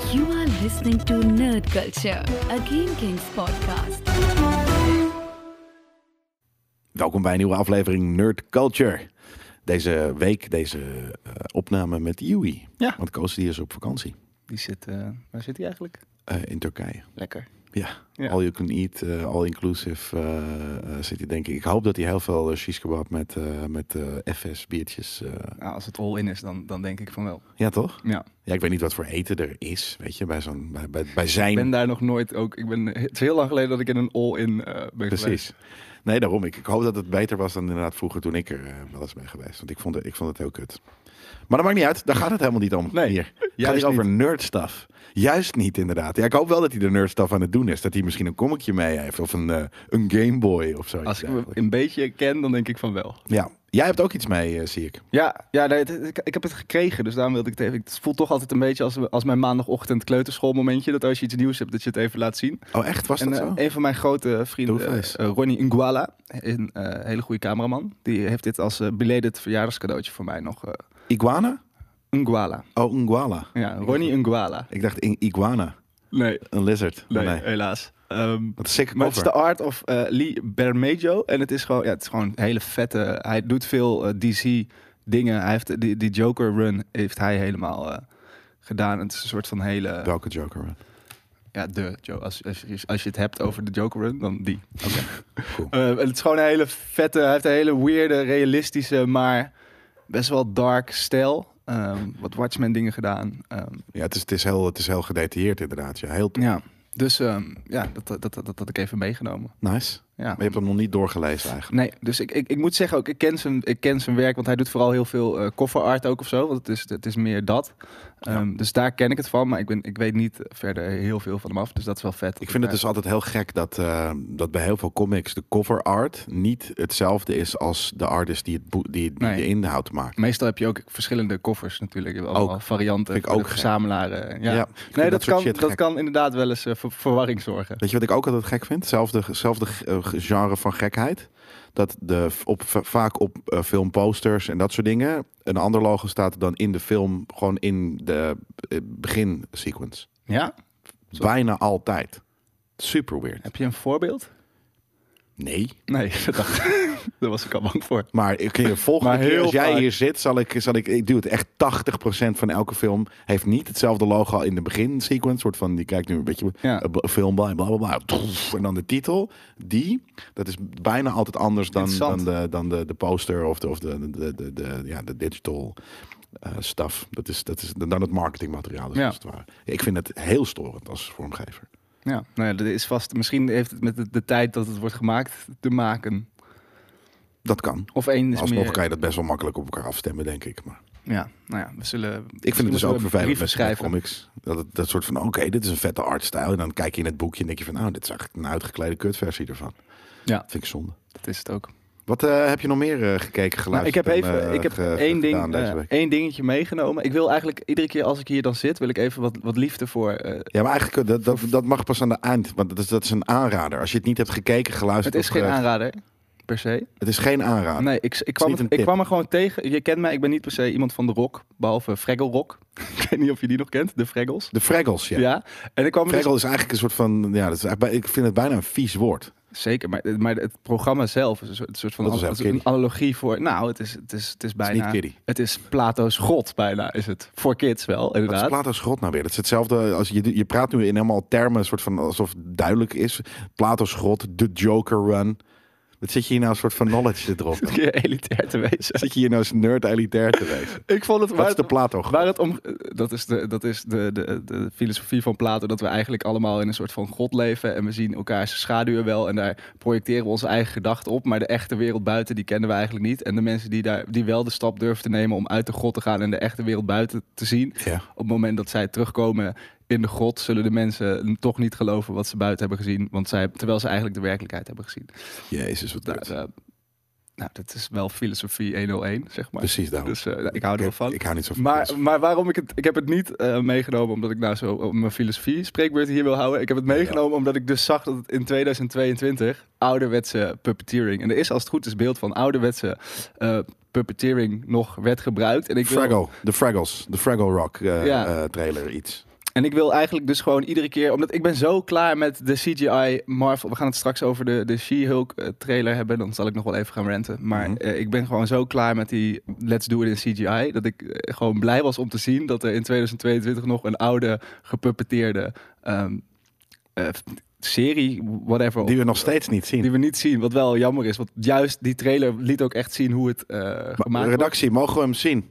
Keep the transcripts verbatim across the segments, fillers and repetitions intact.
You are listening to Nerd Culture, a Game Kings podcast. Welkom bij een nieuwe aflevering Nerd Culture. Deze week, deze uh, opname met Yui. Ja. Want Koos die is op vakantie. Die zit, uh, waar zit hij eigenlijk? Uh, in Turkije. Lekker. Ja, ja. all you can eat, uh, all inclusive uh, uh, zit hij denk ik. Ik hoop dat hij heel veel uh, shish kebab met, uh, met uh, F S biertjes. Uh... Nou, als het all in is, dan, dan denk ik van wel. Ja, toch? Ja. Ja, ik weet niet wat voor eten er is, weet je, bij zo'n bij, bij, bij zijn. Ik ben daar nog nooit ook. Ik ben, het is heel lang geleden dat ik in een all-in uh, ben Precies. geweest. Nee, daarom. Ik, ik hoop dat het beter was dan inderdaad vroeger toen ik er uh, wel eens ben geweest. Want ik vond het, ik vond het heel kut. Maar dat maakt niet uit. Daar gaat het helemaal niet om. Nee, hier. Het gaat hier over nerdstuff. Juist niet, inderdaad. Ja, ik hoop wel dat hij de nerdstuff aan het doen is. Dat hij misschien een comicje mee heeft. Of een, uh, een Game Boy of zo. Als ik me een beetje ken, dan denk ik van wel. Ja. Jij hebt ook iets mee, uh, zie ik. Ja, ja nee, het, ik, ik heb het gekregen. Dus daarom wilde ik het even. Het voelt toch altijd een beetje als, als mijn maandagochtend kleuterschoolmomentje. Dat als je iets nieuws hebt, dat je het even laat zien. Oh, echt? Was en, dat uh, zo? Een van mijn grote vrienden, uh, uh, Ronnie Nguala. Een uh, hele goede cameraman. Die heeft dit als uh, belated verjaardagscadeautje voor mij nog... Uh, Iguana? Nguala. Oh, Nguala. Ja, Ronnie Nguala. Ik dacht in iguana. Nee. Een lizard. Nee, nee. helaas. Um, Wat een sick maar het is cover. de art of uh, Lee Bermejo. En het is gewoon, ja, het is gewoon een hele vette... Hij doet veel uh, D C dingen. Hij heeft, die, die Joker run heeft hij helemaal uh, gedaan. Het is een soort van hele... Welke Joker run? Ja, de Joker. Als, als, je, als je het hebt over de Joker run, dan die. Oké, okay. Cool. Uh, het is gewoon een hele vette... Hij heeft een hele weirde, realistische, maar best wel dark stijl. Um, wat Watchmen dingen gedaan. Um, ja, het is, het, is heel, het is heel gedetailleerd inderdaad. Ja, heel tof. Ja, dus um, ja, dat, dat, dat, dat had ik even meegenomen. Nice. Ja. Maar je hebt hem nog niet doorgelezen eigenlijk. Nee, dus ik, ik, ik moet zeggen ook, ik ken, zijn, ik ken zijn werk, want hij doet vooral heel veel uh, cover art ook of zo. Want het is, het is meer dat. Um, ja. Dus daar ken ik het van, maar ik, ben, ik weet niet verder heel veel van hem af. Dus dat is wel vet. Ik vind het dus altijd heel gek dat, uh, dat bij heel veel comics de cover art niet hetzelfde is als de artist die, het boek, die, die nee. de inhoud maakt. Meestal heb je ook verschillende covers natuurlijk. Je hebt allemaal ook. varianten vind ik voor ook de verzamelaren. Ja. Ja, nee, dat, dat, kan, dat kan inderdaad wel eens uh, voor verwarring zorgen. Weet je wat ik ook altijd gek vind? Hetzelfde, hetzelfde uh, genre van gekheid. Dat de, op, vaak op uh, filmposters en dat soort dingen een ander logo staat dan in de film, gewoon in de uh, beginsequence. Ja? Zo. Bijna altijd. Super weird. Heb je een voorbeeld? Nee. Nee, dat dacht ik. Daar was ik al bang voor. Maar ik de volgende maar keer als jij vaak. hier zit, zal ik, zal ik, ik doe het echt tachtig procent van elke film heeft niet hetzelfde logo in de beginsequence, soort van die kijkt nu een beetje ja. een film bij, bla bla bla, en dan de titel, die, dat is bijna altijd anders dan, dan, de, dan de, de poster of de, of de, de, de, de, ja, de digital uh, stuff. Dat is, dat is dan het marketingmateriaal. Dus ja. als het ware. Ik vind het heel storend als vormgever. Ja, nou ja, dat is vast. Misschien heeft het met de, de tijd dat het wordt gemaakt te maken. Dat kan. Of één is Alsnog meer... kan je dat best wel makkelijk op elkaar afstemmen, denk ik. Maar ja, nou ja, we zullen. Ik vind het dus ook vervelend met schrijven. comics. Dat, het, dat soort van, oké, okay, dit is een vette artstijl. En dan kijk je in het boekje en denk je van, nou, dit is eigenlijk een uitgeklede kutversie ervan. Ja, dat vind ik zonde. Dat is het ook. Wat uh, heb je nog meer uh, gekeken, geluisterd? Nou, ik heb even, en, uh, ik heb ge, één ding, deze uh, week? één dingetje meegenomen. Ik wil eigenlijk iedere keer als ik hier dan zit, wil ik even wat, wat liefde voor. Uh, ja, maar eigenlijk dat, dat, dat mag pas aan de eind, want dat is, dat is een aanrader. Als je het niet hebt gekeken, geluisterd. Het is geen aanrader. Per se. Het is geen aanrader. Nee, ik, ik, kwam, het, ik kwam er gewoon tegen. Je kent mij, ik ben niet per se iemand van de rock, behalve Fraggle Rock. Ik weet niet of je die nog kent, de Fraggles. De Fraggles, ja. ja. En ik kwam Fraggle dus... is eigenlijk een soort van, ja, dat is, ik vind het bijna een vies woord. Zeker, maar, maar het programma zelf is een soort, een soort van dat an, is een analogie voor. Nou, het is, het is, het is bijna. Het is niet het is Plato's God, bijna is het. Voor kids wel, inderdaad. Wat is Plato's God nou weer? Dat is hetzelfde als je, je praat nu in helemaal termen, soort van alsof het duidelijk is. Plato's God, de Joker Run. Wat zit je hier nou een soort van knowledge erop? Zit je elitair te wezen? Zit je hier nou eens nerd elitair te wezen? Ik vond het. Wat is de Plato? Waar het om. Dat is de, dat is de, de, de filosofie van Plato, dat we eigenlijk allemaal in een soort van God leven en we zien elkaars schaduwen wel en daar projecteren we onze eigen gedachten op, maar de echte wereld buiten die kennen we eigenlijk niet. En de mensen die daar die wel de stap durven te nemen om uit de God te gaan en de echte wereld buiten te zien, ja. op het moment dat zij terugkomen in de grot, zullen de mensen toch niet geloven wat ze buiten hebben gezien, want zij, terwijl ze eigenlijk de werkelijkheid hebben gezien. Jezus, wat nou, uh, nou, dat is wel filosofie honderdéén, zeg maar. Precies daarom. Dus uh, ik hou er wel van. Ik hou niet zo van. Maar, maar waarom ik het... Ik heb het niet uh, meegenomen omdat ik nou zo op mijn filosofie spreekbeurt hier wil houden. Ik heb het meegenomen ja. omdat ik dus zag dat het in tweeduizend tweeëntwintig ouderwetse puppeteering... En er is als het goed is beeld van ouderwetse uh, puppeteering nog werd gebruikt. En ik Fraggle, wil... de Fraggles, de Fraggle Rock uh, ja. uh, trailer iets. En ik wil eigenlijk dus gewoon iedere keer... Omdat ik ben zo klaar met de C G I Marvel... We gaan het straks over de, de She-Hulk uh, trailer hebben. Dan zal ik nog wel even gaan ranten. Maar Mm-hmm. uh, ik ben gewoon zo klaar met die Let's Do It in C G I... dat ik uh, gewoon blij was om te zien... dat er in tweeduizend tweeëntwintig nog een oude, gepuppeteerde... Um, uh, serie, whatever... Die we nog steeds niet zien. Die we niet zien, wat wel jammer is. Want juist die trailer liet ook echt zien hoe het uh, gemaakt wordt. Redactie, mogen we hem zien?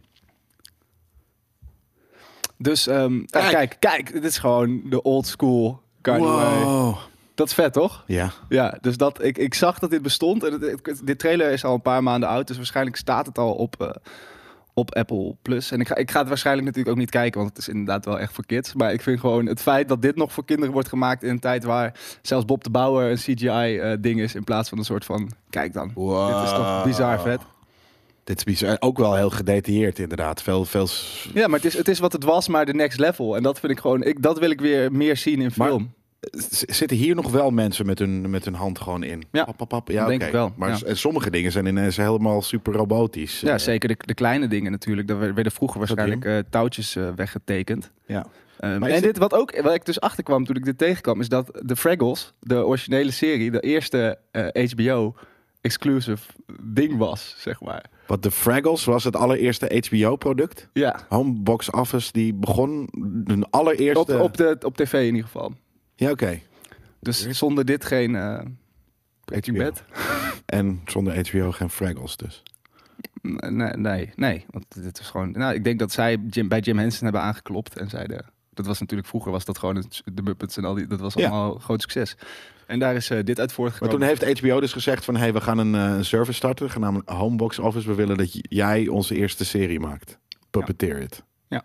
Dus um, Kijk. kijk. kijk, kijk, dit is gewoon de old school Kanye. Wow. Dat is vet, toch? Ja. Ja, dus dat, ik, ik zag dat dit bestond. En het, het- dit trailer is al een paar maanden oud, dus waarschijnlijk staat het al op, uh, op Apple Plus. En ik ga, ik ga het waarschijnlijk natuurlijk ook niet kijken, want het is inderdaad wel echt voor kids. Maar ik vind gewoon het feit dat dit nog voor kinderen wordt gemaakt in een tijd waar zelfs Bob de Bouwer een C G I-ding is, in plaats van een soort van, kijk dan, Wow. dit is toch bizar vet. Dit is bizar. Ook wel heel gedetailleerd inderdaad. Veel, veel... s- Ja, maar het is, het is wat het was, maar de next level. En dat vind ik gewoon, ik, dat wil ik weer meer zien in Maar- film. Z- Zitten hier nog wel mensen met hun, met hun hand gewoon in? Ja. Pap, pap, pap. Ja, Denk oké. ik wel, Maar ja. s- en sommige dingen zijn ineens helemaal super robotisch. Ja, Eh, zeker de, de kleine dingen natuurlijk. Daar werden vroeger waarschijnlijk eh, touwtjes eh, weggetekend. Ja. Um, Maar is en dit- dit, wat ook, wat ik dus achterkwam toen ik dit tegenkwam, is dat de Fraggles, de originele serie, de eerste eh, H B O-exclusive ding was, zeg maar. Wat de Fraggles was het allereerste H B O-product. Ja, Homebox Office, die begon hun allereerste... op, op, de, op tv in ieder geval. Ja, oké. Dus zonder dit geen uh, Breaking H B O. Bad. En zonder H B O geen Fraggles dus. Nee, nee, nee, want dit is gewoon... Nou, ik denk dat zij Jim, bij Jim Henson hebben aangeklopt en zeiden... Dat was natuurlijk vroeger, was dat gewoon het, de Muppets en al die... Dat was Ja. allemaal een groot succes. En daar is uh, dit uit Maar voortgekomen. toen heeft H B O dus gezegd van... hey, we gaan een uh, service starten, genaamd Homebox Office. We willen dat j- jij onze eerste serie maakt. Puppeteer it. Ja.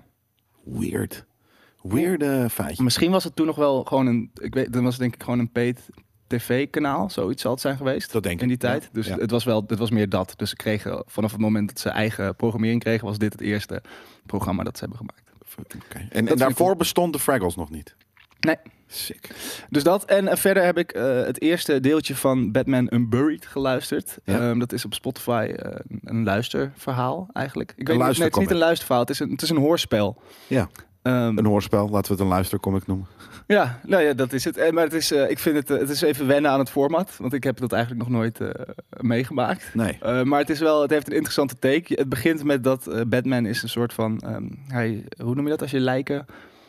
Weird. Weirde feitje. Misschien was het toen nog wel gewoon een... Ik weet, dan was het denk ik gewoon een paid tv-kanaal. Zoiets zal het zijn geweest. Dat denk ik. In die tijd. Ja. Dus Ja. het was wel, het was meer dat. Dus ze kregen vanaf het moment dat ze eigen programmering kregen, was dit het eerste programma dat ze hebben gemaakt. Oké. En, en vind daarvoor ik- bestond de Fraggles nog niet. Nee. Sick. Dus dat. En uh, verder heb ik uh, het eerste deeltje van Batman Unburied geluisterd. Ja. Um, dat is op Spotify uh, een luisterverhaal eigenlijk. Ik weet niet, nee, het is luistercomic. niet een luisterverhaal. Het is een, het is een hoorspel. Ja, Um, een hoorspel. Laten we het een luistercomic noemen. Ja, nou ja, dat is het. En, maar het is, uh, ik vind het, uh, het is even wennen aan het format. Want ik heb dat eigenlijk nog nooit uh, meegemaakt. Nee. Uh, maar het, is wel, het heeft een interessante take. Het begint met dat uh, Batman is een soort van... Um, hij, hoe noem je dat als je lijken...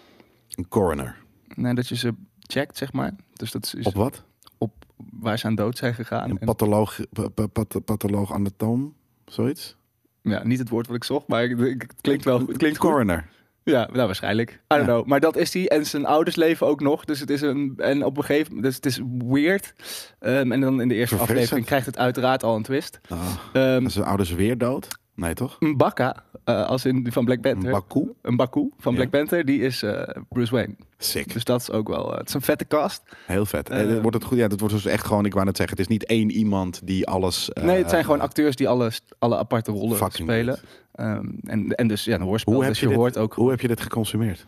Een coroner. Nee, dat je ze checkt, zeg maar. Dus dat is Op wat? op waar ze aan dood zijn gegaan. Een En- patholoog, pa- pa- pat- patholoog anatoom? Zoiets? ja, niet het woord wat ik zocht, maar ik- ik- het klinkt wel het klinkt goed. Coroner. Ja, nou waarschijnlijk. I don't Ja. know. Maar dat is hij. En zijn ouders leven ook nog. Dus het is een... En op een gegeven moment... Dus het is weird. Um, en dan in de eerste Verfrissend. aflevering krijgt het uiteraard al een twist. Ah, Um, zijn ouders weer dood? Nee, toch? een Bakka, uh, als in die van Black Panther. Een Baku? Een Baku van Ja. Black Panther, die is uh, Bruce Wayne. Sick. Dus dat is ook wel... Uh, het is een vette cast. Heel vet. Eh, Eh, wordt het goed? Ja, dat wordt dus echt gewoon, ik wou net zeggen, het is niet één iemand die alles... eh, nee, het zijn gewoon acteurs die alle, alle aparte rollen fucking spelen. goed. Um, en, en dus ja, een hoorspel. Hoe heb, dus je je dit, hoort ook hoe heb je dit geconsumeerd?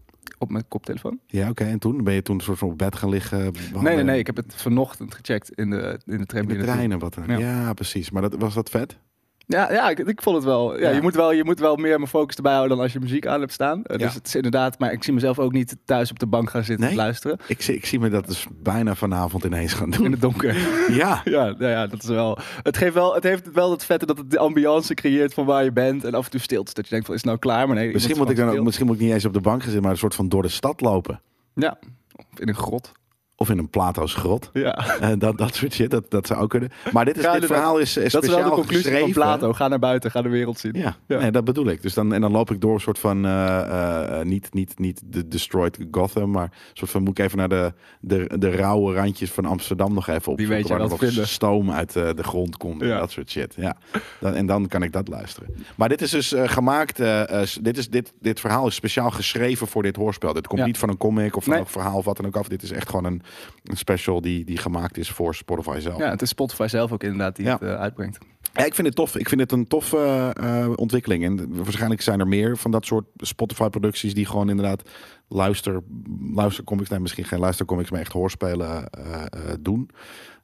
op mijn koptelefoon. Ja, oké. En toen ben je toen een soort van op bed gaan liggen? Nee, nee, behandelen? nee. Ik heb het vanochtend gecheckt in de, in de tram. In de hier naartoe. treinen, wat dan? Ja. Ja. precies. Maar dat, was dat vet? Ja, ja ik, ik vond het wel. Ja, Ja. Je, moet wel. Je moet wel meer mijn focus erbij houden dan als je muziek aan hebt staan. Uh, Ja. Dus het is inderdaad, maar ik zie mezelf ook niet thuis op de bank gaan zitten Nee? te luisteren. Ik zie, ik zie me dat dus bijna vanavond ineens gaan doen. In het donker. Ja. ja, nou ja, dat is wel. Het, geeft wel. het heeft wel het vette dat het de ambiance creëert van waar je bent. En af en toe stilte. Dat je denkt van, is het nou klaar? Maar nee. Misschien iemand moet, is ik dan ook, gewoon misschien moet ik niet eens op de bank gaan zitten, maar een soort van door de stad lopen. stil. Ja, of in een grot. Of in een Plato's grot. Ja. Eh, dat, dat soort shit, dat, dat zou ook kunnen. Maar dit, is, Ja, dit inderdaad. verhaal is, is Dat is wel speciaal de conclusie geschreven. van Plato. Ga naar buiten, ga de wereld zien. Ja, Ja. Nee, dat bedoel ik. Dus dan, en dan loop ik door een soort van, uh, uh, niet, niet, niet de Destroyed Gotham, maar een soort van, moet ik even naar de, de, de rauwe randjes van Amsterdam nog even opzoeken. weet je waar wel er te nog vinden. stoom uit uh, de grond komt en Ja. dat soort shit. Ja. Dan, en dan kan ik dat luisteren. Maar dit is dus uh, gemaakt, uh, uh, dit, is, dit, dit verhaal is speciaal geschreven voor dit hoorspel. Dit komt Ja. niet van een comic of van Nee. een verhaal of wat dan ook af. Dit is echt gewoon een, een special die, die gemaakt is voor Spotify zelf. Ja, het is Spotify zelf ook inderdaad die Ja. het uh, uitbrengt. Ja, ik vind het tof. Ik vind het een toffe uh, ontwikkeling. En waarschijnlijk zijn er meer van dat soort Spotify-producties die gewoon inderdaad luister, luistercomics, nee, misschien geen luistercomics, maar echt hoorspelen uh, uh, doen.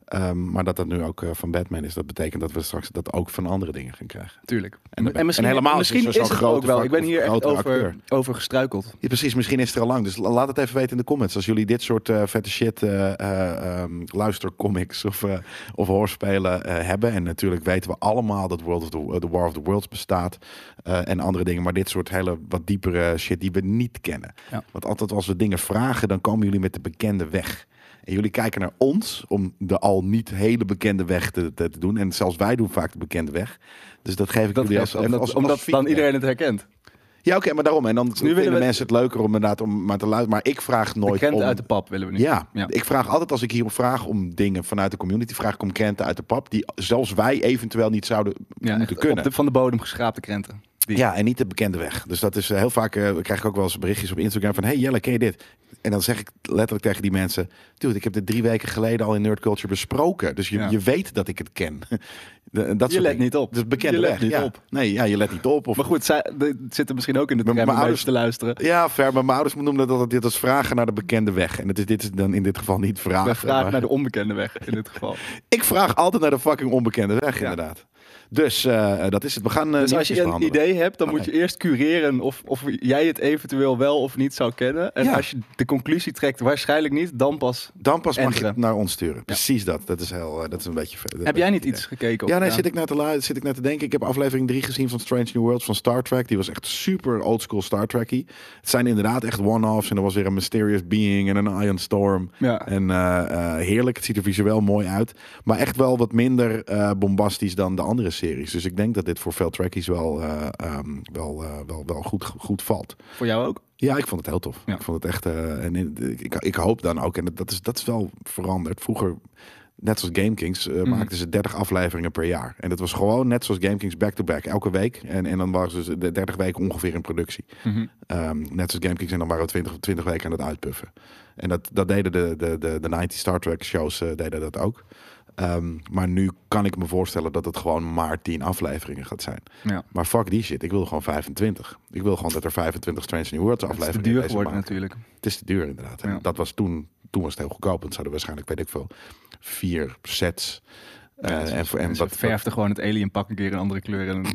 Um, maar dat dat nu ook uh, van Batman is, dat betekent dat we straks dat ook van andere dingen gaan krijgen. Tuurlijk. En, En, misschien, en helemaal misschien is, is het ook wel. Ik ben hier echt over, acteur. over gestruikeld. Ja, precies, misschien is het er al lang. Dus laat het even weten in de comments. Als jullie dit soort uh, vette shit, uh, uh, um, luistercomics of, uh, of hoorspelen uh, hebben. En natuurlijk weten we allemaal dat World of the, uh, the War of the Worlds bestaat. Uh, en andere dingen. Maar dit soort hele wat diepere shit die we niet kennen. Ja. Want altijd als we dingen vragen, dan komen jullie met de bekende weg. En jullie kijken naar ons om de al niet hele bekende weg te, te, te doen. En zelfs wij doen vaak de bekende weg. Dus dat geef ik dat jullie als, omdat, als, als omdat feedback. Dan iedereen het herkent. Ja, oké, okay, maar daarom. En dan dus nu vinden we mensen het leuker om inderdaad om maar te luisteren. Maar ik vraag nooit krenten om... uit de pap willen we nu. Ja, ja, ik vraag altijd als ik hier vraag om dingen vanuit de community, vraag ik om krenten uit de pap die zelfs wij eventueel niet zouden ja, moeten kunnen. Op de, van de bodem geschraapte krenten. Die. Ja, en niet de bekende weg. Dus dat is uh, heel vaak, uh, krijg ik ook wel eens berichtjes op Instagram van hey Jelle, ken je dit? En dan zeg ik letterlijk tegen die mensen, dude, ik heb dit drie weken geleden al in Nerd Culture besproken. Dus je, ja. je weet dat ik het ken. de, dat je let dingen. niet op. Dus bekende je let weg. niet ja. op. Nee, ja, je let niet op. Of... Maar goed, zij de, zitten misschien ook in de tram om ouders te luisteren. Ja, ver. Maar mijn ouders noemen dat dit als vragen naar de bekende weg. En het is, dit is dan in dit geval niet vragen. We vragen maar... naar de onbekende weg in dit geval. Ik vraag altijd naar de fucking onbekende weg, ja. inderdaad. Dus uh, dat is het. We gaan uh, dus als je een behandelen. idee hebt, dan okay. moet je eerst cureren of, of jij het eventueel wel of niet zou kennen. En ja. als je de conclusie trekt, waarschijnlijk niet, dan pas Dan pas mag enteren. je het naar ons sturen. Ja. Precies dat. Dat is, heel, uh, dat is een beetje... Heb beetje jij niet idee. iets gekeken? Op, ja, nee, ja. Zit, ik naar te lu- zit ik naar te denken. Ik heb aflevering drie gezien van Strange New Worlds van Star Trek. Die was echt super oldschool Star Trek-y. Het zijn inderdaad echt one-offs. En er was weer een mysterious being en een Ion Storm. Ja. En uh, uh, heerlijk. Het ziet er visueel mooi uit. Maar echt wel wat minder uh, bombastisch dan de andere series. Dus ik denk dat dit voor veel Trekkies wel, uh, um, wel, uh, wel, wel goed, goed valt. Voor jou ook? Ja, ik vond het heel tof. Ja. Ik vond het echt... Uh, en ik, ik, ik hoop dan ook... En dat is, dat is wel veranderd. Vroeger... Net zoals GameKings uh, mm. maakten ze dertig afleveringen per jaar. En dat was gewoon net zoals GameKings back-to-back. Elke week. En, en dan waren ze dus de dertig weken ongeveer in productie. Mm-hmm. Um, net zoals GameKings. En dan waren we twintig, twintig weken aan het uitpuffen. En dat, dat deden de, de, de, de negentig Star Trek shows uh, deden dat ook. Um, maar nu kan ik me voorstellen dat het gewoon maar tien afleveringen gaat zijn. Ja. Maar fuck die shit. Ik wil gewoon vijfentwintig. Ik wil gewoon dat er vijfentwintig Strange New Worlds afleveringen zijn. Het is te duur geworden natuurlijk. Het is te duur inderdaad. En ja. dat was toen... Toen was het heel goedkoop. En zouden waarschijnlijk, weet ik veel, vier sets. Ja, uh, en, en wat verfde gewoon het alien pak een keer in andere kleuren.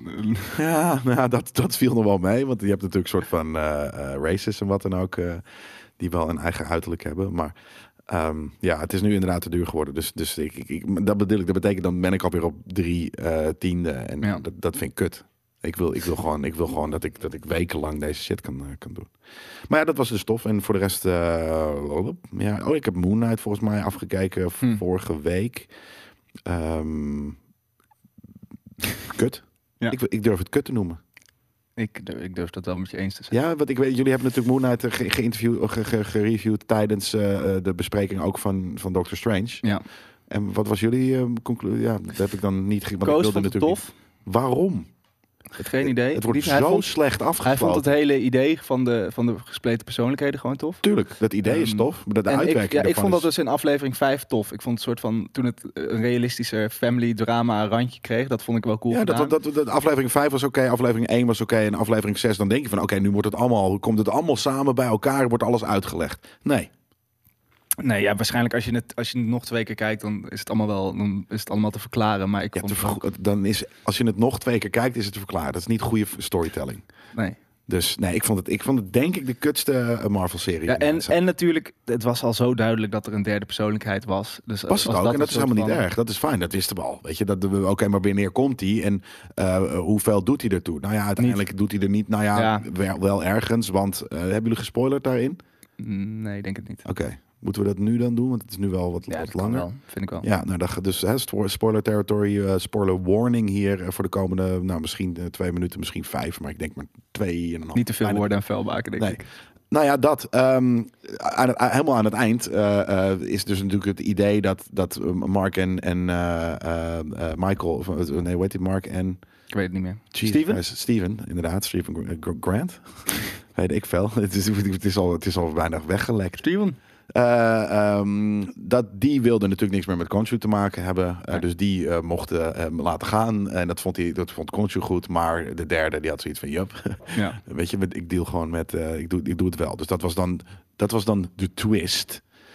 Ja, nou, dat, dat viel nog wel mee. Want je hebt natuurlijk een soort van uh, uh, races en wat dan ook. Uh, die wel een eigen uiterlijk hebben. Maar um, ja, het is nu inderdaad te duur geworden. Dus, dus ik, ik, ik, dat, bedoel ik, dat betekent dan ben ik alweer op drie uh, tiende. En ja. dat, dat vind ik kut. Ik wil, ik wil gewoon, ik wil gewoon dat, ik, dat ik wekenlang deze shit kan, uh, kan doen. Maar ja, dat was dus tof. En voor de rest... Uh, ja, oh, ik heb Moon Knight volgens mij afgekeken hm. vorige week. Um, kut. Ja. Ik, ik durf het kut te noemen. Ik, ik durf dat wel met je eens te zijn. Ja, want ik weet, jullie hebben natuurlijk Moon Knight ge- geïnterviewd, ge- ge- gereviewd tijdens uh, de bespreking ook van, van Doctor Strange. Ja. En wat was jullie uh, conclusie? Ja, dat heb ik dan niet... Ge- Koos ik vond het tof. Niet. Waarom? Geen idee. Het wordt Niet, zo vond, slecht afgesloten. Hij vond het hele idee van de, van de gespleten persoonlijkheden gewoon tof. Tuurlijk, dat idee um, is tof. Maar de uitwerking ik, ja, ik vond is... dat dus in aflevering vijf tof. Ik vond het soort van, toen het een realistische family drama randje kreeg, dat vond ik wel cool ja, gedaan. Dat, dat, dat, aflevering vijf was oké, okay, aflevering één was oké okay, en aflevering zes dan denk je van oké, okay, nu wordt het allemaal, komt het allemaal samen bij elkaar, wordt alles uitgelegd. Nee. Nee, ja, waarschijnlijk als je het als je het nog twee keer kijkt, dan is het allemaal wel, dan is het allemaal te verklaren. Maar ik ja, vond te ver- dan is als je het nog twee keer kijkt, is het te verklaren. Dat is niet goede storytelling. Nee. Dus nee, ik vond het, ik vond het denk ik de kutste Marvel-serie. Ja, en, en natuurlijk, het was al zo duidelijk dat er een derde persoonlijkheid was. Dus was het ook, dat en dat is helemaal van... niet erg. Dat is fijn, dat wisten we al. Weet je, dat we, oké, okay, maar wanneer komt hij en uh, hoeveel doet hij ertoe? Nou ja, uiteindelijk niet. doet hij er niet. Nou ja, ja. Wel, wel ergens, want uh, hebben jullie gespoilerd daarin? Nee, ik denk het niet. Oké. Okay. Moeten we dat nu dan doen? Want het is nu wel wat, ja, wat langer. Wel, vind ik wel. Ja, nou, dat, dus hè, spoiler territory, uh, spoiler warning hier uh, voor de komende, nou misschien uh, twee minuten, misschien vijf, maar ik denk maar twee en een half. Niet te veel woorden en vuil maken, denk nee. ik. Nou ja, dat. Um, aan het, helemaal aan het eind uh, uh, is dus natuurlijk het idee dat, dat Mark en, en uh, uh, uh, Michael, of, uh, nee, hoe heet die, Mark en... Ik weet het niet meer. Jeez, Steven? Steven, inderdaad. Steven Grant. Weet ik veel. Het is, het, is al, het is al bijna weggelekt. Steven? Uh, um, dat die wilde natuurlijk niks meer met Khonshu te maken hebben. Uh, nee. Dus die uh, mochten hem laten gaan. En dat vond hij, dat vond Khonshu goed. Maar de derde, die had zoiets van, jup. Ja. Weet je, ik deal gewoon met, uh, ik, doe, ik doe het wel. Dus dat was dan, dat was dan de twist.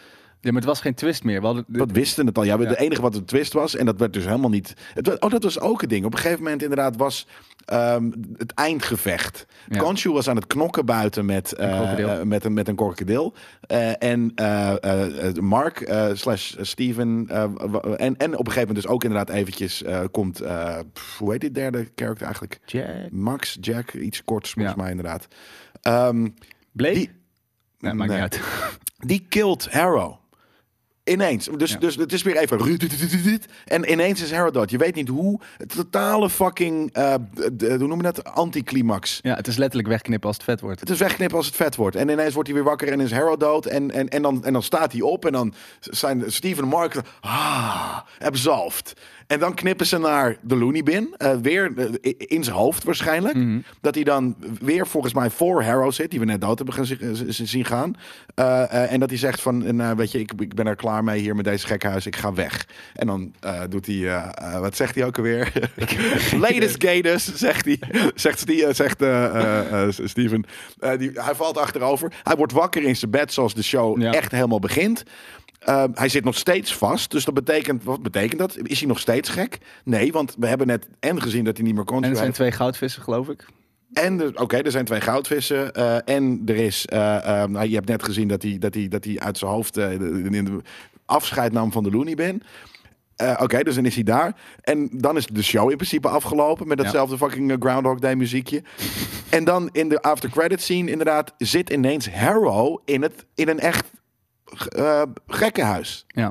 Ja, maar het was geen twist meer. We hadden... Wat wisten het al? Ja, Ja. de enige wat een twist was. En dat werd dus helemaal niet... Het was, oh, dat was ook een ding. Op een gegeven moment inderdaad was um, het eindgevecht. Ja. Khonshu was aan het knokken buiten met, uh, Een krokodil. uh, met, een, met een krokodil. Uh, en uh, uh, Mark uh, slash Steven... Uh, en, en op een gegeven moment dus ook inderdaad eventjes uh, komt... Uh, pff, hoe heet die derde character eigenlijk? Jack. Max, Jack, iets korts volgens Ja. mij inderdaad. Um, Blake? die, Nee, maakt nee. niet uit. Die killt Harrow. Ineens. Dus, Ja. dus het is weer even... En ineens is Harrow dood. Je weet niet hoe. Totale fucking... Uh, de, hoe noem je dat? Anticlimax. Ja, het is letterlijk wegknippen als het vet wordt. Het is wegknippen als het vet wordt. En ineens wordt hij weer wakker en is Harrow dood. En, en, en, dan, en dan staat hij op. En dan zijn Steven en Mark... Ah, absolved. En dan knippen ze naar de Looney Bin. Uh, weer uh, in zijn hoofd waarschijnlijk. Mm-hmm. Dat hij dan weer volgens mij voor Harrow zit. Die we net dood hebben gezien, zien gaan. Uh, uh, en dat hij zegt van... Uh, weet je, ik, ik ben er klaar mee hier met deze gekhuis. Ik ga weg. En dan uh, doet hij... Uh, uh, wat zegt hij ook alweer? Latest gators, zegt hij. Zegt, Stie- uh, zegt uh, uh, uh, Steven. Uh, die, hij valt achterover. Hij wordt wakker in zijn bed zoals de show Ja. echt helemaal begint. Uh, hij zit nog steeds vast, dus dat betekent... Wat betekent dat? Is hij nog steeds gek? Nee, want we hebben net en gezien dat hij niet meer kon. En er zijn twee goudvissen, geloof ik. En er- oké, er zijn twee goudvissen. uh, en er is... Uh, uh, nou, je hebt net gezien dat hij, dat hij, dat hij uit zijn hoofd... Uh, de, de, de afscheid nam van de Looney Bin. Uh, Oké, okay, dus dan is hij daar. En dan is de show in principe afgelopen... met datzelfde fucking uh, Groundhog Day muziekje. En dan in de after credit scene inderdaad... zit ineens Harrow in, het, in een echt... Uh, gekkenhuis. Ja.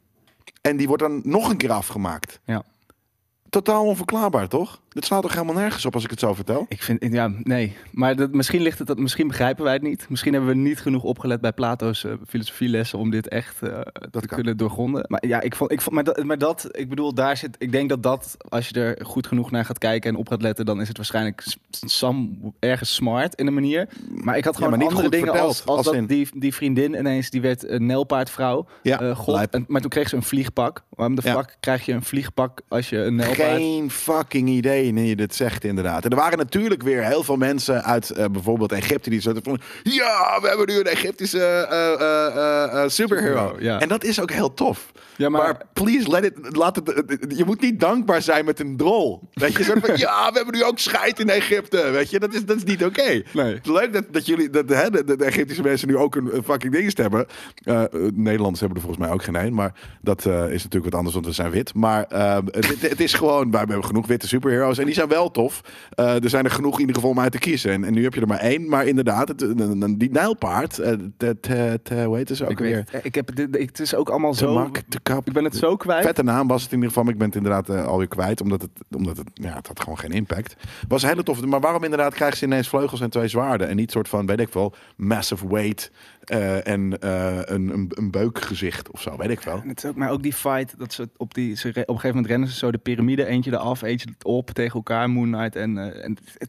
En die wordt dan nog een keer afgemaakt. Ja. Totaal onverklaarbaar, toch? Dit slaat toch helemaal nergens op als ik het zo vertel? Ik vind, ja, nee. Maar dat, misschien ligt het, dat, misschien begrijpen wij het niet. Misschien hebben we niet genoeg opgelet bij Plato's uh, filosofielessen om dit echt uh, te kan. kunnen doorgronden. Maar ja, ik vond, ik vond, maar dat, maar dat, ik bedoel, daar zit, ik denk dat dat, als je er goed genoeg naar gaat kijken en op gaat letten, dan is het waarschijnlijk s- some, ergens smart in een manier. Maar ik had gewoon maar niet andere goed dingen verteld, als, als, als dat in- die, die vriendin ineens, die werd een nijlpaardvrouw. Ja, uh, god, lijp. en, maar toen kreeg ze een vliegpak. Waarom de Ja. fuck krijg je een vliegpak als je een nijlpaard... Geen fucking idee nee je dit zegt inderdaad. En er waren natuurlijk weer heel veel mensen uit uh, bijvoorbeeld Egypte die zeiden van... Ja, we hebben nu een Egyptische uh, uh, uh, uh, superhero. Superhero, ja. En dat is ook heel tof. Ja, maar, maar- please, let it, laat het, je moet niet dankbaar zijn met een drol. Weet je, soort van, ja, we hebben nu ook scheid in Egypte. Weet je, dat is, dat is niet oké. Okay. Nee. Het is leuk dat, dat jullie, dat, hè, de, de Egyptische mensen nu ook een, een fucking dingest hebben. Uh, Nederlanders hebben er volgens mij ook geen een. Maar dat uh, is natuurlijk wat anders, want we zijn wit. Maar uh, het, het is gewoon, wij hebben genoeg witte superheroes. En die zijn wel tof. Uh, er zijn er genoeg in ieder geval om uit te kiezen. En, en nu heb je er maar één. Maar inderdaad, het, die nijlpaard. Uh, te, te, te, hoe heet het ook Ik alweer? weet, ik heb het, het is ook allemaal Te zo... mak, te kap. Ik ben het zo kwijt. Vette naam was het in ieder geval, maar ik ben het inderdaad uh, alweer kwijt. Omdat het, omdat het, ja, het had gewoon geen impact. Was een hele tof. Maar waarom inderdaad krijgen ze ineens vleugels en twee zwaarden? En niet soort van, weet ik wel, massive weight uh, en uh, een, een, een beukgezicht of zo, weet ik wel. En het is ook, maar ook die fight, dat ze op, die, ze, op een gegeven moment rennen ze zo de piramide, eentje eraf, eentje op tegen elkaar, Moon Knight. En, uh, en het,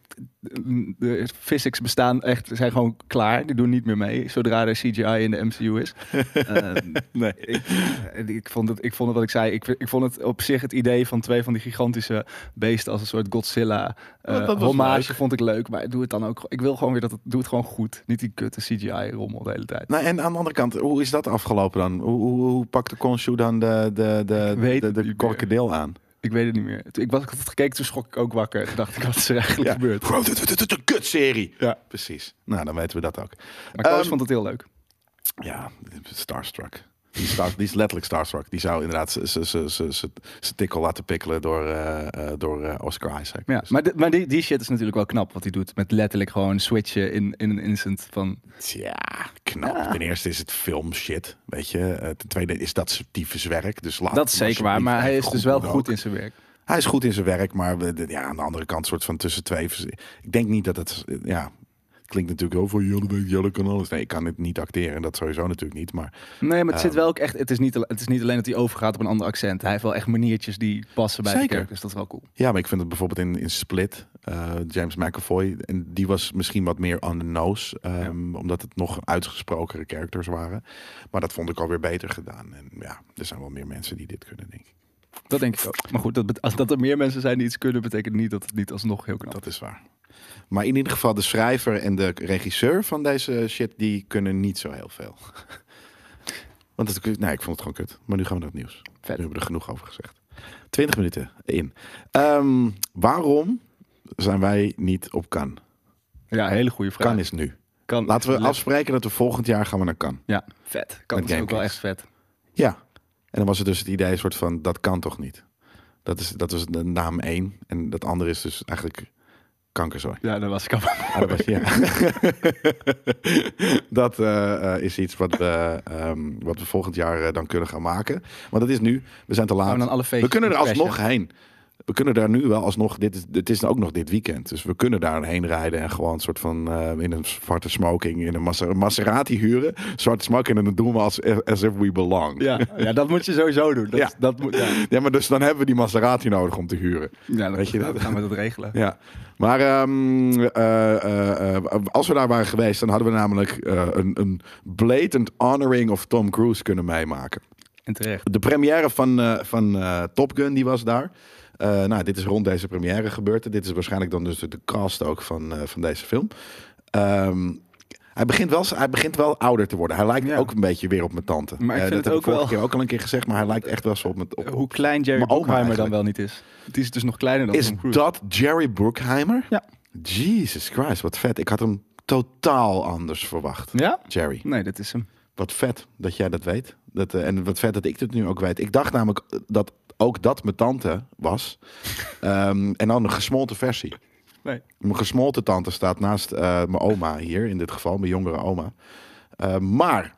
de physics bestaan echt, zijn gewoon klaar. Die doen niet meer mee, zodra er C G I in de M C U is. uh, Nee. ik, ik, vond het, ik vond het wat ik zei, ik, ik vond het op zich het idee van twee van die gigantische beesten als een soort Godzilla uh, Dat- dat was hommage leuk. vond ik leuk. Maar doe het dan ook, ik wil gewoon weer dat het, doe het gewoon goed. Niet die kutte C G I-rommel de hele tijd. Nou, en aan de andere kant, hoe is dat afgelopen dan? Hoe, hoe, hoe pakte Khonshu dan de, de, de, Ik weet de, het de niet meer. krokodil aan? Ik weet het niet meer. Toen ik, was, ik had het gekeken, toen schrok ik ook wakker. Toen dacht ik, wat is er eigenlijk gebeurd? Bro, dit is een kutserie. Ja. Precies. Nou, dan weten we dat ook. Maar Koos Ehm, vond het heel leuk. Ja, starstruck. Die, star, die is letterlijk starstruck. Die zou inderdaad zijn tikkel laten pikkelen door, uh, uh, door uh, Oscar Isaac. Ja, Dus- maar de, maar die, die shit is natuurlijk wel knap wat hij doet. Met letterlijk gewoon switchen in, in een instant van... Ja, knap. Ja. Ten eerste is het film shit, weet je. Uh, ten tweede is dat zijn tyfus werk. Dus laat Dat is hem zeker waar, alsjeblieft maar hij even is dus wel doen goed ook. in zijn werk. Hij is goed in zijn werk, maar we, de- ja, aan de andere kant soort van tussen twee. vers- Ik denk niet dat het, ja, het klinkt natuurlijk heel van Jelle weet, Jelle kan alles. Nee, ik kan het niet acteren, dat sowieso natuurlijk niet. Maar Nee, maar het zit Ehm. wel ook echt... Het is, niet, het is niet alleen dat hij overgaat op een ander accent. Hij heeft wel echt maniertjes die passen bij Zeker. de characters. Dat is wel cool. ja, maar ik vind het bijvoorbeeld in, in Split, uh, James McAvoy, en die was misschien wat meer on the nose, um, omdat het nog uitgesproken characters waren. Maar dat vond ik alweer beter gedaan. En ja, er zijn wel meer mensen die dit kunnen, denk ik. Dat denk ik ook. Maar goed, dat, bet- als dat er meer mensen zijn die iets kunnen, betekent niet dat het niet alsnog heel knap is. Dat is waar. Maar in ieder geval de schrijver en de regisseur van deze shit, die kunnen niet zo heel veel. Want het, nee, ik vond het gewoon kut. Maar nu gaan we naar het nieuws. Vet. Nu hebben we er genoeg over gezegd. twintig minuten in. Um, waarom zijn wij niet op Cannes? Ja, hele goede vraag. Cannes is nu. Kan, Laten we afspreken dat we volgend jaar gaan we naar Cannes. Ja, vet. Kan Met is ook wel Gamekings. echt vet. Ja. En dan was het dus het idee soort van, dat kan toch niet? Dat is, dat was de naam één. En dat andere is dus eigenlijk kankerzooi. Ja, dat was ik al. Ah, dat, was, ja. dat uh, uh, is iets wat we, um, wat we volgend jaar uh, dan kunnen gaan maken. Maar dat is nu. We zijn te laat. Gaan we dan alle feestjes we kunnen er alsnog crashen? heen. We kunnen daar nu wel alsnog. Dit is, het is ook nog dit weekend. Dus we kunnen daarheen rijden. En gewoon een soort van. Uh, in een zwarte smoking. In een Maser- Maserati huren. Zwarte smoking. En dan doen we als as if we belong. Ja, ja, dat moet je sowieso doen. Dat, Ja. dat moet, ja. Ja, maar dus dan hebben we die Maserati nodig om te huren. Ja, dan Weet je dat? dan gaan we dat regelen. Ja, maar um, uh, uh, uh, als we daar waren geweest, dan hadden we namelijk uh, een, een blatant honoring of Tom Cruise kunnen meemaken. En terecht. De première van, uh, van uh, Top Gun, die was daar. Uh, nou, dit is rond deze première gebeurd. Dit is waarschijnlijk dan dus de cast ook van, uh, van deze film. Um, Hij begint, wel, hij begint wel ouder te worden. Hij lijkt Ja. ook een beetje weer op mijn tante. Maar ik Uh, vind dat het heb ook ik vorige wel- keer ook al een keer gezegd. Maar hij lijkt echt wel zo op mijn op, Hoe klein Jerry mijn oma Bruckheimer dan eigenlijk. wel niet is. Het is dus nog kleiner dan Is Tom Cruise. dat Jerry Bruckheimer? Ja. Jesus Christ, wat vet. Ik had hem totaal anders verwacht. Ja? Jerry. Nee, dat is hem. Wat vet dat jij dat weet. Dat, uh, en wat vet dat ik het nu ook weet. Ik dacht namelijk dat ook dat mijn tante was. um, en dan een gesmolten versie. Nee. Mijn gesmolten tante staat naast uh, mijn oma hier. In dit geval, mijn jongere oma. Uh, maar...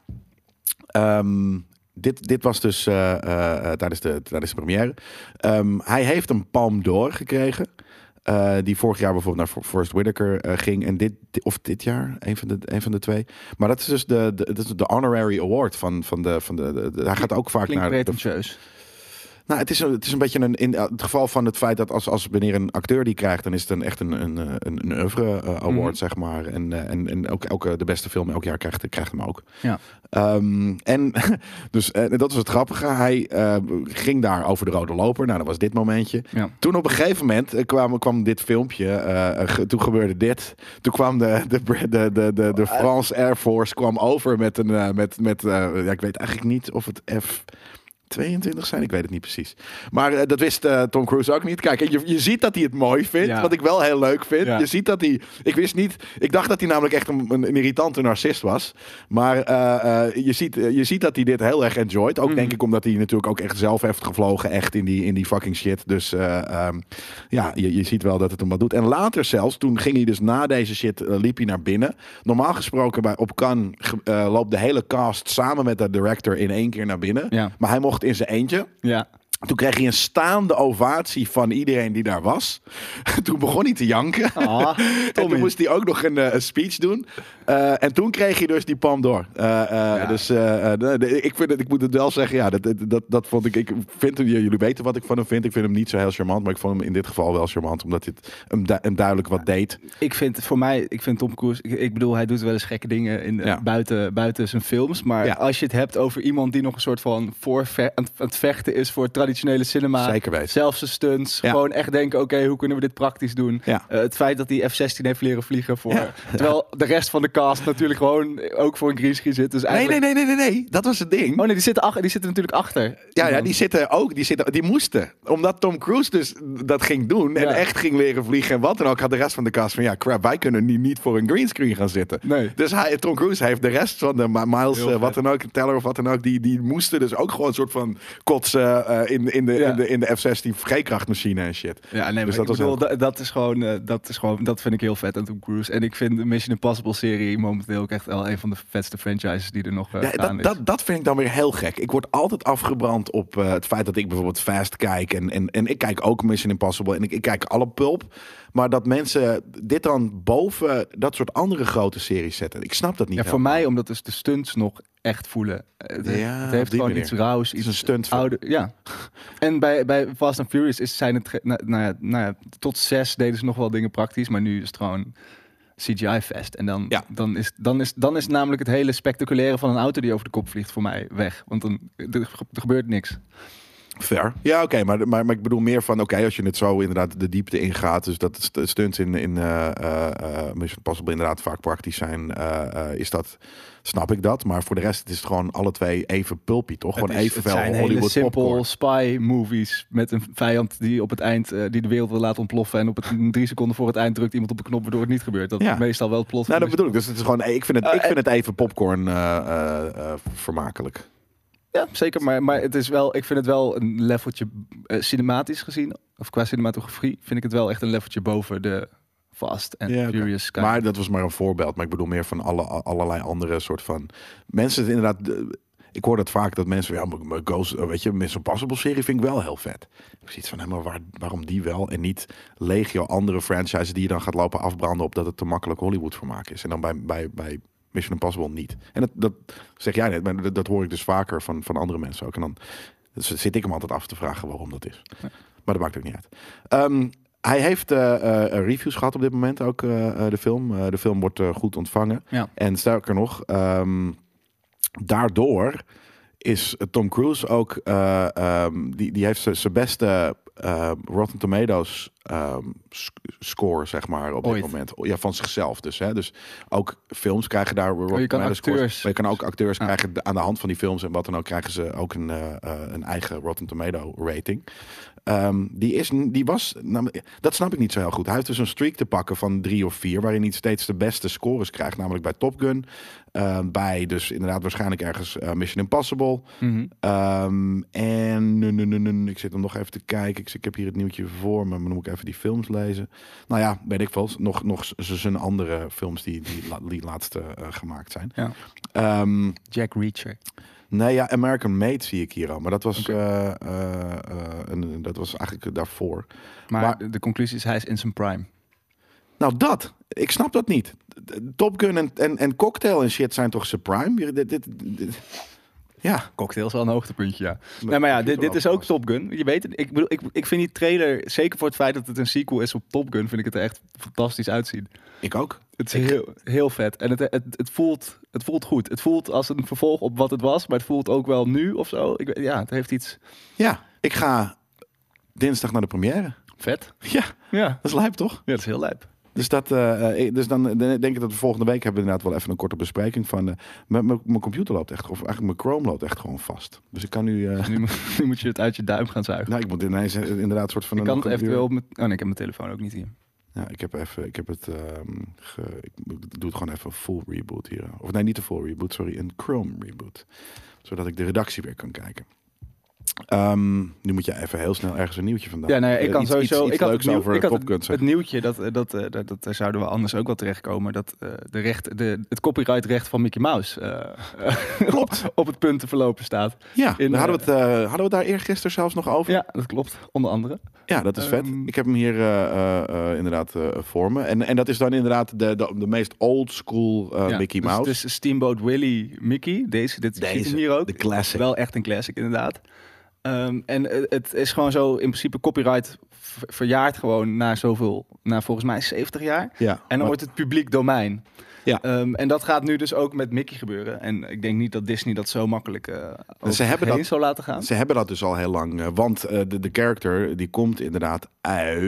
Um, Dit, dit was dus uh, uh, tijdens, de, tijdens de première. Um, hij heeft een Palme d'Or gekregen. Uh, die vorig jaar bijvoorbeeld naar Forest Whitaker uh, ging. En dit, of dit jaar, een van de, een van de twee. Maar dat is dus de, de, dat is de honorary award van, van de... Van de, de, de hij gaat ook vaak Klinkt naar... de, pretentieus. nou, het is, een, het is een beetje een... In het geval van het feit dat als, als wanneer een acteur die krijgt... dan is het een, echt een, een, een, een oeuvre uh, award, Mhm. zeg maar. En, uh, en, en ook elke, de beste film elk jaar krijgt, krijgt hem ook. Ja. Um, en dus uh, dat was het grappige. Hij uh, ging daar over de rode loper. Nou, dat was dit momentje. Ja. Toen op een gegeven moment uh, kwam, kwam dit filmpje. Uh, uh, ge- toen gebeurde dit. Toen kwam de, de, de, de, de, de, de France Air Force kwam over met een... Uh, met, met, uh, ja, ik weet eigenlijk niet of het F... tweeëntwintig zijn, ik weet het niet precies. Maar uh, dat wist uh, Tom Cruise ook niet. Kijk, je, je ziet dat hij het mooi vindt, Ja. wat ik wel heel leuk vind. Ja. Je ziet dat hij... Ik wist niet... Ik dacht dat hij namelijk echt een, een, een irritante narcist was. Maar uh, uh, je, ziet, uh, je ziet dat hij dit heel erg enjoyt. Ook Mhm. denk ik omdat hij natuurlijk ook echt zelf heeft gevlogen. Echt in die, in die fucking shit. Dus uh, um, ja, je, je ziet wel dat het hem wat doet. En later zelfs, toen ging hij dus na deze shit, uh, liep hij naar binnen. Normaal gesproken bij, op Cannes uh, loopt de hele cast samen met de director in één keer naar binnen. Ja. Maar hij mocht in zijn eentje. Ja. Toen kreeg hij een staande ovatie van iedereen die daar was. Toen begon hij te janken. Ah, En Tommy. toen moest hij ook nog een, uh, een speech doen. Uh, en toen kreeg hij dus die Palme d'Or. Uh, uh, Ja. Dus uh, uh, de- de- ik, vind het, ik moet het wel zeggen. Ja, dat, dat, dat, dat vond ik. Ik vind hem, jullie weten wat ik van hem vind. Ik vind hem niet zo heel charmant. Maar ik vond hem in dit geval wel charmant. Omdat hij het hem, du- hem duidelijk wat deed. Ik vind voor mij, ik vind Tom Cruise, ik, ik bedoel, hij doet wel eens gekke dingen in, Ja. buiten, buiten zijn films. Maar Ja. als je het hebt over iemand die nog een soort van voor aan het- aan het vechten is voor het traditionele cinema. Zeker weten. Zelfs zijn stunts. Ja. Gewoon echt denken, oké, hoe kunnen we dit praktisch doen? Ja. Uh, het feit dat hij F zestien heeft leren vliegen voor. Ja. Terwijl de rest van de cast natuurlijk gewoon ook voor een greenscreen zit. Dus Nee, eigenlijk... nee, nee, nee, nee, nee. Dat was het ding. Oh nee, die zitten, ach, die zitten natuurlijk achter. Ja, ja, die zitten ook, die, zitten, die moesten. Omdat Tom Cruise dus dat ging doen en Ja. echt ging leren vliegen en wat dan ook, had de rest van de cast van, ja, crap, wij kunnen nu niet voor een greenscreen gaan zitten. Nee. Dus hij, Tom Cruise heeft de rest van de Ma- Miles, Heel uh, wat vet. dan ook, Teller of wat dan ook, die, die moesten dus ook gewoon een soort van kotsen uh, in, in, de, Ja. in, de, in de F zestien G-krachtmachine en shit. Ja, nee, Dus maar dat ik was bedoel, heel dat, dat is gewoon, uh, dat is gewoon, dat vind ik heel vet aan Tom Cruise. En ik vind de Mission Impossible serie momenteel ook echt wel een van de vetste franchises die er nog uh, Ja, gedaan dat, is. dat, dat vind ik dan weer heel gek. Ik word altijd afgebrand op uh, het feit dat ik bijvoorbeeld Fast kijk. En, en, en ik kijk ook Mission Impossible. En ik, ik kijk alle pulp. Maar dat mensen dit dan boven dat soort andere grote series zetten. Ik snap dat niet. Ja, voor helemaal. mij omdat dus de stunts nog echt voelen. Het, Ja, het op heeft die gewoon manier. iets rauws, is iets een stunt film. ouder. Ja. En bij, bij Fast and Furious is, zijn het, ge- nou, nou, ja, nou ja, tot zes deden ze nog wel dingen praktisch, maar nu is het gewoon C G I-fest. En dan, Ja. dan, is, dan, is, dan is namelijk het hele spectaculaire van een auto die over de kop vliegt voor mij weg. Want dan er, er gebeurt niks. Fair. Ja, oké, maar, maar, maar ik bedoel meer van, oké, als je het zo inderdaad de diepte ingaat, dus dat st- stunts in, in uh, uh, Mission Impossible inderdaad vaak praktisch zijn, uh, uh, is dat, snap ik dat. Maar voor de rest is het gewoon alle twee even pulpy, toch? Gewoon Het is- evenveel het zijn Hollywood hele simpel popcorn. spy movies met een vijand die op het eind uh, die de wereld wil laten ontploffen en op het drie seconden voor het eind drukt iemand op een knop waardoor het niet gebeurt. Dat Ja. is meestal wel het plot. Nou, van dat bedoel ik. Dus het is gewoon, ik vind het, Uh, ik vind en- het even popcorn uh, uh, uh, vermakelijk. Ja, zeker. Maar, maar het is wel, ik vind het wel een leveltje uh, cinematisch gezien, of qua cinematografie, vind ik het wel echt een leveltje boven de Fast and Ja, oké. Furious. Sky. Maar dat was maar een voorbeeld. Maar ik bedoel meer van alle, allerlei andere soort van mensen. Het inderdaad, uh, ik hoor dat vaak dat mensen, ja, maar- maar Ghost, uh, weet je, Mission Impossible serie vind ik wel heel vet. Ik zie iets van, hé, maar waar, waarom die wel en niet legio andere franchises die je dan gaat lopen afbranden op dat het te makkelijk Hollywood vermaak is. En dan bij, bij, bij Mission Impossible niet. En dat, dat zeg jij net, maar dat, dat hoor ik dus vaker van, van andere mensen ook. En dan dus zit ik hem altijd af te vragen waarom dat is. Ja. Maar dat maakt ook niet uit. Um, hij heeft uh, uh, reviews gehad op dit moment, ook uh, uh, de film. Uh, de film wordt uh, goed ontvangen. Ja. En sterker nog, um, daardoor is Tom Cruise ook, uh, um, die, die heeft zijn beste uh, Rotten Tomatoes um, sc- score, zeg maar, op Ooit. dit moment. Ja, van zichzelf dus. Hè? Dus ook films krijgen daar Rotten kan Tomatoes scores. acteurs- Maar je kan ook acteurs Ja. krijgen de- aan de hand van die films en wat dan ook, krijgen ze ook een, uh, uh, een eigen Rotten Tomato rating. Um, die, is, die was, nou, dat snap ik niet zo heel goed. Hij heeft dus een streak te pakken van drie of vier, waarin hij steeds de beste scores krijgt. Namelijk bij Top Gun, uh, bij dus inderdaad waarschijnlijk ergens uh, Mission Impossible. Mhm. Um, en nu, nu, nu, nu, ik zit hem nog even te kijken. Ik, ik heb hier het nieuwtje voor me, maar dan moet ik even die films lezen. Nou ja, weet ik veel. Nog, nog z- zijn andere films die, die, la- die laatste uh, gemaakt zijn. Ja. Um, Jack Reacher. Nee, ja, American Made zie ik hier al. Maar dat was, Oké. uh, uh, uh, een, dat was eigenlijk daarvoor. Maar, Maar- de, de conclusie is hij is in zijn prime. Nou, dat. Ik snap dat niet. Top Gun en, en, en Cocktail en shit zijn toch zijn prime? Dit, dit, dit- ja. Cocktail is wel een hoogtepuntje, ja. Nee, maar ja, dit, dit is ook Top. Top Gun. Je weet het, ik bedoel, ik, ik vind die trailer, zeker voor het feit dat het een sequel is op Top Gun, vind ik het er echt fantastisch uitzien. Ik ook. Het is heel, heel vet. En het, het, het, voelt, het voelt goed. Het voelt als een vervolg op wat het was, maar het voelt ook wel nu of zo. Ik, weet- ja, het heeft iets Ja, ik ga dinsdag naar de première. vet. Ja, Ja, dat is lijp, toch? ja dat is heel lijp. Dus, dat, uh, ik- dus dan denk ik dat we volgende week hebben we inderdaad wel even een korte bespreking van... Uh, mijn- mijn mijn computer loopt echt, of eigenlijk mijn Chrome loopt echt gewoon vast. Dus ik kan nu... Uh, Nu, moet- nu moet je het uit je duim gaan zuigen. nou, ik moet ineens uh, inderdaad een soort van... Ik een kan het nog een eventueel uur- op mijn... Oh nee, ik heb mijn telefoon ook niet hier. Ja, ik heb even, ik heb het, um, ge, ik doe het gewoon even een full reboot hier. Of nee, niet een full reboot, sorry, een Chrome reboot. Zodat ik de redactie weer kan kijken. Um, nu moet je even heel snel ergens een nieuwtje vandaan. Ja, nou ja, ik Eh, kan iets, sowieso... Iets, iets ik had leuks het, nieuw- over ik had Top het, Gun het zeggen. nieuwtje, dat, dat, dat, dat, dat daar zouden we anders ook wel terechtkomen, dat uh, de recht, de, het copyrightrecht van Mickey Mouse uh, Klopt. op het punt te verlopen staat. Ja, in, daar hadden, we het, uh, hadden we het daar eergisteren zelfs nog over. Ja, dat klopt. Onder andere. Ja, dat is vet. Ehm, Ik heb hem hier uh, uh, uh, inderdaad uh, voor me. En, en dat is dan inderdaad de, de, de meest old school uh, Ja, Mickey dus Mouse. het is Steamboat Willie Mickey. Deze, dit Deze, ziet hem hier ook. de classic. Wel echt een classic, inderdaad. Um, en uh, het is gewoon zo, in principe copyright v- verjaart gewoon na zoveel, na volgens mij zeventig jaar. Ja, En dan maar- wordt het publiek domein. Ja. Um, en dat gaat nu dus ook met Mickey gebeuren. En ik denk niet dat Disney dat zo makkelijk uh, over Ze hebben heen dat- zou laten gaan. Ze hebben dat dus al heel lang. uh, want uh, de, de character die komt inderdaad uit...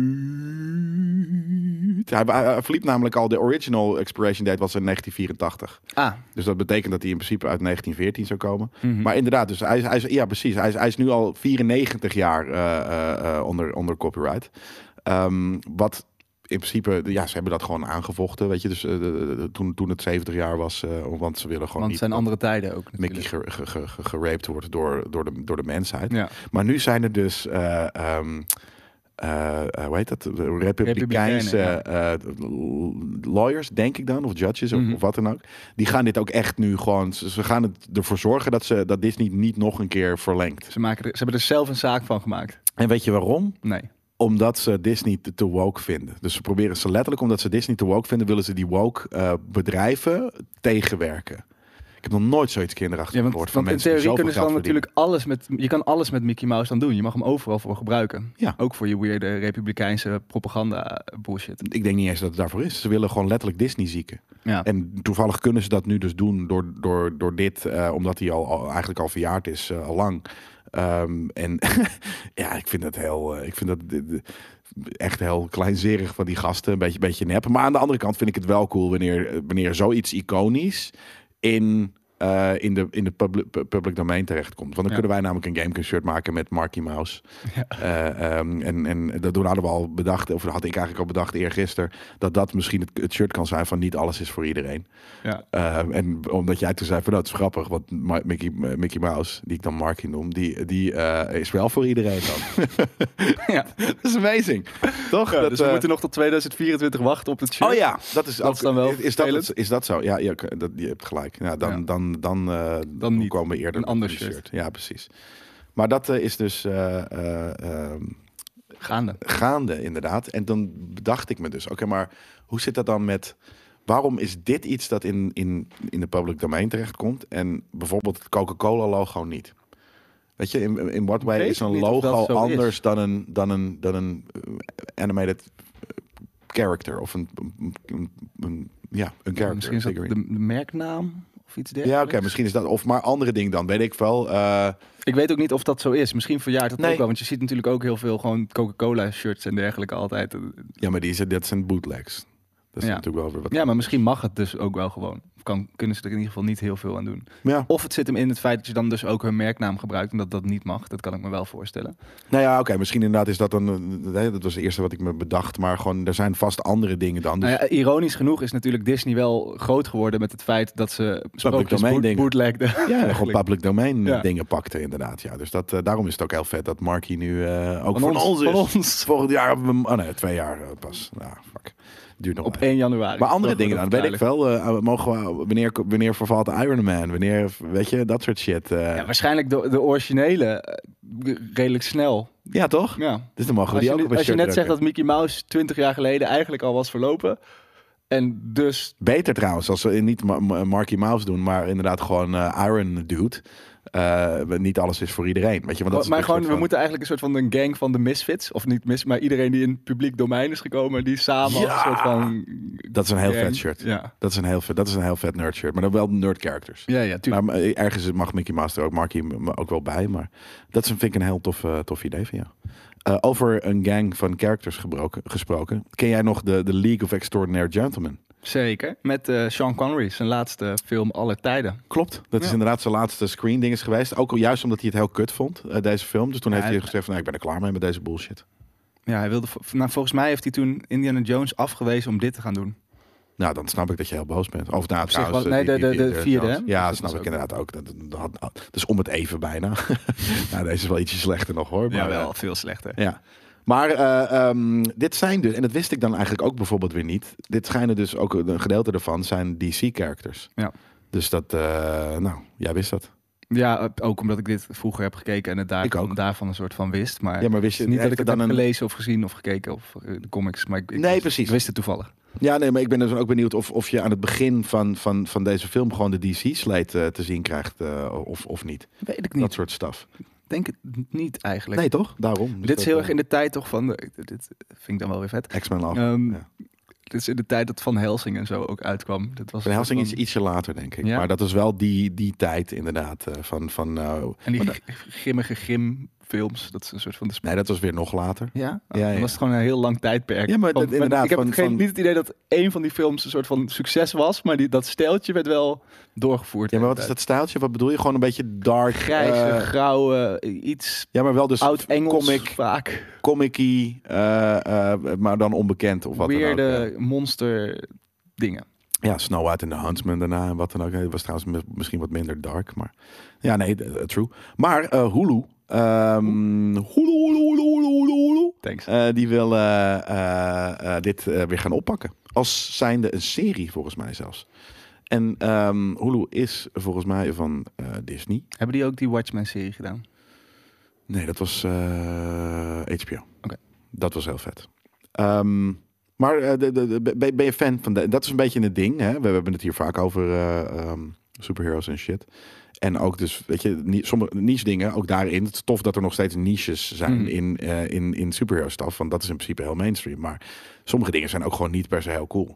Hij, hij, hij verliep namelijk al de original expiration date was in negentien vierentachtig. Ah, Dus dat betekent dat hij in principe uit negentien veertien zou komen. mhm. Maar inderdaad, dus hij, is- hij is, ja precies. Hij is, hij is nu al vierennegentig jaar uh, uh, uh, onder, onder copyright. Um, wat in principe, ja, ze hebben dat gewoon aangevochten. Weet je, dus uh, de- de- toen, toen het zeventig jaar was, uh, want ze willen gewoon want het niet zijn dat andere tijden ook Mickey natuurlijk. ge, ge, ge, ge- geraped wordt door, door, de, door de mensheid. Ja. Maar nu zijn er dus, uh, um, uh, uh, hoe heet dat? De Republikeinse Republikeinen, uh, lawyers, denk ik dan, of judges, of, Mhm. of wat dan ook. Die gaan dit ook echt nu gewoon, ze, ze gaan het ervoor zorgen dat, ze, dat Disney niet nog een keer verlengt. Ze, maken er, ze hebben er zelf een zaak van gemaakt. En weet je waarom? Nee. Omdat ze Disney te, te woke vinden. Dus ze proberen ze letterlijk, omdat ze Disney te woke vinden, willen ze die woke uh, bedrijven tegenwerken. Ik heb nog nooit zoiets kinderachtig Ja, want, gehoord van want in mensen die theorie zoveel kunnen ze geld dan verdienen. natuurlijk alles met... Je kan alles met Mickey Mouse dan doen. Je mag hem overal voor gebruiken. Ja. Ook voor je weirde republikeinse propaganda bullshit. Ik denk niet eens dat het daarvoor is. Ze willen gewoon letterlijk Disney zieken. Ja. En toevallig kunnen ze dat nu dus doen door, door, door dit, uh, omdat hij al, al eigenlijk al verjaard is, uh, al lang. Um, en ja, ik vind dat heel... Uh, ik vind dat de, de, echt heel kleinzerig van die gasten. Een beetje, beetje nep. Maar aan de andere kant vind ik het wel cool wanneer, wanneer zoiets iconisch in... Uh, in de, in de public, public domain terechtkomt. Want dan ja. kunnen wij namelijk een GameKings shirt maken met Marky Mouse. Ja. Uh, um, en, en dat hadden we al bedacht, of dat had ik eigenlijk al bedacht eergisteren, dat dat misschien het, het shirt kan zijn van niet alles is voor iedereen. Ja. Uh, en omdat jij toen zei van, nou, het is grappig, want Mickey, uh, Mickey Mouse, die ik dan Marky noem, die, die uh, is wel voor iedereen dan. Ja. Dat is amazing. Toch? Ja, dat, dus we uh, moeten nog tot tweeduizend vierentwintig wachten op het shirt. Oh ja, dat is, dat ook, is dan wel is, dat, is dat zo? Ja, ja dat, je hebt gelijk. Ja, dan, ja. dan Dan, uh, dan niet. komen we eerder een ander shirt. shirt. Ja, precies. Maar dat uh, is dus uh, uh, uh, gaande. Gaande, inderdaad. En dan bedacht ik me dus, oké, okay, maar hoe zit dat dan met... Waarom is dit iets dat in, in, in de public domain terechtkomt en bijvoorbeeld het Coca-Cola-logo niet? Weet je, in, in what way is een logo anders is. dan een, dan een, dan een uh, animated character of een, een, een, een ja, een character. Misschien is dat de, de merknaam of iets dergelijks. Ja, oké, okay, misschien is dat of maar andere ding dan, weet ik wel. Uh... Ik weet ook niet of dat zo is. Misschien verjaart dat nee. ook wel, want je ziet natuurlijk ook heel veel gewoon Coca-Cola shirts en dergelijke altijd. Ja, maar die zijn dat zijn bootlegs. Dat is ja. natuurlijk wel weer wat. Ja, maar misschien mag het dus ook wel gewoon. Of kan, kunnen ze er in ieder geval niet heel veel aan doen. Ja. Of het zit hem in het feit dat je dan dus ook hun merknaam gebruikt en dat dat niet mag. Dat kan ik me wel voorstellen. Nou ja, oké. Okay, misschien inderdaad is dat dan... Nee, dat was het eerste wat ik me bedacht. Maar gewoon, er zijn vast andere dingen dan. Dus... Nou ja, ironisch genoeg is natuurlijk Disney wel groot geworden met het feit dat ze public domain dingen bootlegden. Ja, gewoon public domain ja. dingen pakten inderdaad. Ja, dus dat, uh, daarom is het ook heel vet dat Marky nu uh, ook van, van ons, ons is. Van ons. Volgend jaar hebben we... Oh nee, twee jaar uh, pas. Nou, fuck. Duurt nog op één januari. Maar andere dingen dan, weet ik wel. Uh, mogen we, wanneer, wanneer vervalt Iron Man? Wanneer, weet je, dat soort shit. Uh. Ja, waarschijnlijk de, de originele uh, redelijk snel. Ja, toch? Ja. Dus dan mogen we als die je, ook op een Als je net drukken. zegt dat Mickey Mouse twintig jaar geleden eigenlijk al was verlopen. En dus... Beter trouwens, als we niet Ma- Marky Mouse doen, maar inderdaad gewoon uh, Iron Dude. Uh, niet alles is voor iedereen. Weet je, want dat is maar gewoon, van... we moeten eigenlijk een soort van een gang van de misfits. Of niet mis, maar iedereen die in het publiek domein is gekomen. Die samen ja! een soort van... Dat is een heel gang. vet shirt. Ja. Dat is een heel vet, dat is een heel vet nerd shirt. Maar dan wel nerd characters. Ja, ja, tuurlijk. Maar ergens mag Mickey Mouse er ook, Marky ook wel bij. Maar dat is, vind ik een heel tof, uh, tof idee van jou. Uh, over een gang van characters gebroken, gesproken. Ken jij nog de, de League of Extraordinary Gentlemen? Zeker. Met uh, Sean Connery, zijn laatste film aller tijden. Klopt. Dat ja. is inderdaad zijn laatste screen ding is geweest. Ook al juist omdat hij het heel kut vond, uh, deze film. Dus toen ja, heeft hij gezegd van, nou, ik ben er klaar mee met deze bullshit. Ja, hij wilde, nou, volgens mij heeft hij toen Indiana Jones afgewezen om dit te gaan doen. Nou, dan snap ik dat je heel boos bent. Of nou, trouwens, was, nee, de, de, de, de vierde, hè? Ja, dat dat snap ik ook inderdaad ook. Dat, dat, dat is om het even bijna. Nou, deze is wel ietsje slechter nog, hoor. Maar, ja, wel veel slechter. Ja. Maar uh, um, dit zijn dus, en dat wist ik dan eigenlijk ook bijvoorbeeld weer niet. Dit schijnen dus ook, een gedeelte ervan zijn D C-characters. Ja. Dus dat, uh, nou, jij wist dat. Ja, ook omdat ik dit vroeger heb gekeken en het daar, ik ook. daarvan een soort van wist. Maar, ja, maar wist je, niet dat ik het dan heb een... gelezen of gezien of gekeken of de comics. Maar ik, ik nee, wist, precies. Ik wist het toevallig. Ja, nee, maar ik ben dus ook benieuwd of, of je aan het begin van, van, van deze film gewoon de D C-slate uh, te zien krijgt uh, of, of niet. Weet ik niet. Dat soort staf. Denk het niet eigenlijk. Nee, toch? Daarom. Dus dit is heel erg in de tijd toch van... De, dit vind ik dan wel weer vet. X-Men Love. Um, ja. Dit is in de tijd dat Van Helsing en zo ook uitkwam. Dit was Van Helsing van... is ietsje later, denk ik. Ja? Maar dat is wel die, die tijd inderdaad. Uh, van, van, uh, en die maar g- grimmige grimfilms. Dat is een soort van... De sp- nee, dat was weer nog later. Ja? Oh, ja, ja. Dan was het gewoon een heel lang tijdperk. Ja, maar van, dat, inderdaad. Ik heb van, geen, van... niet het idee dat één van die films een soort van succes was. Maar die, dat stijltje werd wel doorgevoerd. Ja, maar wat is dat stijltje? Wat bedoel je? Gewoon een beetje dark. Grijze, uh... grauwe, iets... Ja, maar wel dus oud-Engels comic, vaak. Comic-y, uh, uh, maar dan onbekend of wat Weirde dan ook. Ja. monster dingen. Ja, Snow White en de Huntsman daarna en wat dan ook. Het was trouwens misschien wat minder dark, maar... Ja, nee, uh, true. Maar uh, Hulu... Um, Hulu, Hulu, Hulu, Hulu, Hulu. Thanks. Uh, die wil uh, uh, uh, dit uh, weer gaan oppakken. Als zijnde een serie, volgens mij zelfs. En um, Hulu is volgens mij van uh, Disney. Hebben die ook die Watchmen-serie gedaan? Nee, dat was uh, H B O. Oké. Okay. Dat was heel vet. Um, maar uh, de, de, de, ben je fan van... De, dat is een beetje een ding, hè? We hebben het hier vaak over uh, um, superheroes en shit. En ook dus, weet je, nie, sommige niche dingen, ook daarin. Het is tof dat er nog steeds niches zijn mm. in, uh, in, in superhero stuff. Want dat is in principe heel mainstream. Maar sommige dingen zijn ook gewoon niet per se heel cool.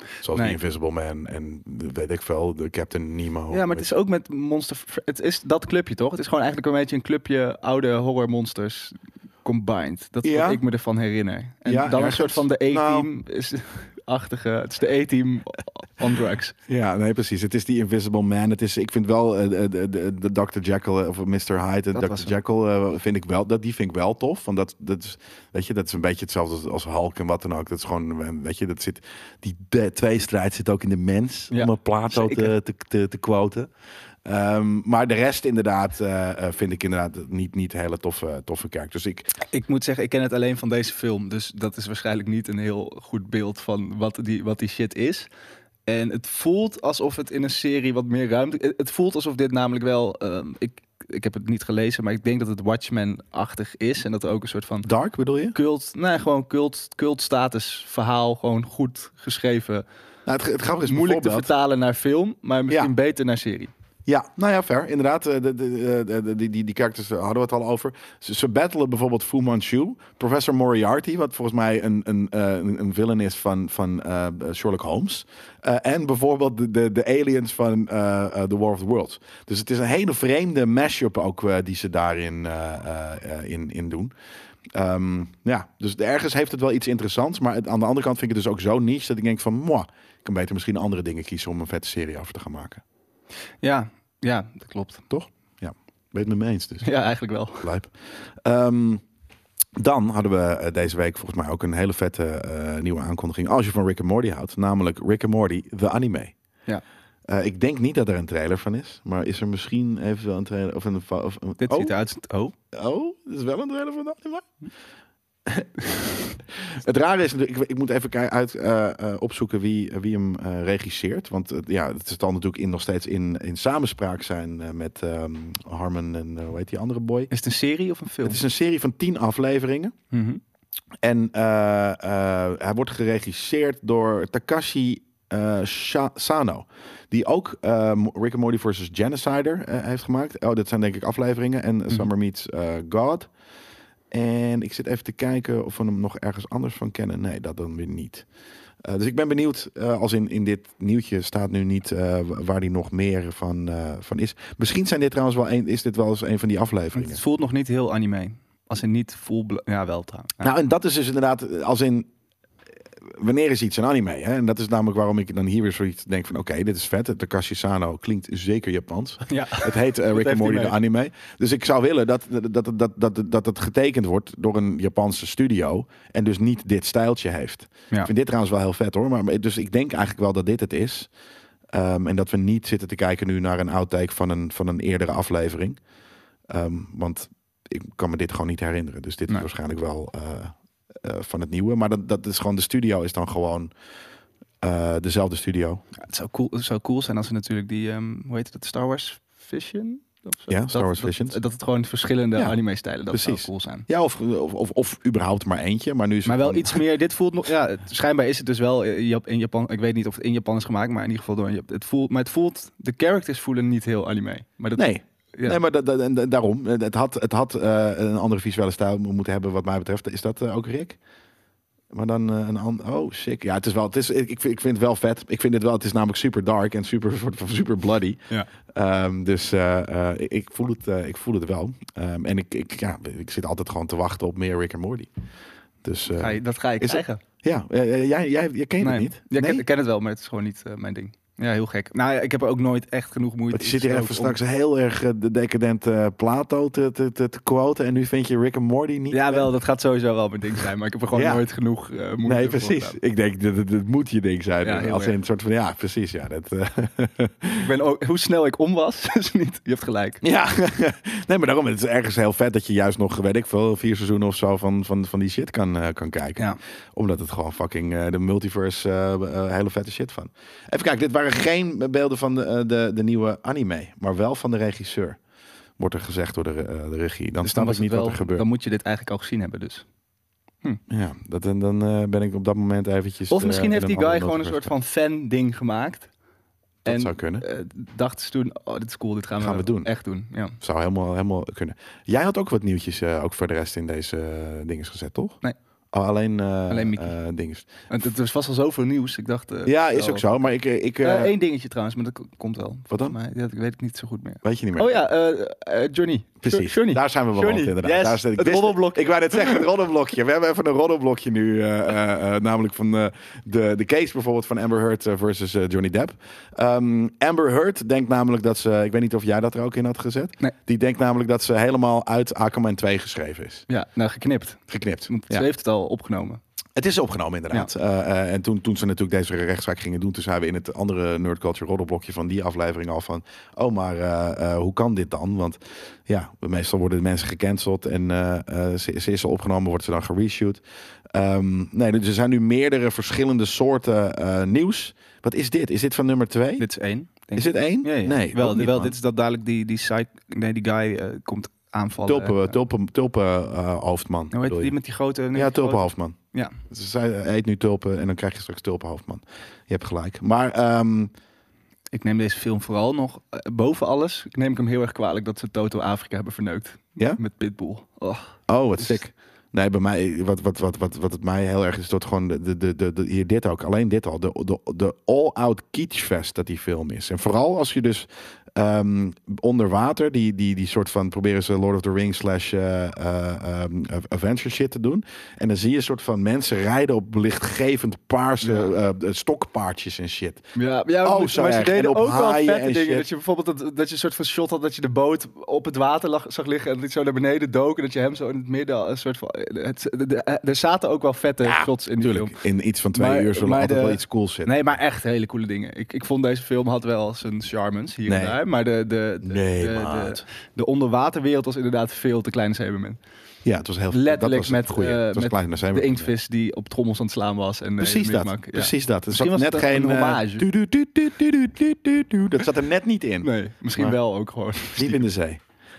Zoals Nee. The Invisible Man en de- weet ik veel, de Captain Nemo. Ja, maar het is ook met Monster... Het is dat clubje, toch? Het is gewoon eigenlijk een beetje een clubje oude horror monsters combined. Dat is Ja. wat ik me ervan herinner. En Ja, dan een ergens. soort van de A-team Nou. is achtige. Het is de A-team on drugs. Ja, nee, precies. Het is die Invisible Man. Het is, ik vind wel eh, de, de, de, de dokter Jekyll eh, of mister Hyde, de Dat was dokter hem. Jekyll eh, vind ik wel, dat die vind ik wel tof. Want dat, dat is, weet je, dat is een beetje hetzelfde als, als Hulk en wat dan ook. Dat is gewoon, eh, weet je, dat zit, die de, tweestrijd zit ook in de mens, Ja, om een Plato te, zeker. te, te, te quoten. Ehm, maar de rest inderdaad eh, eh, vind ik inderdaad niet, niet hele toffe, toffe kerk. Dus ik, Ik moet zeggen, ik ken het alleen van deze film. Dus dat is waarschijnlijk niet een heel goed beeld van wat die, wat die shit is. En het voelt alsof het in een serie wat meer ruimte... Het, het voelt alsof dit namelijk wel... ehm, ik, ik heb het niet gelezen, maar ik denk dat het Watchmen-achtig is. En dat er ook een soort van Dark bedoel je? cult... Nee, gewoon cult, cult-status verhaal. Gewoon goed geschreven. Nou, het, het grappige is Moeilijk te bijvoorbeeld- vertalen naar film, maar misschien Ja. beter naar serie. Ja, nou ja, fair. Inderdaad, eh, de, de, de, de, die, die, die characters eh, hadden we het al over. Ze, ze battelen bijvoorbeeld Fu Manchu, Professor Moriarty, wat volgens mij een, een, eh, een, een villain is van, van eh, Sherlock Holmes. Eh, en bijvoorbeeld de, de, de aliens van eh, eh, The War of the Worlds. Dus het is een hele vreemde mashup ook eh, die ze daarin eh, eh, eh, in, in doen. Ehm, ja, dus ergens heeft het wel iets interessants. Maar het- aan de andere kant vind ik het dus ook zo niche dat ik denk van, moi, ik kan beter misschien andere dingen kiezen om een vette serie over te gaan maken. Ja, ja, dat klopt. Toch? Ja, ben je het met me eens dus. Ja, eigenlijk wel. Lijp. Ehm, dan hadden we eh, deze week volgens mij ook een hele vette eh, nieuwe aankondiging. Als je van Rick and Morty houdt. Namelijk Rick and Morty, the anime. Ja. Eh, ik denk niet dat er een trailer van is. Maar is er misschien eventueel een trailer? Of een, of een, Dit oh, ziet eruit... Oh, oh, er is wel een trailer van de anime? Het rare is natuurlijk, ik, ik moet even kei- uit, eh, eh, opzoeken wie, wie hem eh, regisseert. Want eh, ja, het zal natuurlijk in, nog steeds in, in samenspraak zijn eh, met ehm, Harmon en eh, hoe heet die andere boy? is het een serie of een film? Het is een serie van tien afleveringen. Mhm. En eh, eh, hij wordt geregisseerd door Takashi eh, Sha- Sano. Die ook eh, Rick and Morty versus Genocider eh, heeft gemaakt. Oh, dat zijn denk ik afleveringen. En Summer Meets eh, God. En ik zit even te kijken of we hem nog ergens anders van kennen. Nee, dat dan weer niet. Uh, dus ik ben benieuwd, uh, als in, in dit nieuwtje staat nu niet uh, waar die nog meer van, uh, van is. Misschien zijn dit trouwens wel een, is dit wel eens een van die afleveringen. Het voelt nog niet heel anime. Als in niet full... blo- Ja, wel trouwens. Ja. Nou, en dat is dus inderdaad, als in, wanneer is iets een anime? Hè? En dat is namelijk waarom ik dan hier weer zoiets denk van, oké, okay, dit is vet. Takashi Sano klinkt zeker Japans. Ja. Het heet uh, Rick and heeft Morty hij de anime. Dus ik zou willen dat, dat, dat, dat, dat, dat het getekend wordt door een Japanse studio en dus niet dit stijltje heeft. Ja. Ik vind dit trouwens wel heel vet hoor. Maar dus ik denk eigenlijk wel dat dit het is. Um, en dat we niet zitten te kijken nu naar een outtake van een, van een eerdere aflevering. Um, want ik kan me dit gewoon niet herinneren. Dus dit Nee. is waarschijnlijk wel uh, uh, van het nieuwe. Maar dat, dat is gewoon, de studio is dan gewoon uh, dezelfde studio. Ja, het, zou cool, het zou cool zijn als ze natuurlijk die... Um, hoe heet het? Star Wars Vision? Of zo? Ja, Star Wars dat, Visions. Dat, dat het gewoon verschillende Ja, anime-stijlen, dat precies. zou cool zijn. Ja, of, of, of, of überhaupt maar eentje. Maar nu is Maar het wel gewoon- iets meer, dit voelt nog... Ja, het, schijnbaar is het dus wel in Jap- in Japan... Ik weet niet of het in Japan is gemaakt, maar in ieder geval door... een Jap- Het voelt, maar het voelt... De characters voelen niet heel anime. Maar dat, Nee. Ja. Nee, maar dat, dat, en daarom. Het had, het had uh, een andere visuele stijl moeten hebben wat mij betreft. Is dat uh, ook Rick? Maar dan uh, een ander... Oh, sick. Ja, het is wel... Het is, ik, ik, vind, ik vind het wel vet. Ik vind het wel... Het is namelijk super dark en super, super bloody. Ja. Um, dus uh, uh, ik, ik, voel het, uh, ik voel het wel. Um, en ik, ik, ja, ik zit altijd gewoon te wachten op meer Rick en Morty. Dus, uh, Ga je, dat ga ik is het- zeggen. ja, uh, jij, jij, jij kent Nee. het niet? Ja, ik, Nee? ken, ik ken het wel, maar het is gewoon niet uh, mijn ding. Ja, heel gek. Nou, ja, ik heb er ook nooit echt genoeg moeite Want je zit hier in even gestoken straks heel erg uh, de decadente uh, Plato te, te, te, te quoten. En nu vind je Rick en Morty niet... om- Ja, wel, dat gaat sowieso wel mijn ding zijn. Maar ik heb er gewoon Ja. nooit genoeg uh, moeite Nee, voor precies. gedaan. Ik denk dat het, het moet je ding zijn. Ja, heel Als in erg. een soort van, ja, precies. Ja, dat, uh, Ik ben ook, hoe snel ik om was, is niet. Je hebt gelijk. ja. Nee, maar daarom, het is ergens heel vet dat je juist nog, weet ik veel, vier seizoenen of zo van, van, van die shit kan, uh, kan kijken. Ja. Omdat het gewoon fucking uh, de multiverse uh, uh, hele vette shit van. Even kijken, dit waren geen beelden van de, uh, de, de nieuwe anime, maar wel van de regisseur. Wordt er gezegd door de, uh, de regie. Dan Dus snap was ik niet het wel, wat er gebeurt. Dan moet je dit eigenlijk al gezien hebben dus. Ja, dat, en dan uh, ben ik op dat moment eventjes... Of uh, misschien in heeft die een andere guy gewoon een soort multiverse. van fan-ding gemaakt. Dat en zou kunnen. uh, dacht ze toen, oh, dit is cool, dit gaan, Gaan we doen. echt doen. Ja. Zou helemaal, helemaal kunnen. Jij had ook wat nieuwtjes uh, ook voor de rest in deze uh, dinges gezet, toch? Nee. Oh, alleen, uh, Alleen Mickey. Uh, dinges. Het, het was vast al zoveel nieuws. Ik dacht... Uh, ja, is wel. ook zo. Maar ik... ik uh, uh, Eén dingetje trouwens, maar dat k- komt wel. Wat dan? Maar dat weet ik niet zo goed meer. Weet je niet meer? Oh ja, uh, uh, Johnny. Precies, Johnny. daar zijn we beland Johnny. inderdaad. Yes. Daar is het Het roddelblokje. Ik wou net zeggen, het roddelblokje. We hebben even een roddelblokje nu. Uh, uh, uh, namelijk van uh, de, de case bijvoorbeeld van Amber Heard uh, versus uh, Johnny Depp. Um, Amber Heard denkt namelijk dat ze... Ik weet niet of jij dat er ook in had gezet. Nee. Die denkt namelijk dat ze helemaal uit Aquaman twee geschreven is. Ja, nou geknipt. Geknipt. Want ja. Ze heeft het al opgenomen. Het is opgenomen inderdaad. Ja. Uh, uh, en toen, toen ze natuurlijk deze rechtszaak gingen doen... toen zeiden we in het andere Nerd Culture roddelblokje van die aflevering al van... oh, maar uh, uh, hoe kan dit dan? Want ja, meestal worden de mensen gecanceld... en uh, uh, ze, ze is al opgenomen, wordt ze dan gereshoot. Um, nee, dus er zijn nu meerdere verschillende soorten uh, nieuws. Wat is dit? Is dit van nummer twee? Dit is één. Is dit één? Ja, ja. Nee, wel, niet, wel dit is dat dadelijk die, die, site, nee, die guy uh, komt aanvallen. Tulpen, uh, tulpen, tulpen uh, hoofdman. Hoe heet die met die grote... Ja, Tulpen hoofdman. Ja. Dus zij eet nu tulpen en dan krijg je straks Tulpen hoofdman. Je hebt gelijk. Maar... Um, ik neem deze film vooral nog, uh, boven alles, neem ik hem heel erg kwalijk dat ze Toto Afrika hebben verneukt. Ja? Met Pitbull. Oh, oh wat sick. Nee, bij mij, wat, wat, wat, wat, wat het mij heel erg is, dat gewoon de, de, de, de, hier dit ook, alleen dit al, de, de, de all-out kitschfest dat die film is. En vooral als je dus um, onder water, die, die, die soort van, proberen ze Lord of the Rings slash uh, uh, um, adventure shit te doen. En dan zie je een soort van mensen rijden op lichtgevend paarse ja. uh, stokpaardjes en shit. Ja, ja oh, maar, zo maar ze erg. deden en ook wel vette dingen. shit. Dat je bijvoorbeeld dat, dat je een soort van shot had dat je de boot op het water lag, zag liggen en dat zo naar beneden dook en dat je hem zo in het midden een soort van... Het, de, de, er zaten ook wel vette ja, shots in die tuurlijk. film. In iets van twee maar, uur zullen altijd de, wel iets cools zitten. Nee, maar echt hele coole dingen. Ik, ik vond deze film had wel zijn charmes hier nee. en daar. Maar de, de, de, nee, de, de, de onderwaterwereld was inderdaad veel te klein zeemermin. Ja, het was heel letterlijk dat was met, goeie. uh, het was met klein, de inktvis die op trommels aan het slaan was. En, precies uh, dat. Ja. Precies dat. Het zat zat net het geen hommage. Uh, du, du, du, du, du, du, du. Dat zat er net niet in. Nee, misschien maar wel ook gewoon. Diep in de zee.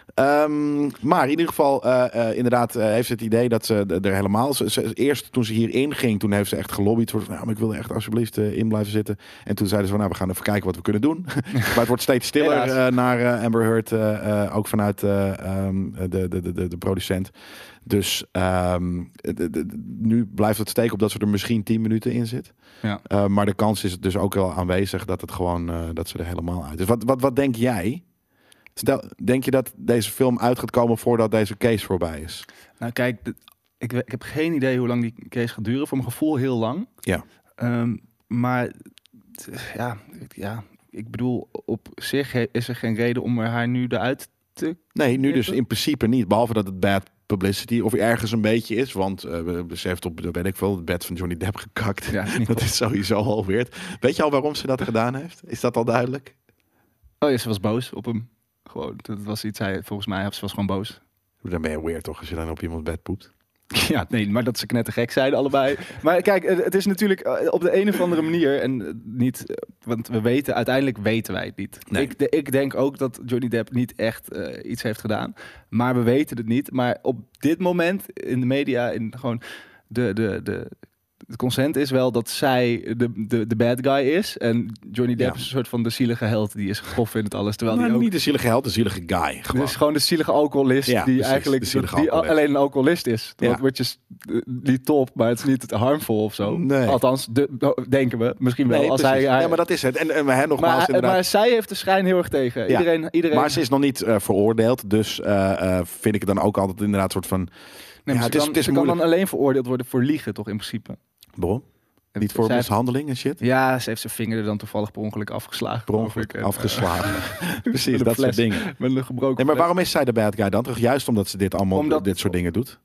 Um, maar in ieder geval, uh, uh, inderdaad, uh, heeft ze het idee dat ze er helemaal... Ze, ze, eerst toen ze hierin ging, toen heeft ze echt gelobbyd. Voor, nou, maar ik wil er echt alsjeblieft uh, in blijven zitten. En toen zeiden ze van, nou, we gaan even kijken wat we kunnen doen. Maar het wordt steeds stiller uh, naar uh, Amber Heard, uh, uh, ook vanuit uh, um, de, de, de, de producent. Dus um, de, de, de, nu blijft het steken op dat ze er misschien tien minuten in zit. Ja. Uh, maar de kans is dus ook wel aanwezig dat het gewoon uh, dat ze er helemaal uit is. Wat, wat, wat denk jij? Stel, denk je dat deze film uit gaat komen voordat deze case voorbij is? Nou kijk, de, ik, ik heb geen idee hoe lang die case gaat duren. Voor mijn gevoel heel lang. Ja. Um, maar t, ja, ja, ik bedoel, op zich is er geen reden om er haar nu eruit te... Nee, nu dus in principe niet. Behalve dat het bad publicity of ergens een beetje is. Want uh, ze heeft op, weet ik veel, het bed van Johnny Depp gekakt. Ja, dat is sowieso al weird. Weet je al waarom ze dat gedaan heeft? Is dat al duidelijk? Oh ja, ze was boos op hem. Gewoon, dat was iets, hij, volgens mij, ze was gewoon boos. Dan ben je weird toch, als je dan op iemands bed poept? Ja, nee, maar dat ze knettergek zijn allebei. Maar kijk, het is natuurlijk op de een of andere manier en niet, want we weten, uiteindelijk weten wij het niet. Nee. Ik, de, ik denk ook dat Johnny Depp niet echt uh, iets heeft gedaan, maar we weten het niet. Maar op dit moment in de media, in gewoon de, de, de het consent is wel dat zij de, de, de bad guy is. En Johnny Depp ja. is een soort van de zielige held die is getroffen in het alles. Terwijl nou, die ook... niet de zielige held, de zielige guy. Gewoon. Dus gewoon de zielige alcoholist ja, die precies, eigenlijk die alcoholist. alleen een alcoholist is. Ja. Wat is niet top, maar het is niet harmful of zo. Nee. Althans, de, denken we. Misschien wel. Nee, als hij, hij... Ja, maar dat is het. En, en hè, nogmaals, maar, inderdaad... maar zij heeft de schijn heel erg tegen. Ja. Iedereen, iedereen... Maar ze is nog niet uh, veroordeeld. Dus uh, uh, vind ik het dan ook altijd inderdaad soort van... Nee, ja, het is, kan, het is ze kan dan alleen veroordeeld worden voor liegen, toch in principe? Waarom? Niet voor zij mishandeling en shit? Ja, ze heeft zijn vinger er dan toevallig per ongeluk afgeslagen. Per ongeluk en, afgeslagen. Uh, Precies, dat fles, soort dingen. Met een gebroken nee, maar waarom is zij de bad guy dan? Toch juist omdat ze dit allemaal, omdat, dit soort dingen doet?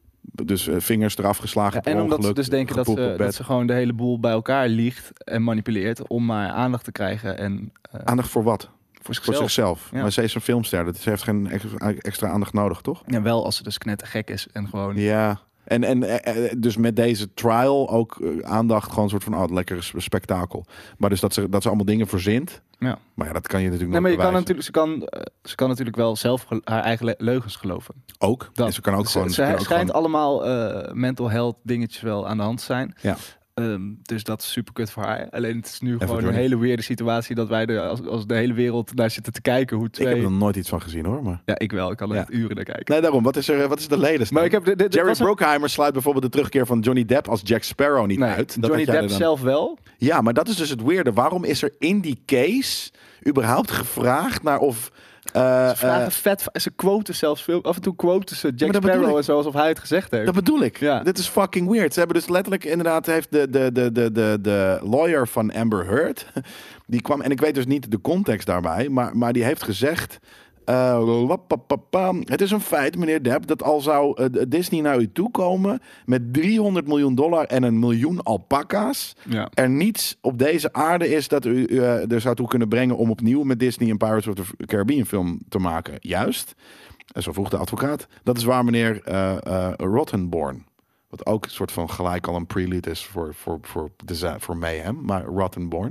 Dus uh, vingers eraf geslagen ja, per en ongeluk. En omdat ze dus denken dat ze, dat ze gewoon de hele boel bij elkaar liegt en manipuleert om maar aandacht te krijgen. En, uh, aandacht voor wat? Voor zichzelf. Voor zichzelf. Ja. Maar ze is een filmster, dus ze heeft geen extra, extra aandacht nodig, toch? Ja, wel als ze dus knettergek is en gewoon... Ja. En, en dus met deze trial ook aandacht, gewoon een soort van oh, lekker spektakel. Maar dus dat ze, dat ze allemaal dingen verzint. Ja. Maar ja, dat kan je natuurlijk nee, nog maar je kan bewijzen. natuurlijk, ze, kan, uh, ze kan natuurlijk wel zelf haar eigen leugens geloven. Ook. Dat. En ze kan ook dus gewoon... Ze, ze ze ook schijnt gewoon... allemaal uh, mental health dingetjes wel aan de hand zijn. Ja. Um, dus dat is super kut voor haar. Alleen het is nu voor gewoon een Johnny. hele weirde situatie dat wij er als, als de hele wereld naar zitten te kijken hoe twee... Ik heb er nog nooit iets van gezien hoor. Maar... Ja, ik wel. Ik kan er Ja. echt uren naar kijken. Nee, daarom. Wat is er? Wat is de latest? Maar ik heb de, de, dit Jerry was een- Bruckheimer sluit bijvoorbeeld de terugkeer van Johnny Depp als Jack Sparrow niet Nee, uit. Dat Johnny had jij Depp er dan- zelf wel. Ja, maar dat is dus het weirde. Waarom is er in die case überhaupt gevraagd naar of... Uh, Ze vragen uh, vet. Ze quoten zelfs veel. Af en toe quoten ze Jack dat bedoel Sparrow ik. en zo alsof hij het gezegd heeft. dat bedoel ik. Ja. Dit is fucking weird. Ze hebben dus letterlijk inderdaad... heeft de, de, de, de, de, de lawyer van Amber Heard... die kwam... en ik weet dus niet de context daarbij... maar, maar die heeft gezegd... Uh, lapapapa. Het is een feit, meneer Depp, dat al zou uh, Disney naar u toe komen met driehonderd miljoen dollar en een miljoen alpaca's, Ja. er niets op deze aarde is dat u uh, er zou toe kunnen brengen om opnieuw met Disney een Pirates of the Caribbean film te maken. Juist. En zo vroeg de advocaat. Dat is waar meneer uh, uh, Rottenborn. Wat ook een soort van gelijk al een prelude is voor, voor, voor, voor, voor Mayhem. Maar Rottenborn.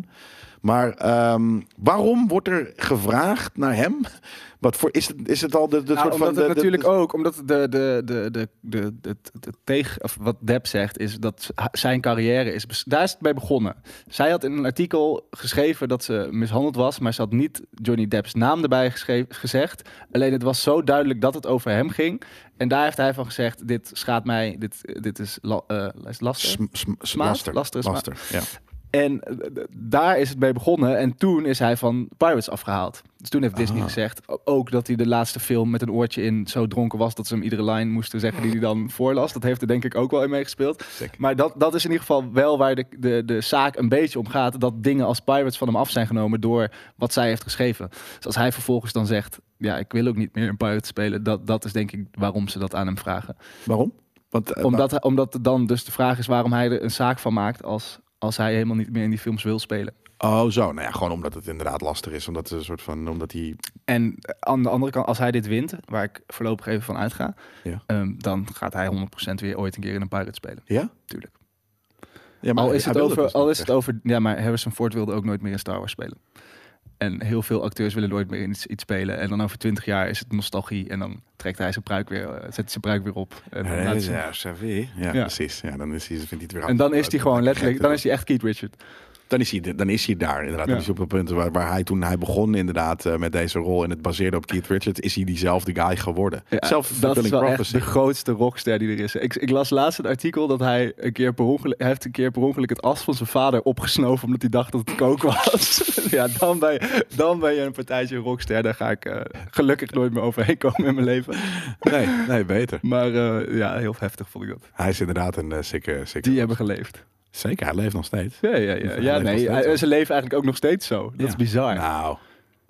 Maar um, waarom wordt er gevraagd naar hem? Wat voor is het? Is het al de, de Nou, soort omdat van de, het de- natuurlijk de- ook, omdat de, de, de, de, de, de, de, de tegen, of wat Depp zegt, is dat zijn carrière is, bes- daar is het bij begonnen. Zij had in een artikel geschreven dat ze mishandeld was, maar ze had niet Johnny Depp's naam erbij geschreven, gezegd. Alleen het was zo duidelijk dat het over hem ging. En daar heeft hij van gezegd, dit schaadt mij, dit, dit is la, uh, is laster. Sm- sm- Smaad? laster. Laster is Laster, ja. En uh, d- daar is het mee begonnen. En toen is hij van Pirates afgehaald. Dus toen heeft Disney Ah. gezegd o- ook dat hij de laatste film met een oortje in zo dronken was dat ze hem iedere line moesten zeggen die hij dan voorlas. Dat heeft er denk ik ook wel in meegespeeld. Zeker. Maar dat, dat is in ieder geval wel waar de, de, de zaak een beetje om gaat. Dat dingen als Pirates van hem af zijn genomen door wat zij heeft geschreven. Dus als hij vervolgens dan zegt, ja, ik wil ook niet meer een Pirates spelen. Dat, dat is denk ik waarom ze dat aan hem vragen. Waarom? Want, uh, Omdat, omdat er dan dus de vraag is waarom hij er een zaak van maakt als... als hij helemaal niet meer in die films wil spelen. Oh, zo. Nou ja, gewoon omdat het inderdaad lastig is. Omdat het een soort van, omdat hij. En aan de andere kant, als hij dit wint, waar ik voorlopig even van uitga, Ja. um, dan gaat hij honderd procent weer ooit een keer in een Pirate spelen. Ja. Tuurlijk. Ja, Al hij- is hij het wil over, dus al niet is het echt. over, ja, maar Harrison Ford wilde ook nooit meer in Star Wars spelen. En heel veel acteurs willen nooit meer in iets, iets spelen. En dan over twintig jaar is het nostalgie. En dan trekt hij zijn pruik weer, uh, zet hij zijn pruik weer op. En, dan, Ja, laat ja, ze- ja, savvy. ja, Ja. precies. Ja, dan is hij, vindt hij het weer en dan is uit- hij gewoon uit- letterlijk, gek dan te is hij echt Keith Richards. Dan is hij, dan is hij daar inderdaad. Ja. Dan is hij op het punt waar, waar hij toen hij begon inderdaad uh, met deze rol en het baseerde op Keith Richards, is hij diezelfde guy geworden. Ja, Zelf dat is wel echt prophecy. de grootste rockster die er is. Ik, ik las laatst een artikel dat hij een keer per ongeluk, hij heeft een keer per ongeluk het as van zijn vader opgesnoven omdat hij dacht dat het kook was. Ja, dan ben, je, dan ben je een partijtje rockster. Daar ga ik uh, gelukkig nooit meer overheen komen in mijn leven. Nee, nee, beter. Maar uh, ja, heel heftig vond ik dat. Hij is inderdaad een uh, sikke, sikke. Die hebben geleefd. Zeker, hij leeft nog steeds. Ja, ja, ja. Hij ja leeft nog nee, steeds hij, zo. ze leven eigenlijk ook nog steeds zo. Dat Ja. is bizar. Nou,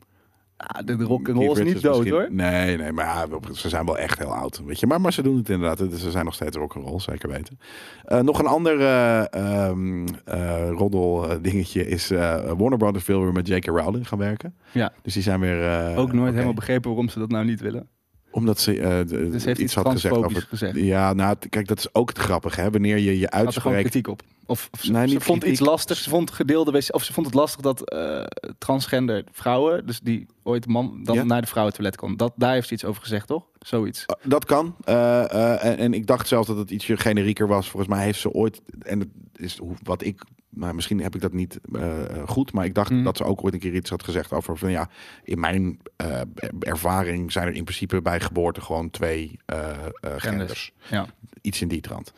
Ah, de de rock'n'roll Keith is niet Richards dood misschien- hoor. Nee, nee, maar ja, ze zijn wel echt heel oud. Weet je, maar, maar ze doen het inderdaad. Dus ze zijn nog steeds rock'n'roll, zeker weten. Uh, nog een ander uh, um, uh, roddel uh, dingetje is uh, Warner Brothers wil weer met J K Rowling gaan werken. Ja. Dus die zijn weer. Uh, Ook nooit oké. helemaal begrepen waarom ze dat nou niet willen. Omdat ze uh, d- Dus heeft iets iets had gezegd transfobisch over. gezegd. Ja, nou, t- kijk, dat is ook het grappige, hè? Wanneer je je Had er gewoon uitspreekt. kritiek op. Of, of ze, Nee, ze niet vond kritiek. iets lastig. Ze vond gedeelde wc, of ze vond het lastig dat uh, transgender vrouwen, dus die ooit man dan Ja. naar de vrouwentoilet kon. Dat daar heeft ze iets over gezegd, toch? Zoiets. Uh, dat kan. Uh, uh, en, en ik dacht zelfs dat het ietsje generieker was. Volgens mij heeft ze ooit. En het is hoe- wat ik. Maar misschien heb ik dat niet uh, goed. Maar ik dacht Mhm. dat ze ook ooit een keer iets had gezegd over. Van ja, in mijn uh, ervaring zijn er in principe bij geboorte gewoon twee uh, uh, genders. Ja, Iets in die trant.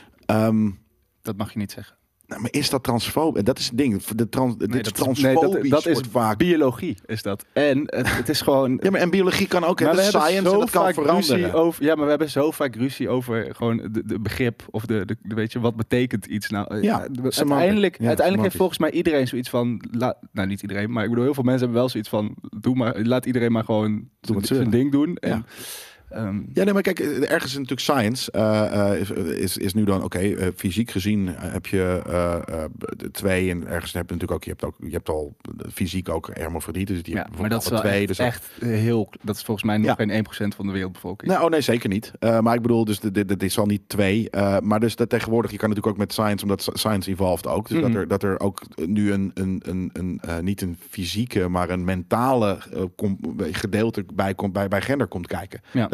Um, dat mag je niet zeggen. nou, maar is dat transfobisch? Dat is het ding. De trans, Nee, dit is dat is- transfobisch. nee, dat, dat is wordt vaak. biologie, is dat. En het, het is gewoon. Ja, maar en biologie kan ook. Maar Het we is hebben science en zo dat kan vaak veranderen. ruzie over. Ja, maar we hebben zo vaak ruzie over gewoon de, de begrip of de, de, de weet je wat betekent iets nou. Ja, Ja, semantisch. uiteindelijk, Ja, uiteindelijk semantisch. heeft volgens mij iedereen zoiets van. La, nou, niet iedereen, maar ik bedoel heel veel mensen hebben wel zoiets van. Doe maar, laat iedereen maar gewoon Doe wat ze zijn willen. ding doen. En, Ja. ehm, Ja, nee, maar kijk, ergens is natuurlijk science. Uh, uh, is, is, is nu dan, oké, okay, uh, fysiek gezien heb je uh, uh, de twee en ergens heb je natuurlijk ook, je hebt ook, je hebt al fysiek ook hermafrodieten, dus die ja, hebben maar dat is alle wel twee. echt, Dus echt heel. Dat is volgens mij nog Ja. geen één procent van de wereldbevolking. Nou, oh nee, zeker niet. Uh, maar ik bedoel, dus dit, dit is al niet twee. Uh, maar dus dat tegenwoordig, je kan natuurlijk ook met science, omdat science evolved ook. Dus Mhm. dat, er, dat er ook nu een, een, een, een uh, niet een fysieke, maar een mentale uh, kom, gedeelte bij, komt bij, bij gender komt kijken. Ja. Dat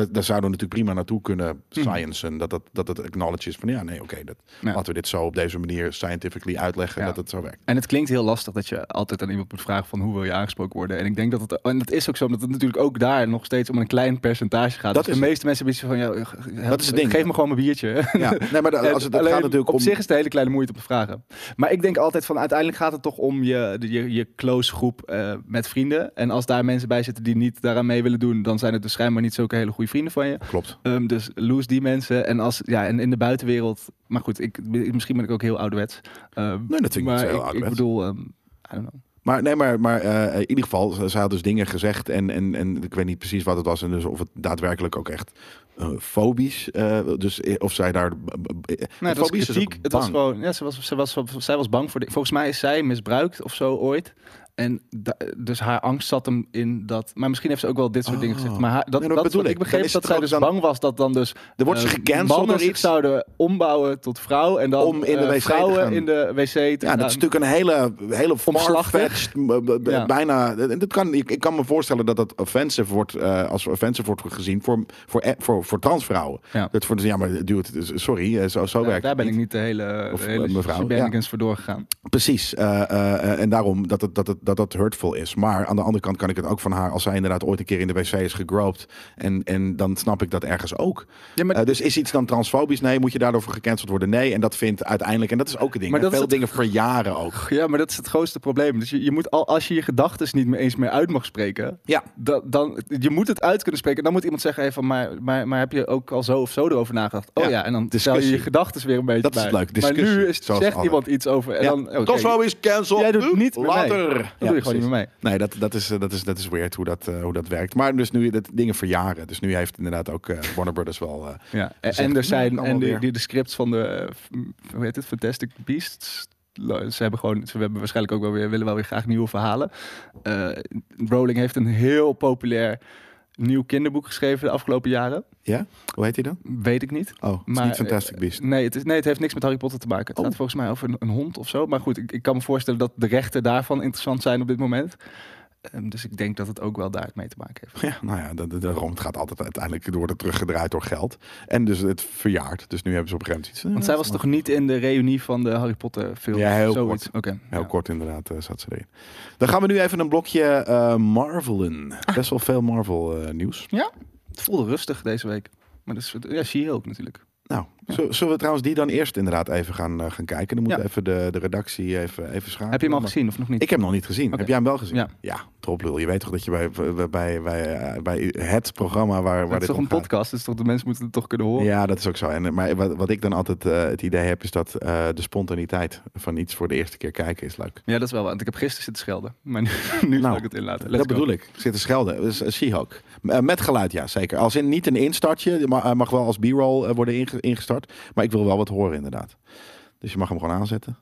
Dat, daar zouden we natuurlijk prima naartoe kunnen sciencen. Dat, dat, dat het acknowledge is van ja, nee, oké. Okay, Ja. laten we dit zo op deze manier scientifically uitleggen Ja. dat het zo werkt. En het klinkt heel lastig dat je altijd aan iemand moet vragen van hoe wil je aangesproken worden. En ik denk dat het, en dat is ook zo, omdat het natuurlijk ook daar nog steeds om een klein percentage gaat. Dat dus is de het. meeste mensen hebben iets van, ja, help, Dat is het ding. geef me gewoon mijn biertje. Ja, nee, maar de- als het, het Alleen gaat natuurlijk op om... zich is het een hele kleine moeite om te vragen. Maar ik denk altijd van, uiteindelijk gaat het toch om je, de- je, je close groep uh, met vrienden. En als daar mensen bij zitten die niet daaraan mee willen doen, dan zijn het dus schijnbaar niet zulke hele goede vrienden van je. Klopt. Um, dus lose die mensen. En als ja, en in de buitenwereld. Maar goed, ik, misschien ben ik ook heel ouderwets. Um, Nee, dat vind ik maar niet zo heel ik, ik ouderwets. bedoel, um, I don't know. Maar nee, maar, maar uh, in ieder geval, ze had dus dingen gezegd en, en, en ik weet niet precies wat het was en dus of het daadwerkelijk ook echt uh, fobisch, uh, dus of zij daar uh, Nee, het was fobisch is kritiek. ook Het was bang. gewoon, ja, ze was, ze was, zij was bang voor. De, volgens mij is zij misbruikt of zo ooit. En da, dus haar angst zat hem in dat. Maar misschien heeft ze ook wel dit soort Oh. dingen gezegd. Maar haar, dat, Nee, dat dat is bedoel wat ik. ik begreep Dan is dat het zij ook dus dan- bang was dat dan dus. Er wordt ze eh, gecanceld mannen door zich iets. zouden ombouwen tot vrouw en dan Om in de eh, wc te vrouwen gaan. in de wc te Ja, gaan. dat is natuurlijk een hele, hele Omslachtig. far-fetched, b- b- Ja. bijna. Dat kan, ik, ik kan me voorstellen dat dat offensive wordt, uh, als offensive wordt gezien voor, voor, eh, voor, voor transvrouwen. Ja. Dat voor, ja, maar dude, sorry, eh, zo, zo Ja, werkt daar het ben niet. ik niet de hele, Of, de hele eh, mevrouw, shenanigans voor doorgegaan. Precies. Uh, uh, en daarom dat het, dat, het, dat dat hurtful is. Maar aan de andere kant kan ik het ook van haar, als zij inderdaad ooit een keer in de wc is gegroped. En, en dan snap ik dat ergens ook. Ja, maar, Uh, dus is iets dan transfobisch? Nee. Moet je daardoor voor gecanceld worden? Nee. En dat vindt uiteindelijk, en dat is ook een ding. Maar hè, dat is veel het- dingen verjaren ook. ja, maar dat is het grootste probleem. Dus je, je moet al, als je je gedachten niet meer eens meer uit mag spreken, Ja. da, dan je moet het uit kunnen spreken. Dan moet iemand zeggen, hey, van, maar, maar, maar heb je ook al zo of zo erover nagedacht? Oh Ja, ja, en dan stel je discussie. je gedachten weer een beetje Dat is bij. leuk, Maar discussie, nu is, zoals zegt altijd. iemand iets over en Ja. dan oké, Transfobisch cancel. jij doet niet meer later. mee. Dan Ja, doe je gewoon precies. niet meer mee. Nee, dat, dat, is, eh, dat, is, dat is weird hoe dat, uh, hoe dat werkt. Maar dus nu dat dingen verjaren. Dus nu heeft inderdaad ook uh, Warner Brothers wel. Uh, Ja. En, zegt, en er zijn nou, en kan wel die, weer. die, de scripts van de eh, f- hoe heet het, Fantastic Beasts. Ze hebben gewoon, ze hebben waarschijnlijk ook wel weer willen wel weer graag nieuwe verhalen. Uh, Rowling heeft een heel populair nieuw kinderboek geschreven de afgelopen jaren. ja? Hoe heet hij dan? Weet ik niet. Oh, het is Maar, niet Fantastic eh, Beast. Nee het, is, nee, het heeft niks met Harry Potter te maken. Het Oh. gaat volgens mij over een, een hond of zo. Maar goed, ik, ik kan me voorstellen dat de rechten daarvan interessant zijn op dit moment. Um, dus ik denk dat het ook wel daar mee te maken heeft. Ja, nou ja, de, de, de rond gaat altijd uiteindelijk wordt het teruggedraaid door geld. En dus het verjaart. Dus nu hebben ze op een gegeven moment iets. Want zij was toch niet in de reunie van de Harry Potter film? Ja, heel Zoiets. kort. Oké. Heel ja. kort inderdaad uh, zat ze erin. Dan gaan we nu even een blokje uh, Marvelen. Best wel veel Marvel uh, nieuws. Het voelde rustig deze week. Maar dat is, ja, She-Hulk natuurlijk. Nou, Ja. zullen zullen we trouwens die dan eerst inderdaad even gaan, uh, gaan kijken? Dan moet Ja. even de, de redactie even, even schakelen. Heb je hem al Maar- gezien of nog niet? Ik heb hem nog niet gezien. Oké. Heb jij hem wel gezien? Ja. Ja, troplul. Je weet toch dat je bij, bij, bij, bij, bij het programma waar, waar Het is dit toch om een gaat... podcast, dus toch de mensen moeten het toch kunnen horen. Ja, dat is ook zo. En, maar wat, wat ik dan altijd uh, het idee heb, is dat uh, de spontaniteit van iets voor de eerste keer kijken is leuk. Ja, dat is wel. Want ik heb gisteren zitten schelden. Maar nu, nu Nou, zal ik het inlaten. Let's dat go. bedoel ik. Ik zit te schelden. Dus uh, She-Hulk. Uh, met geluid, ja, zeker. Als in niet een instartje. Mag, uh, mag wel als b-roll uh, worden inge- ingestart. Maar ik wil wel wat horen, inderdaad. Dus je mag hem gewoon aanzetten.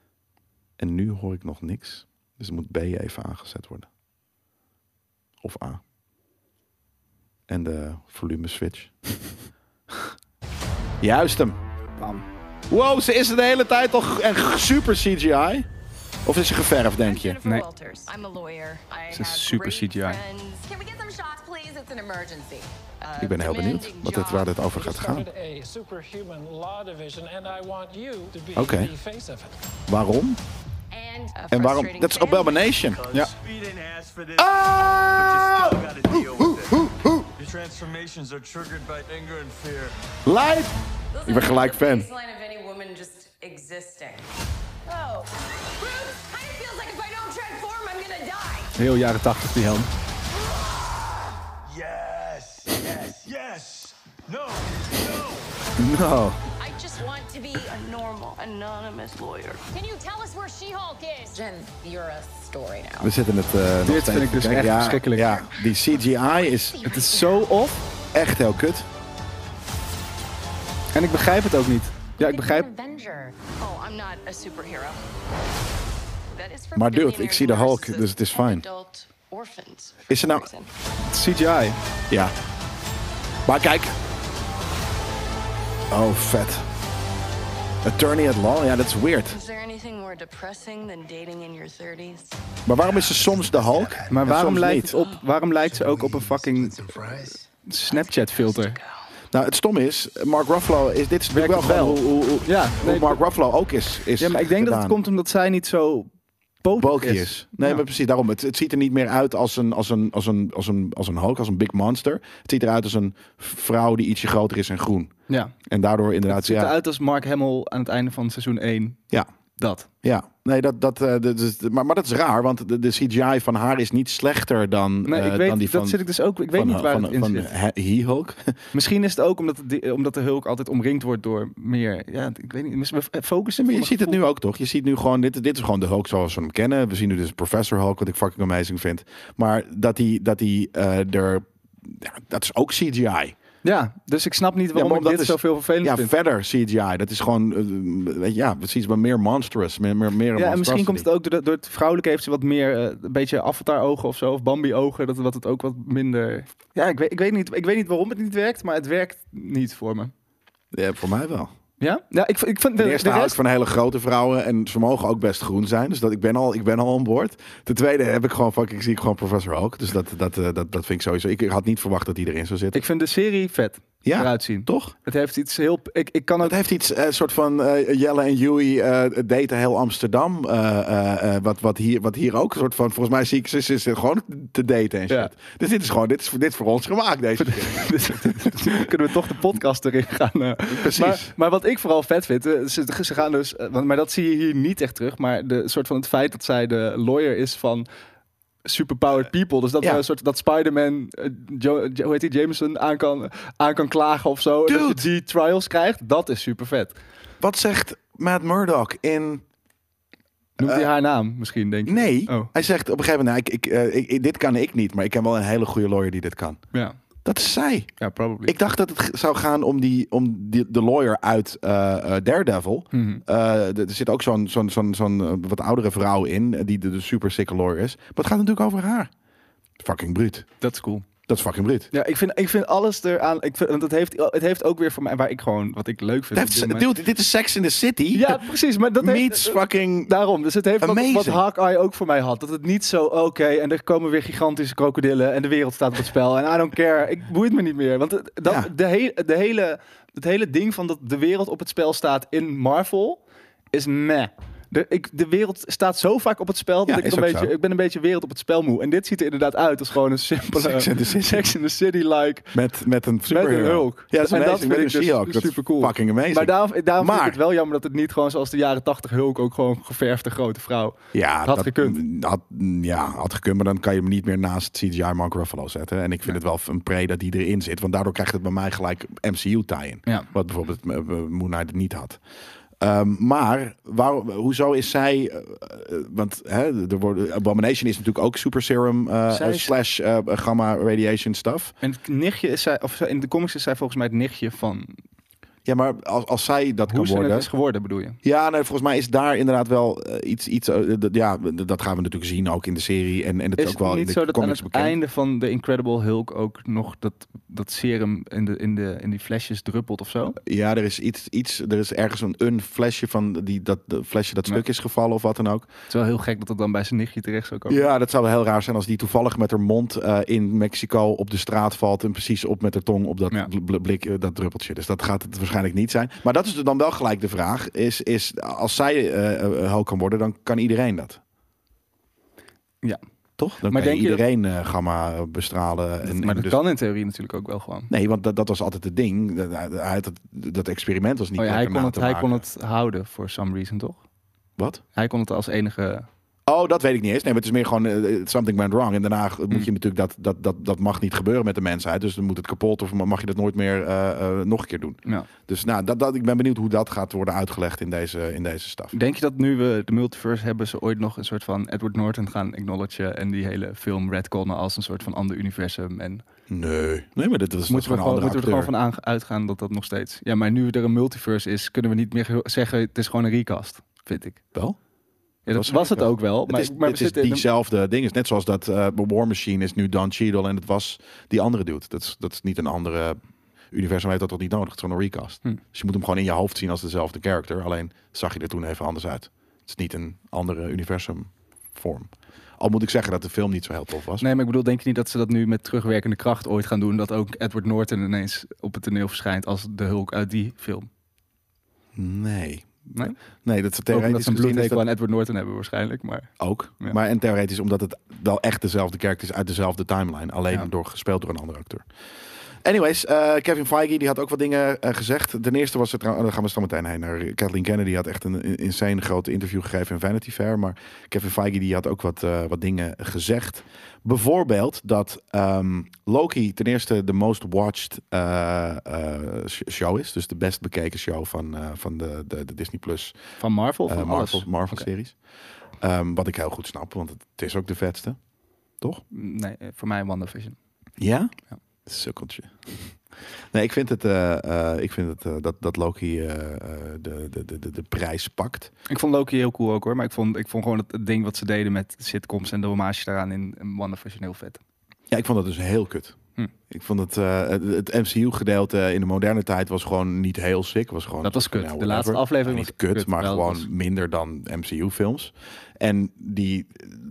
En nu hoor ik nog niks. Dus moet B even aangezet worden. Of A. En de volume switch. Juist hem. Bam. Wow, ze is er de hele tijd al g- en super C G I. Of is ze geverfd, denk je? Jennifer Nee. Walters. I'm a lawyer. I Ze is have super great C G I. friends. Can we get some shots, please? It's an emergency. Uh, Ik ben heel benieuwd demanding wat dit, waar job. dit over gaat gaan. started a superhuman law division, and I want you to be Okay. the face of it. Waarom? And a En waarom? frustrating Dat is family. Abomination. Ja. We didn't ask for this. Ah! But you still gotta deal with it. Your transformations are triggered by anger and fear. Live! Those Ik ben are gelijk the fan. baseline of any woman just existing. Oh. Bruce, kind of feels like if I don't transform, I'm gonna die. Heel jaren tachtig die helm. Yes, yes, yes. No, no. No. I just want to be a normal, anonymous lawyer. Can you tell us where She-Hulk is? Jen, you're a story now. We zitten het uh, nog Dit steeds vind ik te dus kijken. echt ja, verschrikkelijk. Ja, die C G I is Het is zo off. echt heel kut. En ik begrijp het ook niet. Ja, ik begrijp. Avenger. Oh, I'm not a superhero. That is for Maar dude, billionaires, ik zie de Hulk, nurses, dus het is and fijn. adult orphans. Is er nou- Reason. C G I. Ja. Maar kijk. Oh, vet. Attorney at law? Ja, dat is weird. Is there anything more depressing than dating in your thirties? Maar waarom is ze soms de Hulk? Maar en waarom soms lijkt, niet? het op, waarom lijkt ze ook op een fucking Snapchat filter. Nou, het stom is, Mark Ruffalo is dit is Werkt wel het gewoon wel? hoe, hoe, hoe, Ja, hoe nee, Mark Ruffalo ook is, is ja, maar ik denk dat het gedaan. komt omdat zij niet zo Bulky potig is. is. Nee, Ja. maar precies daarom. Het, het ziet er niet meer uit als een, als een, als een, als een, als een Hulk, als een big monster. Het ziet eruit als een vrouw die ietsje groter is en groen. Ja. En daardoor Het inderdaad, ziet ja, eruit als Mark Hamill aan het einde van seizoen één. ja, Dat. ja. Nee, dat, dat, eh, dat is, maar, maar dat is raar, want de, de C G I van haar is niet slechter dan, Nee, eh, ik weet, dan die dat van, zit ik dus ook. Ik weet van, niet waar van, het in van, zit. He- He-Hulk. Misschien is het ook omdat, het, die- omdat de Hulk altijd omringd wordt door meer. Ja, ik weet niet. We focussen. Maar je voor ziet mijn het nu ook toch? Je ziet nu gewoon, dit, dit is gewoon de Hulk zoals we hem kennen. We zien nu dus Professor Hulk, wat ik fucking amazing vind. Maar dat hij, dat hij eh, er, ja, dat is ook C G I. Ja, dus ik snap niet waarom maar ik omdat dit is- zoveel vervelend Ja, vind. verder C G I. Dat is gewoon, eh, weet je, ja, precies, maar meer monstrous. Meer, meer, meer Ja, en misschien komt het ook door, de- door het vrouwelijke heeft ze wat meer eh, een beetje Avatar-ogen of zo, of Bambi-ogen, dat wat het ook wat minder. Ja, ik weet, ik weet niet, ik weet niet waarom het niet werkt, maar het werkt niet voor me. Ja, voor mij wel. Ja, ja, ik, ik vind de, Ten eerste de hou ik rest. van hele grote vrouwen en ze mogen ook best groen zijn. Dus dat, ik, ben al, ik ben al aan boord. Ten tweede heb ik gewoon fucking, zie ik gewoon Professor Hulk. Dus dat, dat, eh, dat, dat vind ik sowieso. Ik had niet verwacht dat die erin zou zitten. Ik vind de serie vet Ja, eruit zien. toch? Het heeft iets heel. Ik, ik kan ook. Het heeft iets, een soort van eh, Jelle en Huey eh daten heel Amsterdam. eh, eh, eh, wat, wat, hier, wat hier ook een soort van, volgens mij zie ik ze, ze zitten gewoon te daten en shit. Ja. Dus dit is gewoon, dit is, dit is voor ons gemaakt, deze shit. Dus dan kunnen we toch de podcast erin gaan. eh. Precies. Maar, maar wat ik vooral vet vind, eh, ze, ze gaan dus, eh, want- maar dat zie je hier niet echt terug, maar de soort van het feit dat zij de lawyer is van superpowered people, dus dat Ja. we een soort dat Spider-Man, eh, Jo- Jo- hoe heet die, Jameson aan kan, aan kan klagen of zo, en dat je Dude. die trials krijgt, dat is super vet. Wat zegt Matt Murdock in... Noemt hij haar naam misschien, denk je? Nee, Oh. hij zegt op een gegeven moment, nou, ik, ik, eh, ik, ik- dit kan ik niet, maar ik ken wel een hele goede lawyer die dit kan. Ja, Dat is zij. ja, probably. Ik dacht dat het g- zou gaan om, die, om die, de lawyer uit eh, eh, Daredevil. Mhm. Eh, er zit ook zo'n zo'n zo'n zo'n eh, wat oudere vrouw in, eh, die de, de super sikke lawyer is. Maar het gaat natuurlijk over haar. Fucking bruut. Dat is cool. Dat is fucking bruut. Ja, ik vind, ik vind alles eraan. Ik vind, want het heeft, het heeft ook weer voor mij waar ik gewoon wat ik leuk vind. Dat op is- dit moment. dude, dit is Sex in the City. Ja, precies. Maar dat Meets heeft, fucking... daarom. Dus het heeft wat, Amazing. wat Hawkeye ook voor mij had. Dat het niet zo, oké, en er komen weer gigantische krokodillen en de wereld staat op het spel. En I don't care. Ik boeit me niet meer. Want het- dat, Ja. de, he, de hele, het hele ding van dat de wereld op het spel staat in Marvel is meh. De, ik, de wereld staat zo vaak op het spel dat Ja, ik, is een ook beetje, zo. ik ben een beetje wereld op het spel moe. En dit ziet er inderdaad uit als gewoon een simpele Sex in the City. Sex in the City-like. Met, met een superhero. Met een Hulk. Ja, dat is En dat amazing. vind Met ik een dus She-Hulk. Dat is supercool. fucking amazing. Maar daarom, daarom vind Maar- ik het wel jammer dat het niet gewoon zoals de jaren tachtig Hulk ook gewoon geverfde grote vrouw. Ja, Had dat, gekund. Had, ja, had gekund, maar dan kan je hem niet meer naast C G I Mark Ruffalo zetten. En ik vind het wel een pre dat die erin zit, want daardoor krijgt het bij mij gelijk M C U tie-in. Ja. Wat bijvoorbeeld uh, Moon Knight het niet had. Um, maar waarom, hoezo is zij... Uh, uh, want hè, er worden, Abomination is natuurlijk ook super serum uh, Zij is- slash uh, gamma radiation stuff. En het nichtje is zij, of in de comics is zij volgens mij het nichtje van. Ja, maar als, als zij dat Hoe kan ze het worden... is geworden, bedoel je? Ja, nee, volgens mij is daar inderdaad wel uh, iets... iets uh, d- ja, d- dat gaan we natuurlijk zien ook in de serie. En, en het is Is ook het wel in niet de zo dat aan comics het bekend. einde van de Incredible Hulk ook nog dat, dat serum in, de, in, de, in die flesjes druppelt of zo? Ja, er is iets, iets, er is ergens een, een flesje van die dat de flesje dat Ja. stuk is gevallen of wat dan ook. Het is wel heel gek dat het dan bij zijn nichtje terecht zou komen. Ja, dat zou wel heel raar zijn als die toevallig met haar mond uh, in Mexico op de straat valt en precies op met haar tong op dat Ja. bl- blik, uh, dat druppeltje. Dus dat gaat het waarschijnlijk niet zijn. Maar dat is dan wel gelijk de vraag: is, is als zij uh, uh, Hulk kan worden, dan kan iedereen dat. Ja. Toch? Dan Maar kan je denk je dat- iedereen uh, gamma bestralen. En, maar en dat dus- kan in theorie natuurlijk ook wel gewoon. Nee, want dat, dat was altijd het ding. Dat, hij had het- dat experiment was niet Oh ja, hij, lekker kon na het, te hij maken. kon het houden for some reason, toch? Wat? Hij kon het als enige. Oh, dat weet ik niet eens. Nee, maar het is meer gewoon eh, something went wrong. En daarna Hmm. moet je natuurlijk dat, dat, dat, dat mag niet gebeuren met de mensheid. Dus dan moet het kapot of mag je dat nooit meer eh, eh, nog een keer doen. Ja. Dus nou, dat, dat, ik ben benieuwd hoe dat gaat worden uitgelegd in deze, in deze staf. Denk je dat nu we de multiverse hebben, ze ooit nog een soort van Edward Norton gaan acknowledgen en die hele film retconnen als een soort van ander universum? En Nee, nee, maar dit is moeten we, een gewoon, andere moeten we er gewoon acteur. van aan- uitgaan dat dat nog steeds. Ja, maar nu er een multiverse is, kunnen we niet meer ge- zeggen het is gewoon een recast, vind ik. Wel? Ja, dat was was, een het ook wel. Het Maar, is, maar we het is zitten in een- diezelfde ding. Net zoals dat uh, War Machine is nu Don Cheadle en het was die andere dude. Dat is, dat is niet een andere universum, heeft dat toch niet nodig. Het is gewoon een recast. Hm. Dus je moet hem gewoon in je hoofd zien als dezelfde character. Alleen zag je er toen even anders uit. Het is niet een andere universum vorm. Al moet ik zeggen dat de film niet zo heel tof was. Nee, maar ik bedoel, denk je niet dat ze dat nu met terugwerkende kracht ooit gaan doen? Dat ook Edward Norton ineens op het toneel verschijnt als de Hulk uit die film? Nee. Nee? Nee, dat ze Ook omdat theoretisch ze een gezien is bloedhekel dat aan Edward Norton hebben waarschijnlijk. Maar ook. Ja. Maar en theoretisch omdat het wel echt dezelfde karakter is uit dezelfde timeline. Alleen Ja. door gespeeld door een andere acteur. Anyways, uh, Kevin Feige die had ook wat dingen uh, gezegd. Ten eerste was het, daar gaan we zo meteen heen naar. Kathleen Kennedy had echt een insane grote interview gegeven in Vanity Fair. Maar Kevin Feige die had ook wat, uh, wat dingen gezegd. Bijvoorbeeld dat um, Loki ten eerste de most watched uh, uh, show is. Dus de best bekeken show van, uh, van de, de, de Disney Plus van Marvel? Van uh, Marvel, alles? Marvel Okay. series. Um, wat ik heel goed snap, want het is ook de vetste. Toch? Nee, voor mij WandaVision. Ja? Ja. Sukkeltje. Nee, ik vind het, uh, uh, ik vind het uh, dat, dat Loki uh, uh, de, de, de, de prijs pakt. Ik vond Loki heel cool ook hoor, maar ik vond, ik vond gewoon het, het ding wat ze deden met sitcoms en de hommage daaraan in, in WandaVision heel vet. Ja, ik vond dat dus heel kut. Hm. Ik vond het, uh, het, het M C U-gedeelte in de moderne tijd was gewoon niet heel sick. Was gewoon, Dat was kut. nou, De laatste whatever. aflevering Nou, was niet kut, kut, maar wel, gewoon was- minder dan M C U-films. En die,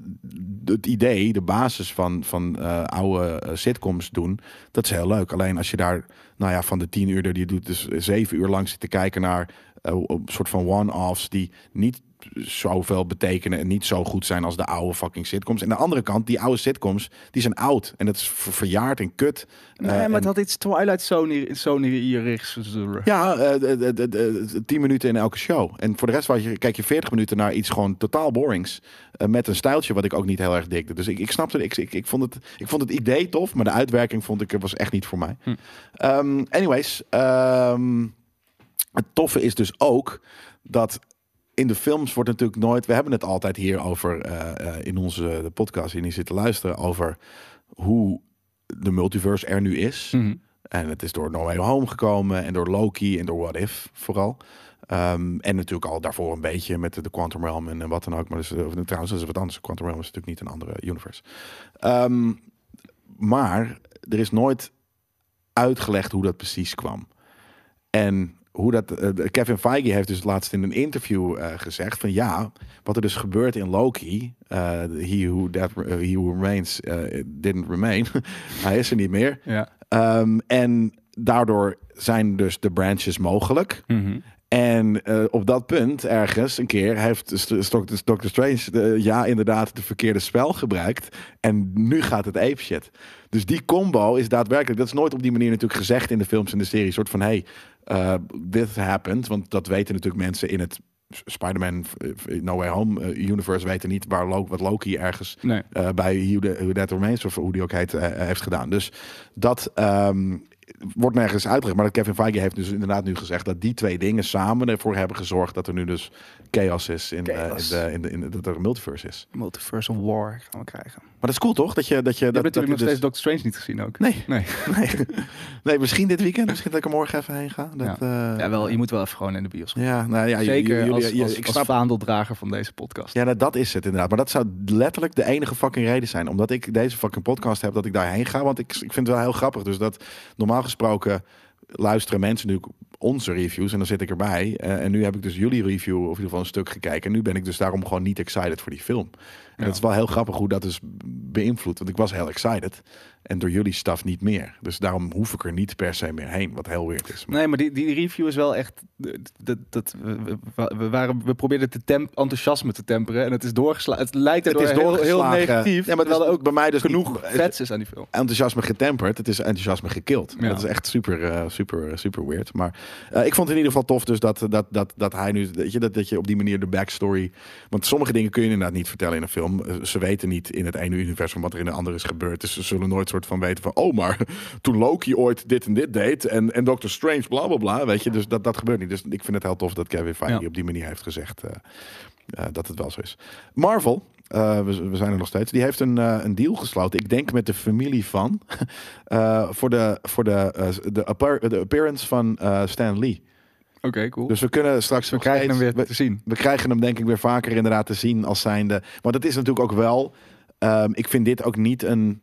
het idee, de basis van, van uh, oude uh, sitcoms doen, dat is heel leuk. Alleen als je daar, nou ja, van de tien uur die je doet, dus zeven uur lang zit te kijken naar uh, een soort van one-offs die niet zoveel betekenen en niet zo goed zijn als de oude fucking sitcoms. En aan de andere kant, die oude sitcoms, die zijn oud. En dat is ver- verjaard en kut. Nee, Uh, maar en- het had iets Twilight Sony, Sony richts. Ja, uh, de, de, de, de, tien minuten in elke show. En voor de rest was je, kijk je veertig minuten naar iets gewoon totaal borings. Uh, met een stijltje wat ik ook niet heel erg dikte. Dus ik, ik snapte het. Ik, ik, ik, vond het. ik vond het idee tof, maar de uitwerking vond ik was echt niet voor mij. Hm. Um, anyways, um, het toffe is dus ook dat in de films wordt natuurlijk nooit. We hebben het altijd hier over uh, uh, in onze de podcast die zit te luisteren over hoe de multiverse er nu is. Mm-hmm. En het is door No Way Home gekomen en door Loki en door What If vooral. Um, en natuurlijk al daarvoor een beetje met de, de Quantum Realm en, en wat dan ook. Maar dus, uh, trouwens, dat is wat anders. Quantum Realm is natuurlijk niet een andere universe. Um, maar er is nooit uitgelegd hoe dat precies kwam. En hoe dat. Uh, Kevin Feige heeft dus laatst in een interview uh, gezegd van ja, wat er dus gebeurt in Loki, uh, he who that uh, he who remains uh, didn't remain. Hij is er niet meer. Ja. Um, en daardoor zijn dus de branches mogelijk. Mm-hmm. En uh, op dat punt, ergens een keer, heeft Doctor Strange uh, ja inderdaad de verkeerde spel gebruikt. En nu gaat het apeshit. Dus die combo is daadwerkelijk, dat is nooit op die manier natuurlijk gezegd in de films en de serie. Een soort van, hey, uh, this happened. Want dat weten natuurlijk mensen in het Spider-Man uh, No Way Home uh, universe weten niet waar Loki, wat Loki ergens Nee. uh, bij Who That Remains, of hoe die ook heet, uh, heeft gedaan. Dus dat um, wordt nergens uitgelegd. Maar dat Kevin Feige heeft dus inderdaad nu gezegd dat die twee dingen samen ervoor hebben gezorgd dat er nu dus chaos is in, Chaos. Uh, in, de, in, de, in de, dat er een multiverse is. Multiversal War gaan we krijgen. Maar dat is cool toch? Dat je dat je Je dat, hebt dat natuurlijk je nog dus... steeds Doctor Strange niet gezien ook. Nee. Nee. nee. nee, misschien dit weekend. Misschien dat ik er morgen even heen ga. Dat, Ja. uh, Ja, wel, je moet wel even gewoon in de bios. Ja, nou ja, Zeker jullie, als, je- als, ik als snap. vaandeldrager van deze podcast. Ja, nou, dat is het inderdaad. Maar dat zou letterlijk de enige fucking reden zijn. Omdat ik deze fucking podcast heb, dat ik daarheen ga. Want ik, ik vind het wel heel grappig. Dus dat normaal gesproken luisteren mensen nu onze reviews en dan zit ik erbij. Uh, en nu heb ik dus jullie review of in ieder geval een stuk gekeken. En nu ben ik dus daarom gewoon niet excited voor die film. En Ja. dat is wel heel grappig hoe dat dus beïnvloedt. Want ik was heel excited. En door jullie stuff niet meer. Dus daarom hoef ik er niet per se meer heen. Wat heel weird is. Maar Nee, maar die, die review is wel echt. Dat, dat, we, we, we waren, we probeerden te temp, enthousiasme te temperen. En het is doorgeslagen. Het lijkt het erdoor is heel, heel doorgeslagen. negatief. Ja, maar het is ook bij mij dus genoeg niet- vets is aan die film. enthousiasme getemperd. Het is enthousiasme gekild. Ja. Dat is echt super, uh, super, super weird. Maar uh, ik vond het in ieder geval tof dus dat, dat, dat, dat hij nu, weet je, dat, dat je op die manier de backstory. Want sommige dingen kun je inderdaad niet vertellen in een film. Uh, ze weten niet in het ene universum wat er in de andere is gebeurd. Dus ze zullen nooit soort van weten van, oh, maar toen Loki ooit dit en dit deed en, en Doctor Strange, bla bla bla. Weet je, dus dat, dat gebeurt niet. Dus ik vind het heel tof dat Kevin Feige Ja. op die manier heeft gezegd uh, uh, dat het wel zo is. Marvel. Uh, we, we zijn er nog steeds. Die heeft een, uh, een deal gesloten. Ik denk met de familie van. uh, voor de, voor de, uh, de, appear- de appearance van uh, Stan Lee. Oké, okay, cool. Dus we kunnen straks we nog krijgen hem steeds- weer we, te zien. we krijgen hem denk ik weer vaker inderdaad te zien als zijnde. Want het is natuurlijk ook wel. Um, ik vind dit ook niet een.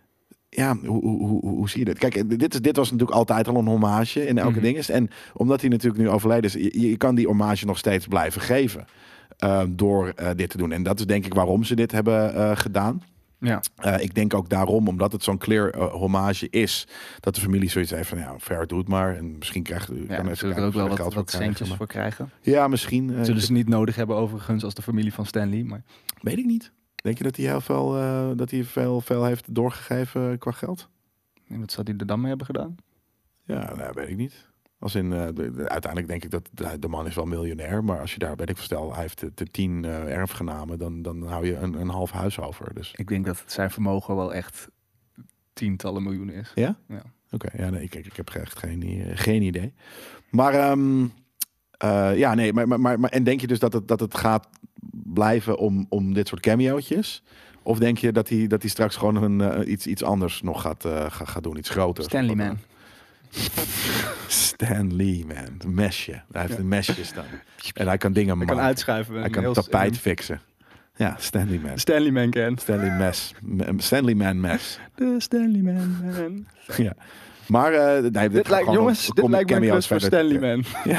Ja, hoe, hoe, hoe, hoe zie je dit? Kijk, dit, is, dit was natuurlijk altijd al een hommage in elke Mhm. ding. En omdat hij natuurlijk nu overleden is, je, je kan die hommage nog steeds blijven geven. Uh, door uh, dit te doen. En dat is denk ik waarom ze dit hebben uh, gedaan. Ja. Uh, ik denk ook daarom, omdat het zo'n clear uh, hommage is, dat de familie zoiets heeft van, ja, fair, doe het maar. En misschien krijgt u Ja, kan zullen er ook wel wat, wat centjes voor krijgen. Ja, misschien. Uh, Zullen ze niet nodig hebben overigens als de familie van Stan Lee. Maar... Weet ik niet. Denk je dat hij heel veel, uh, dat hij veel, veel heeft doorgegeven uh, qua geld? En wat zou hij er dan mee hebben gedaan? Ja, nou, weet ik niet. Als in, uh, de, de, uiteindelijk denk ik dat de, de man is wel miljonair, maar als je daar, weet ik stel, hij heeft de, de tien uh, erfgenamen, dan, dan hou je een, een half huis over. Dus. Ik denk dat zijn vermogen wel echt tientallen miljoenen is. Ja? Ja. Oké, okay, ja, nee, ik, ik heb echt geen, uh, geen idee. Maar um, uh, ja, nee, maar, maar, maar, maar en denk je dus dat het, dat het gaat blijven om, om dit soort cameo'tjes? Of denk je dat hij, dat hij straks gewoon een, uh, iets, iets anders nog gaat, uh, gaat, gaat doen, iets groters? Stanley Man. Stan Lee, man. Een mesje. Hij heeft ja. een mesje staan. En hij kan dingen hij maken. Kan uitschuiven. Hij kan heel tapijt fixen. Ja, Stanley Man. Stanley Man can. Stanley Mes. Stanley Man Mes. De Stanley Man man. Ja. Maar uh, nee, dit, dit lijkt, jongens, dit lijkt me een klus voor Stanley Man. Ja.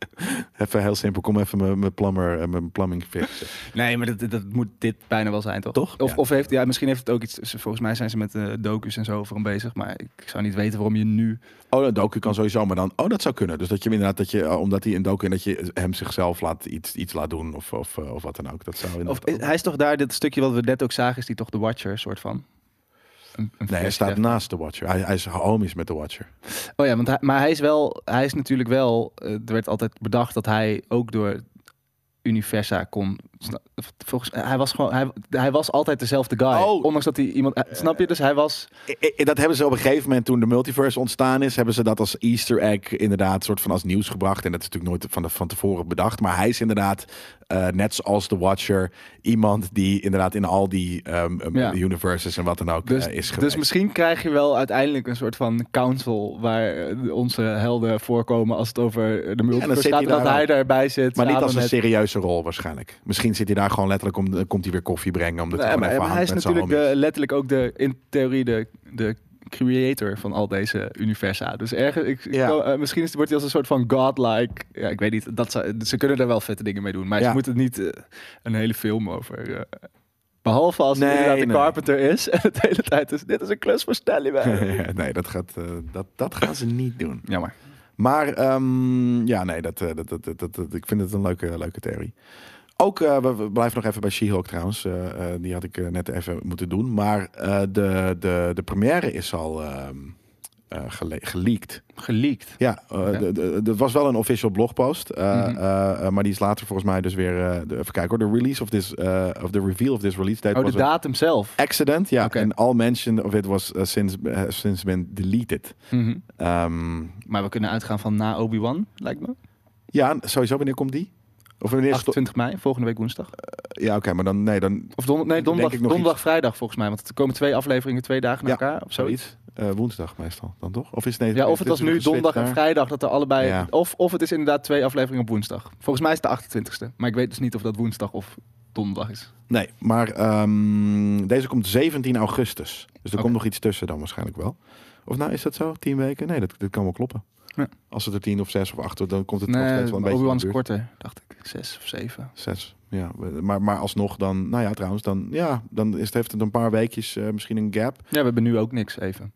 Even heel simpel. Kom even mijn plumber, mijn plumbing fixen. Nee, maar dat, dat moet dit bijna wel zijn, toch? Toch? Of, ja. of heeft ja, misschien heeft het ook iets. Volgens mij zijn ze met uh, docus en zo voor hem bezig. Maar ik zou niet weten waarom je nu. Oh, een docu kan sowieso, maar dan. Oh, dat zou kunnen. Dus dat je hem inderdaad dat je, uh, omdat hij een docu en dat je hem zichzelf laat iets, iets laat doen of, of, uh, of wat dan ook. Dat zou. Of, is, hij is toch daar dit stukje wat we net ook zagen, is die toch de Watcher, soort van. Een, een nee, hij staat heeft. naast de Watcher. Hij, hij is homies met de Watcher. Oh ja, want hij, maar hij is wel, hij is natuurlijk wel. Uh, er werd altijd bedacht dat hij ook door Universa kon. Volgens hij was gewoon, hij, hij was altijd dezelfde guy. Oh. Ondanks dat hij iemand, snap je? Dus hij was. Dat hebben ze op een gegeven moment toen de multiverse ontstaan is, hebben ze dat als Easter egg inderdaad soort van als nieuws gebracht. En dat is natuurlijk nooit van, de, van tevoren bedacht. Maar hij is inderdaad uh, net zoals de Watcher iemand die inderdaad in al die um, ja. universes en wat dan ook dus, uh, is geweest. Dus misschien krijg je wel uiteindelijk een soort van council waar onze helden voorkomen als het over de multiverse ja, gaat. Dat hij daarbij zit. Maar niet als een met... serieuze rol waarschijnlijk. Misschien zit hij daar gewoon letterlijk om, komt hij weer koffie brengen. Omdat nee, hij maar, even maar hij is natuurlijk de, letterlijk ook de, in theorie de, de creator van al deze universa. Dus ergens, ik, ja. ik, uh, misschien wordt hij als een soort van godlike. Ja, ik weet niet. Dat zou, ze kunnen er wel vette dingen mee doen. Maar ja. ze moeten niet uh, een hele film over. Uh, behalve als nee, het inderdaad de nee. Carpenter is. En de hele tijd is dit is een klus voor Stanley Man. ja, nee, dat, gaat, uh, dat, dat gaan ze niet doen. Jammer. Maar um, ja, nee, dat, dat, dat, dat, dat, dat, ik vind het een leuke, leuke theorie. Ook, uh, we, we blijven nog even bij She-Hulk trouwens. Uh, uh, die had ik uh, net even moeten doen. Maar uh, de, de, de première is al uh, uh, gele- geleakt. Geleakt? Ja, dat was wel een official blogpost. Uh, mm-hmm. uh, uh, maar die is later volgens mij dus weer... Uh, de, even kijken hoor. De release of this... Uh, of the reveal of this release date oh, was de datum zelf? Accident, ja. Okay. En all mention of it was uh, since, uh, since been deleted. Mm-hmm. Um, maar we kunnen uitgaan van na Obi-Wan, lijkt me. Ja, sowieso. Wanneer komt die? Of wanneer achtentwintig mei, volgende week woensdag. Uh, ja, oké, okay, maar dan... Nee, dan of don- nee, donderdag, donderdag iets... vrijdag volgens mij. Want er komen twee afleveringen, twee dagen na ja, elkaar of zoiets. Uh, woensdag meestal dan toch? Of is het nee, ja, of het was nu donderdag en vrijdag dat er allebei... Ja. Of, of het is inderdaad twee afleveringen op woensdag. Volgens mij is het de achtentwintigste. Maar ik weet dus niet of dat woensdag of donderdag is. Nee, maar um, deze komt zeventien augustus. Dus er okay. komt nog iets tussen dan waarschijnlijk wel. Of nou, is dat zo? Tien weken? Nee, dat, dat kan wel kloppen. Ja. Als het er tien of zes of acht, dan komt het nee, nog steeds wel een beetje. Obi-Wan is korter, dacht ik. Zes of zeven. Zes, ja. Maar, maar alsnog dan, nou ja, trouwens, dan, ja, dan is het, heeft het een paar weekjes uh, misschien een gap. Ja, we hebben nu ook niks even.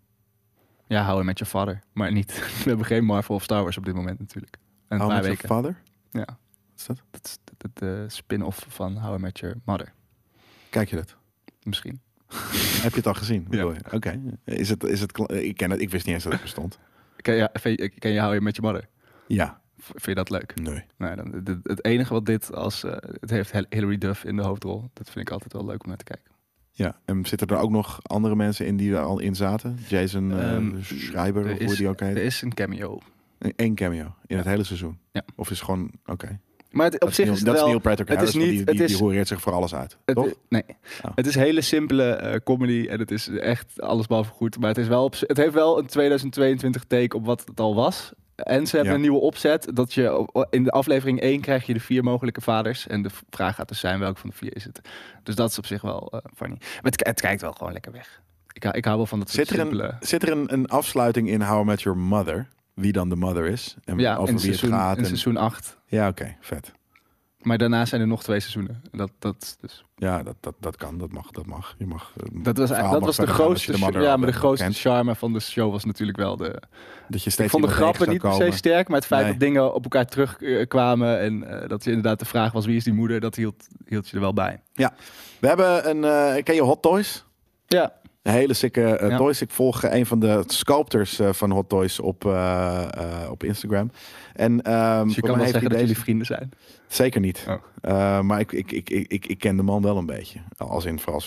Ja, How I Met Your Father. Maar niet, we hebben geen Marvel of Star Wars op dit moment natuurlijk. En How I Met Your Father? Ja. Wat is dat? Dat is de, de spin-off van How I Met Your Mother. Kijk je dat? Misschien. Heb je het al gezien? Ja. Oké. Okay. Is het, is het, ik ken het, ik wist niet eens dat het bestond. Ken je, ken je How I Met Your Mother? Ja. Vind je dat leuk? Nee. nee dan, het, het enige wat dit als... Uh, het heeft Hilary Duff in de hoofdrol. Dat vind ik altijd wel leuk om naar te kijken. Ja, en zitten er ook nog andere mensen in die er al in zaten? Jason uh, um, Schreiber, of hoe die ook heet? Er is een cameo. Eén cameo in ja. het hele seizoen? Ja. Of is het gewoon... Oké. Okay. Maar het, op dat zich is, is het dat wel... is Neil Patrick Harris, het is niet, die, die, het is, die horeert zich voor alles uit, het, toch? Nee, oh. Het is hele simpele uh, comedy en het is echt allesbehalve goed. Maar het, is wel op, het heeft wel een tweeduizend tweeëntwintig take op wat het al was. En ze hebben ja. een nieuwe opzet. Dat je in de aflevering één krijg je de vier mogelijke vaders. En de vraag gaat dus zijn welke van de vier is het. Dus dat is op zich wel uh, funny. Maar het, het kijkt wel gewoon lekker weg. Ik, ik hou wel van dat zit er simpele... Een, zit er een, een afsluiting in How I Met Your Mother? Wie dan de mother is? En ja, over in wie seizoen, het gaat? in en... seizoen acht. Ja, oké. Okay, vet. Maar daarna zijn er nog twee seizoenen. Dat, dat, dus. Ja, dat, dat, dat kan, dat mag, dat mag. Je mag uh, dat was, eigenlijk, dat was de grootste, de ja, maar de grootste kent. charme van de show was natuurlijk wel de... Dat je steeds ik vond de iemand grappen tegen niet zou per se komen. sterk, maar het feit Nee. dat dingen op elkaar terugkwamen en uh, dat je inderdaad de vraag was wie is die moeder, dat hield, hield je er wel bij. Ja, we hebben een, uh, ken je Hot Toys? Ja. Een hele sikke uh, Ja. toys. Ik volg uh, een van de sculptors uh, van Hot Toys op, uh, uh, op Instagram. En, um, Dus je kan wel zeggen dat jullie vrienden zijn. Zeker niet. Oh. Uh, maar ik, ik, ik, ik, ik, ik ken de man wel een beetje. Als in vooral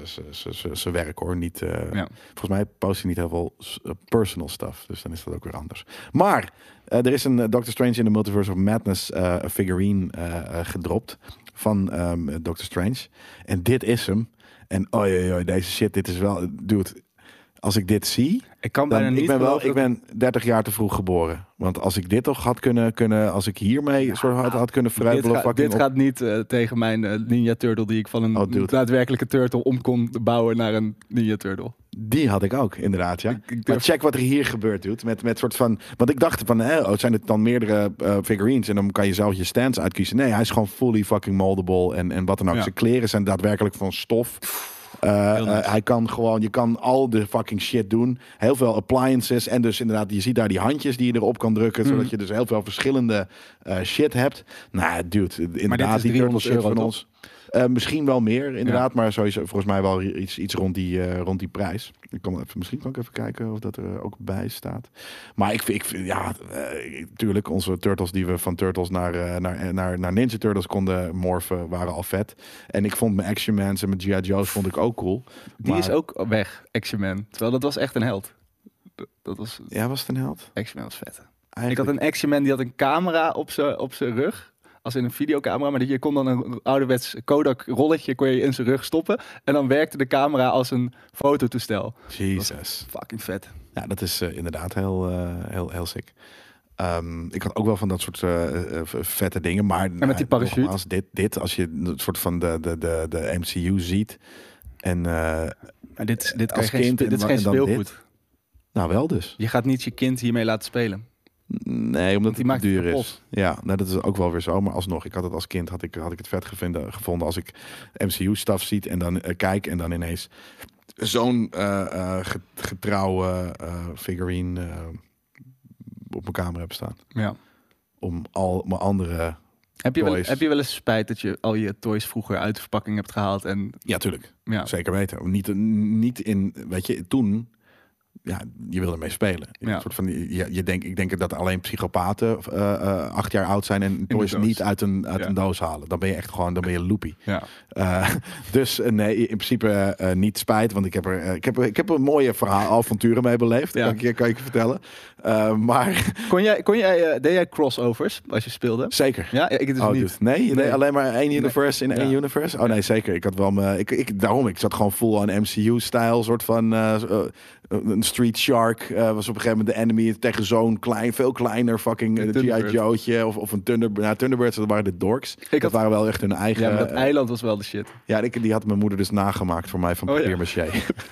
zijn werk hoor. Niet, uh, Ja. Volgens mij post hij niet heel veel uh, personal stuff. Dus dan is dat ook weer anders. Maar uh, er is een uh, Doctor Strange in the Multiverse of Madness uh, figurine uh, uh, gedropt. Van um, Doctor Strange. En dit is hem. En oi, oi, oi, deze shit, dit is wel... Dude, als ik dit zie... Ik kan Dan, bijna niet ik ben wel, geloven ik dat- ben dertig jaar te vroeg geboren. Want als ik dit toch had kunnen, kunnen als ik hiermee ja, soort had, had kunnen Dit, vreubelen, ga- fucking dit op- gaat niet uh, tegen mijn uh, Ninja Turtle die ik van een Oh, dude. daadwerkelijke turtle om kon bouwen naar een Ninja Turtle. Die had ik ook, inderdaad, ja. Ik- ik Maar durf- check wat er hier gebeurt, dude. Met, met soort van... Want ik dacht van, hè, oh, zijn het dan meerdere uh, figurines en dan kan je zelf je stands uitkiezen. Nee, hij is gewoon fully fucking moldable en, en wat dan ook. Ja. Zijn kleren zijn daadwerkelijk van stof. Uh, Heel nice. uh, hij kan gewoon, je kan al de fucking shit doen. Heel veel appliances. En dus inderdaad, je ziet daar die handjes die je erop kan drukken. Mm. Zodat je dus heel veel verschillende uh, shit hebt. Nou, dude, inderdaad, is die driehonderd Turtle shit euro, van toch? ons. Uh, misschien wel meer, inderdaad. Maar sowieso volgens mij wel iets, iets rond, die, uh, rond die prijs. Ik kan wel even, misschien kan ik even kijken of dat er ook bij staat. Maar ik vind, ik vind ja, uh, tuurlijk, onze Turtles die we van Turtles naar, uh, naar, naar, naar Ninja Turtles konden morfen, waren al vet. En ik vond mijn Action Mans en mijn G I. Joe's vond ik ook cool. Die Maar- is ook weg, Action Man. Terwijl dat was echt een held. Dat, dat was, Ja, was het een held? Action Man was vet. Ik Eigenlijk... had een Action Man die had een camera op zijn op zijn rug. Als in een videocamera, maar dat je kon dan een ouderwets Kodak rolletje kon je in zijn rug stoppen. En dan werkte de camera als een fototoestel. Jesus. Fucking vet. Ja, dat is uh, inderdaad heel, uh, heel, heel sick. Um, ik had ook wel van dat soort uh, uh, vette dingen, maar En met die parachute? als dit, dit, als je het soort van de, de, de, de M C U ziet en uh, Maar dit, is- dit, kan als je geen, kind spe- en dit is wa- geen en dan speelgoed. dit? Nou, wel dus. Je gaat niet je kind hiermee laten spelen. Nee, omdat die het maakt te het duur kapot. is. Ja, nou, dat is ook wel weer zo. Maar alsnog, ik had het als kind had ik, had ik het vet gevonden, gevonden als ik M C U-staf ziet en dan uh, kijk en dan ineens zo'n uh, uh, getrouwe uh, figurine uh, op mijn kamer heb staan. Ja. Om al mijn andere... Heb je, wel, Toys. heb je wel eens spijt dat je al je toys vroeger uit de verpakking hebt gehaald? En, Ja, tuurlijk. ja. Zeker weten. Niet, niet in... Weet je, toen... Ja, je wil ermee spelen. Ja. Een soort van, je, je denk, ik denk dat alleen psychopaten uh, uh, acht jaar oud zijn en toys doos. niet uit een, uit Ja. een doos halen. Dan ben je echt gewoon, dan ben je loopy. Ja. Uh, dus uh, nee, in principe uh, niet spijt, want ik heb er, uh, ik heb, er- ik heb een mooie verhaal, avonturen mee beleefd. Ja. Kan, ik, je- kan ik je vertellen. Uh, maar Kon jij, kon jij, uh, deed jij crossovers als je speelde? zeker. Ja, ik dus Oh, niet. dude. Nee, nee, Nee. alleen maar één universe in Ja. één universe. Oh nee, zeker. Ik had wel me, ik, ik, daarom, ik zat gewoon full aan M C U-stijl, soort van uh, uh, een Street Shark uh, was op een gegeven moment de enemy tegen zo'n klein, veel kleiner fucking Een uh, G I. Thunderbird. Joe'tje of, of een Thunderbird. Nou, Thunderbirds, dat waren de dorks. had- dat waren wel echt hun eigen. Ja, maar dat uh, eiland was wel de shit. ja, ik, die had mijn moeder dus nagemaakt voor mij van Oh, ja. papier maché.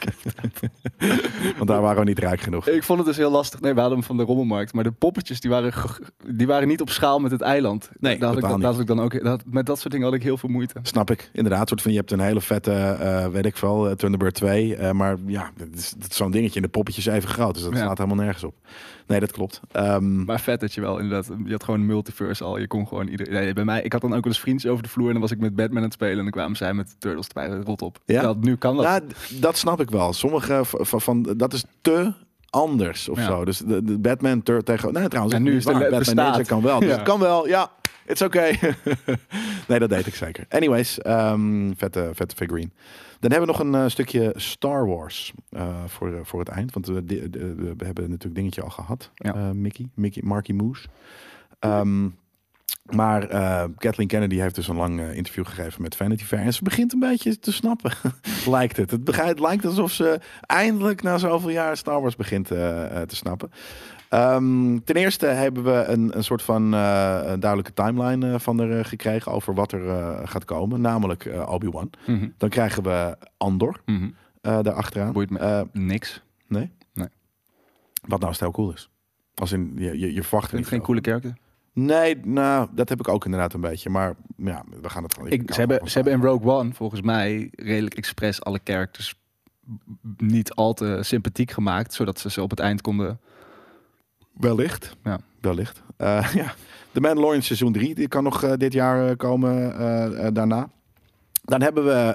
Want daar waren we niet rijk genoeg. Ik vond het dus heel lastig. Nee, we hadden hem van de rommelmarkt. Maar de poppetjes, die waren, ge- die waren niet op schaal met het eiland. Nee, daar had ik, totaal dat, daar had ik dan ook, dat, met dat soort dingen had ik heel veel moeite. Snap ik, inderdaad. Soort van, je hebt een hele vette, uh, weet ik veel, uh, Thunderbird twee. Uh, maar ja, dat is, dat is zo'n dingetje en de poppetjes even groot. Dus dat Ja. slaat helemaal nergens op. Nee, dat klopt. Um, Maar vet dat je wel inderdaad, je had gewoon een multiverse al. Je kon gewoon iedereen. Nee, bij mij, ik had dan ook wel eens vriendjes over de vloer en dan was ik met Batman aan het spelen en dan kwamen zij met de Turtles erbij. Rot op. Ja? Dat, nu kan dat. ja, d- dat snap ik wel. Sommige v- van, van dat is te anders of Ja. zo. Dus de, de Batman tur- tegen... Nee, trouwens, En nu niet is de waar. le- Batman bestaat. Ninja kan wel. Dus Ja. het kan wel, ja. It's okay. Nee, dat deed ik zeker. Anyways, um, vette, vette figurine. Dan hebben we nog een uh, stukje Star Wars uh, voor, uh, voor het eind. Want we, de, de, de- we hebben natuurlijk dingetje al gehad. Ja. Uh, Mickey, Mickey, Marky Moose. Um, maar uh, Kathleen Kennedy heeft dus een lang uh, interview gegeven met Vanity Fair. En ze begint een beetje te snappen, lijkt het. Het, begrijpt, het lijkt alsof ze eindelijk na zoveel jaar Star Wars begint uh, uh, te snappen. Um, ten eerste hebben we een, een soort van uh, een duidelijke timeline uh, van er uh, gekregen over wat er uh, gaat komen. Namelijk uh, Obi-Wan. Mhm. Dan krijgen we Andor Mhm. uh, daarachteraan. Boeit me Uh, niks. nee? Nee. Wat nou als het heel cool is. Als in, je, je, je verwacht Ik er vind niet het geen veel. coole character. Nee, nou, dat heb ik ook inderdaad een beetje. Maar ja, we gaan het gewoon... Ik, ze, hebben, ze hebben in Rogue One volgens mij redelijk expres alle characters niet al te sympathiek gemaakt, zodat ze ze op het eind konden... Wellicht. Ja. Wellicht. Uh, ja. The Mandalorian seizoen drie, die kan nog uh, dit jaar uh, komen uh, uh, daarna. Dan hebben we...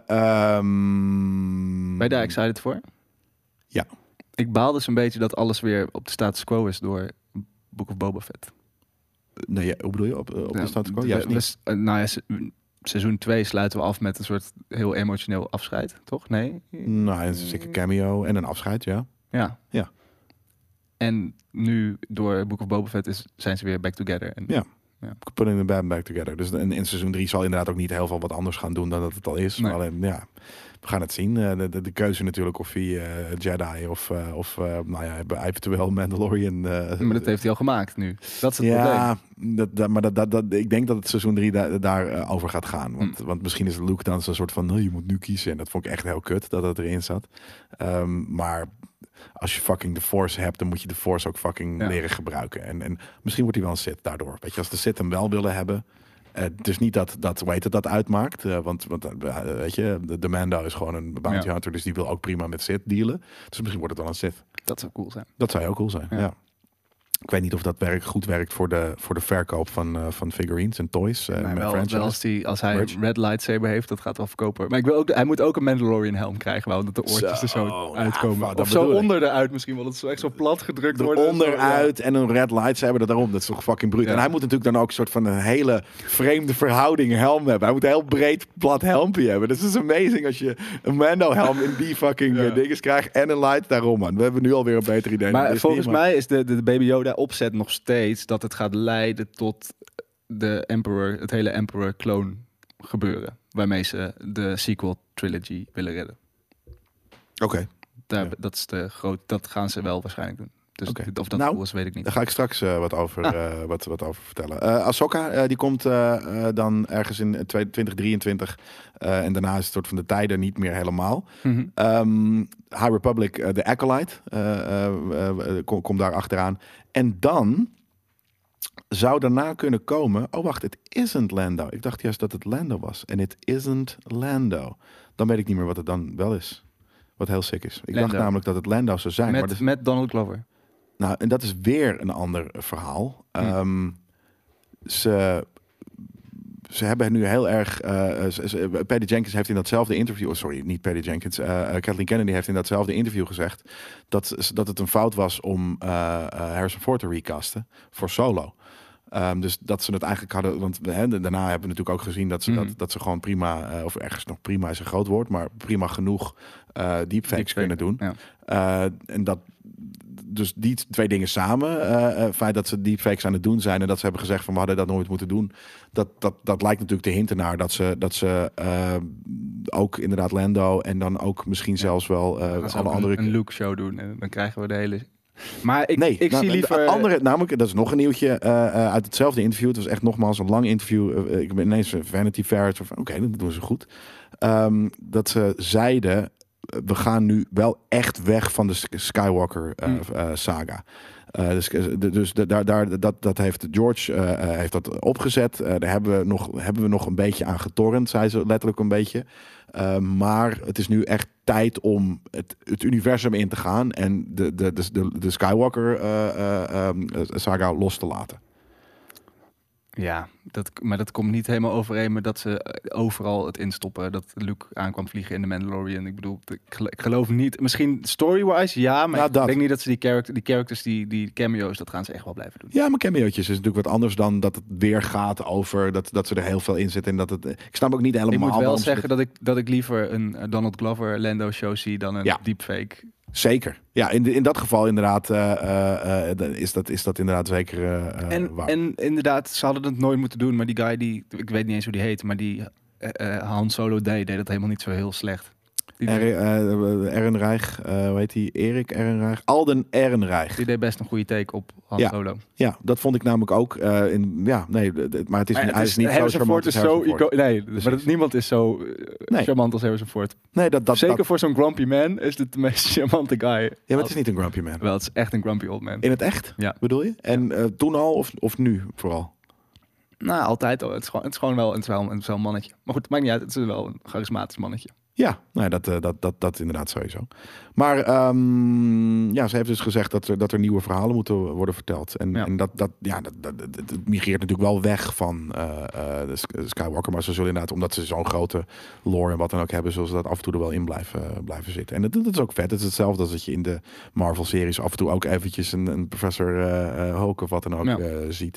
Um... Ben je daar excited voor? Ja. Ik baal dus een beetje dat alles weer op de status quo is door Book of Boba Fett. Nee, ja, hoe bedoel je? Op, op de Ja, status quo? we- Juist we- niet. uh, nou ja, se- seizoen twee sluiten we af met een soort heel emotioneel afscheid, toch? Nee? Nou, een zeker cameo en een afscheid, ja. Ja. Ja. En nu door Book of Boba Fett is, zijn ze weer back together. En, Ja. Putting the band back together. Dus in, in seizoen drie zal inderdaad ook niet heel veel wat anders gaan doen dan dat het al is. Nee. Maar alleen, ja, we gaan het zien. Uh, de, de, de keuze natuurlijk of hij uh, Jedi of, uh, of uh, nou ja, eventueel Mandalorian. Uh, Maar dat heeft hij al gemaakt nu. Dat is het ja, probleem. dat, dat, maar dat, dat, dat, ik denk dat het seizoen drie da, daar uh, over gaat gaan. Want, Hm. want misschien is Luke dan zo'n soort van, nou, je moet nu kiezen. En dat vond ik echt heel kut dat dat erin zat. Um, maar als je fucking de Force hebt, dan moet je de Force ook fucking Ja. leren gebruiken. En, en misschien wordt hij wel een Sith daardoor. Weet je, als de Sith hem wel willen hebben. Uh, dus niet dat, dat hoe heet het, dat uitmaakt. Uh, want want uh, weet je, de, de Mando is gewoon een bounty Ja. hunter. Dus die wil ook prima met Sith dealen. Dus misschien wordt het wel een Sith. Dat zou cool zijn. Dat zou ook cool zijn, ja. Ja. Ik weet niet of dat werk goed werkt voor de, voor de verkoop van, uh, van figurines en toys. Uh, Nee, met wel, franchise. wel als, die, als hij Merch. een red lightsaber heeft, dat gaat wel verkopen. Maar ik wil ook, hij moet ook een Mandalorian helm krijgen, wel, dat de oortjes er Zo, zo ja, uitkomen. dat of zo bedoel ik. onder eruit misschien, want het zo echt zo plat gedrukt wordt. Onderuit en een red lightsaber dat daarom. Dat is toch fucking bruut. Ja. En hij moet natuurlijk dan ook een soort van een hele vreemde verhouding helm hebben. Hij moet een heel breed plat helmpje hebben. Dus het is amazing als je een Mando helm in die fucking Ja. uh, dinges krijgt en een light daarom, man. We hebben nu alweer een beter idee. dan Maar Disney, volgens mij is de, de, de Baby Yoda opzet nog steeds dat het gaat leiden tot de Emperor, het hele Emperor clone gebeuren. Waarmee ze de sequel trilogy willen redden. Oké, Daar, Ja. dat, is de groot, dat gaan ze wel waarschijnlijk doen. Dus Oké. of dat Nou, cool is, weet ik niet. daar ga ik straks uh, wat, over, Ah. uh, wat, wat over vertellen. Uh, Ahsoka, uh, die komt uh, uh, dan ergens in twintig drieëntwintig. Uh, en daarna is het soort van de tijden niet meer helemaal. Mhm. Um, High Republic, uh, de Acolyte, uh, uh, uh, komt kom daar achteraan. En dan zou daarna kunnen komen... Oh, wacht, het isn't Lando. Ik dacht juist dat het Lando was. En het isn't Lando. Dan weet ik niet meer wat het dan wel is. Wat heel sick is. Ik Lando. dacht namelijk dat het Lando zou zijn. maar Met, dus, met Donald Glover. nou, en dat is weer een ander verhaal. Hm. Um, ze... Ze hebben nu heel erg... Uh, ze- ze- Patty Jenkins heeft in datzelfde interview... Oh, sorry, niet Patty Jenkins. Uh, uh, Kathleen Kennedy heeft in datzelfde interview gezegd... dat, dat het een fout was om uh, uh, Harrison Ford te recasten voor Solo. Um, dus dat ze het eigenlijk hadden... Want hè, daarna hebben we natuurlijk ook gezien... dat ze, Mhm. dat, dat ze gewoon prima... Uh, of ergens nog prima is een groot woord... maar prima genoeg uh, deepfakes Deepfake, kunnen doen. Ja. Uh, en dat... Dus die twee dingen samen, uh, uh, feit dat ze deepfakes aan het doen zijn en dat ze hebben gezegd van we hadden dat nooit moeten doen, dat, dat, dat lijkt natuurlijk te hinten naar dat ze, dat ze uh, ook inderdaad Lando en dan ook misschien zelfs wel uh, Gaan ze alle ook andere... een, een Luke show doen en dan krijgen we de hele... Maar ik, Nee, ik nou, zie de liever... andere, namelijk, dat is nog een nieuwtje uh, uh, uit hetzelfde interview. Het was echt nogmaals een lang interview. Uh, ik ben ineens een Vanity Fair. Oké, okay, dat doen ze goed. Um, dat ze zeiden, we gaan nu wel echt weg van de Skywalker uh, Mm. uh, saga. Uh, dus dus de, daar, daar, dat, dat heeft George uh, uh, heeft dat opgezet. Uh, daar hebben we, nog, hebben we nog een beetje aan getornd, zei ze letterlijk een beetje. Uh, maar het is nu echt tijd om het, het universum in te gaan en de, de, de, de, de Skywalker uh, uh, um, saga los te laten. Ja, dat, maar dat komt niet helemaal overeen met dat ze eh, overal het instoppen. Dat Luke aankwam vliegen in de Mandalorian. Ik bedoel, ik gel- ik geloof niet... Misschien story-wise, ja, maar Ja, ik dat. denk niet dat ze die, character, die characters, die, die cameo's, dat gaan ze echt wel blijven doen. Ja, maar cameo'tjes is natuurlijk wat anders dan dat het weer gaat over dat, dat ze er heel veel in zitten. En dat het, ik snap ook niet helemaal Ik moet wel waarom ze zeggen dat ik, dat ik liever een eh, Donald Glover Lando show zie dan een Ja. deepfake. dit- Zeker. Ja, in, de, in dat geval inderdaad uh, uh, uh, is, dat, is dat inderdaad zeker uh, En, waar. en inderdaad, ze hadden het nooit moeten doen, maar die guy die, ik weet niet eens hoe die heet, maar die eh, eh, Han Solo deed, deed dat helemaal niet zo heel slecht. Die, Er, deed, uh, Ehrenreich, uh, hoe heet hij? Erik Ehrenreich? Alden Ehrenreich. die deed best een goede take op Han Ja. Solo. Ja, dat vond ik namelijk ook. Uh, in, ja, nee, d- d- maar het is, Maar hij is niet zo Harrison charmant Ford als is zo Harrison Ford. ico- Nee, Precies. maar dat, niemand is zo eh, Nee. charmant als Harrison Ford. Nee, dat, dat, Zeker dat- voor zo'n grumpy man is dit de meest charmante guy. Ja, maar het is niet een grumpy man. Wel, het is echt een grumpy old man. In het echt, Ja. bedoel je? En uh, toen al of, of nu vooral? Nou, altijd. Oh, het, is gewoon, het is gewoon wel, het is wel, het is wel een mannetje. Maar goed, het maakt niet uit. Het is wel een charismatisch mannetje. Ja, nou ja, dat, uh, dat, dat, dat inderdaad sowieso. Maar um, ja, ze heeft dus gezegd dat er, dat er nieuwe verhalen moeten worden verteld. En, Ja. en dat, dat, ja, dat, dat, dat, dat migreert natuurlijk wel weg van uh, uh, de Skywalker. Maar ze zullen inderdaad, omdat ze zo'n grote lore en wat dan ook hebben, zullen ze dat af en toe er wel in blijven, blijven zitten. En dat, dat is ook vet. Het is hetzelfde als dat je in de Marvel-series af en toe ook eventjes een, een professor uh, uh, Hulk of wat dan ook Ja. uh, ziet.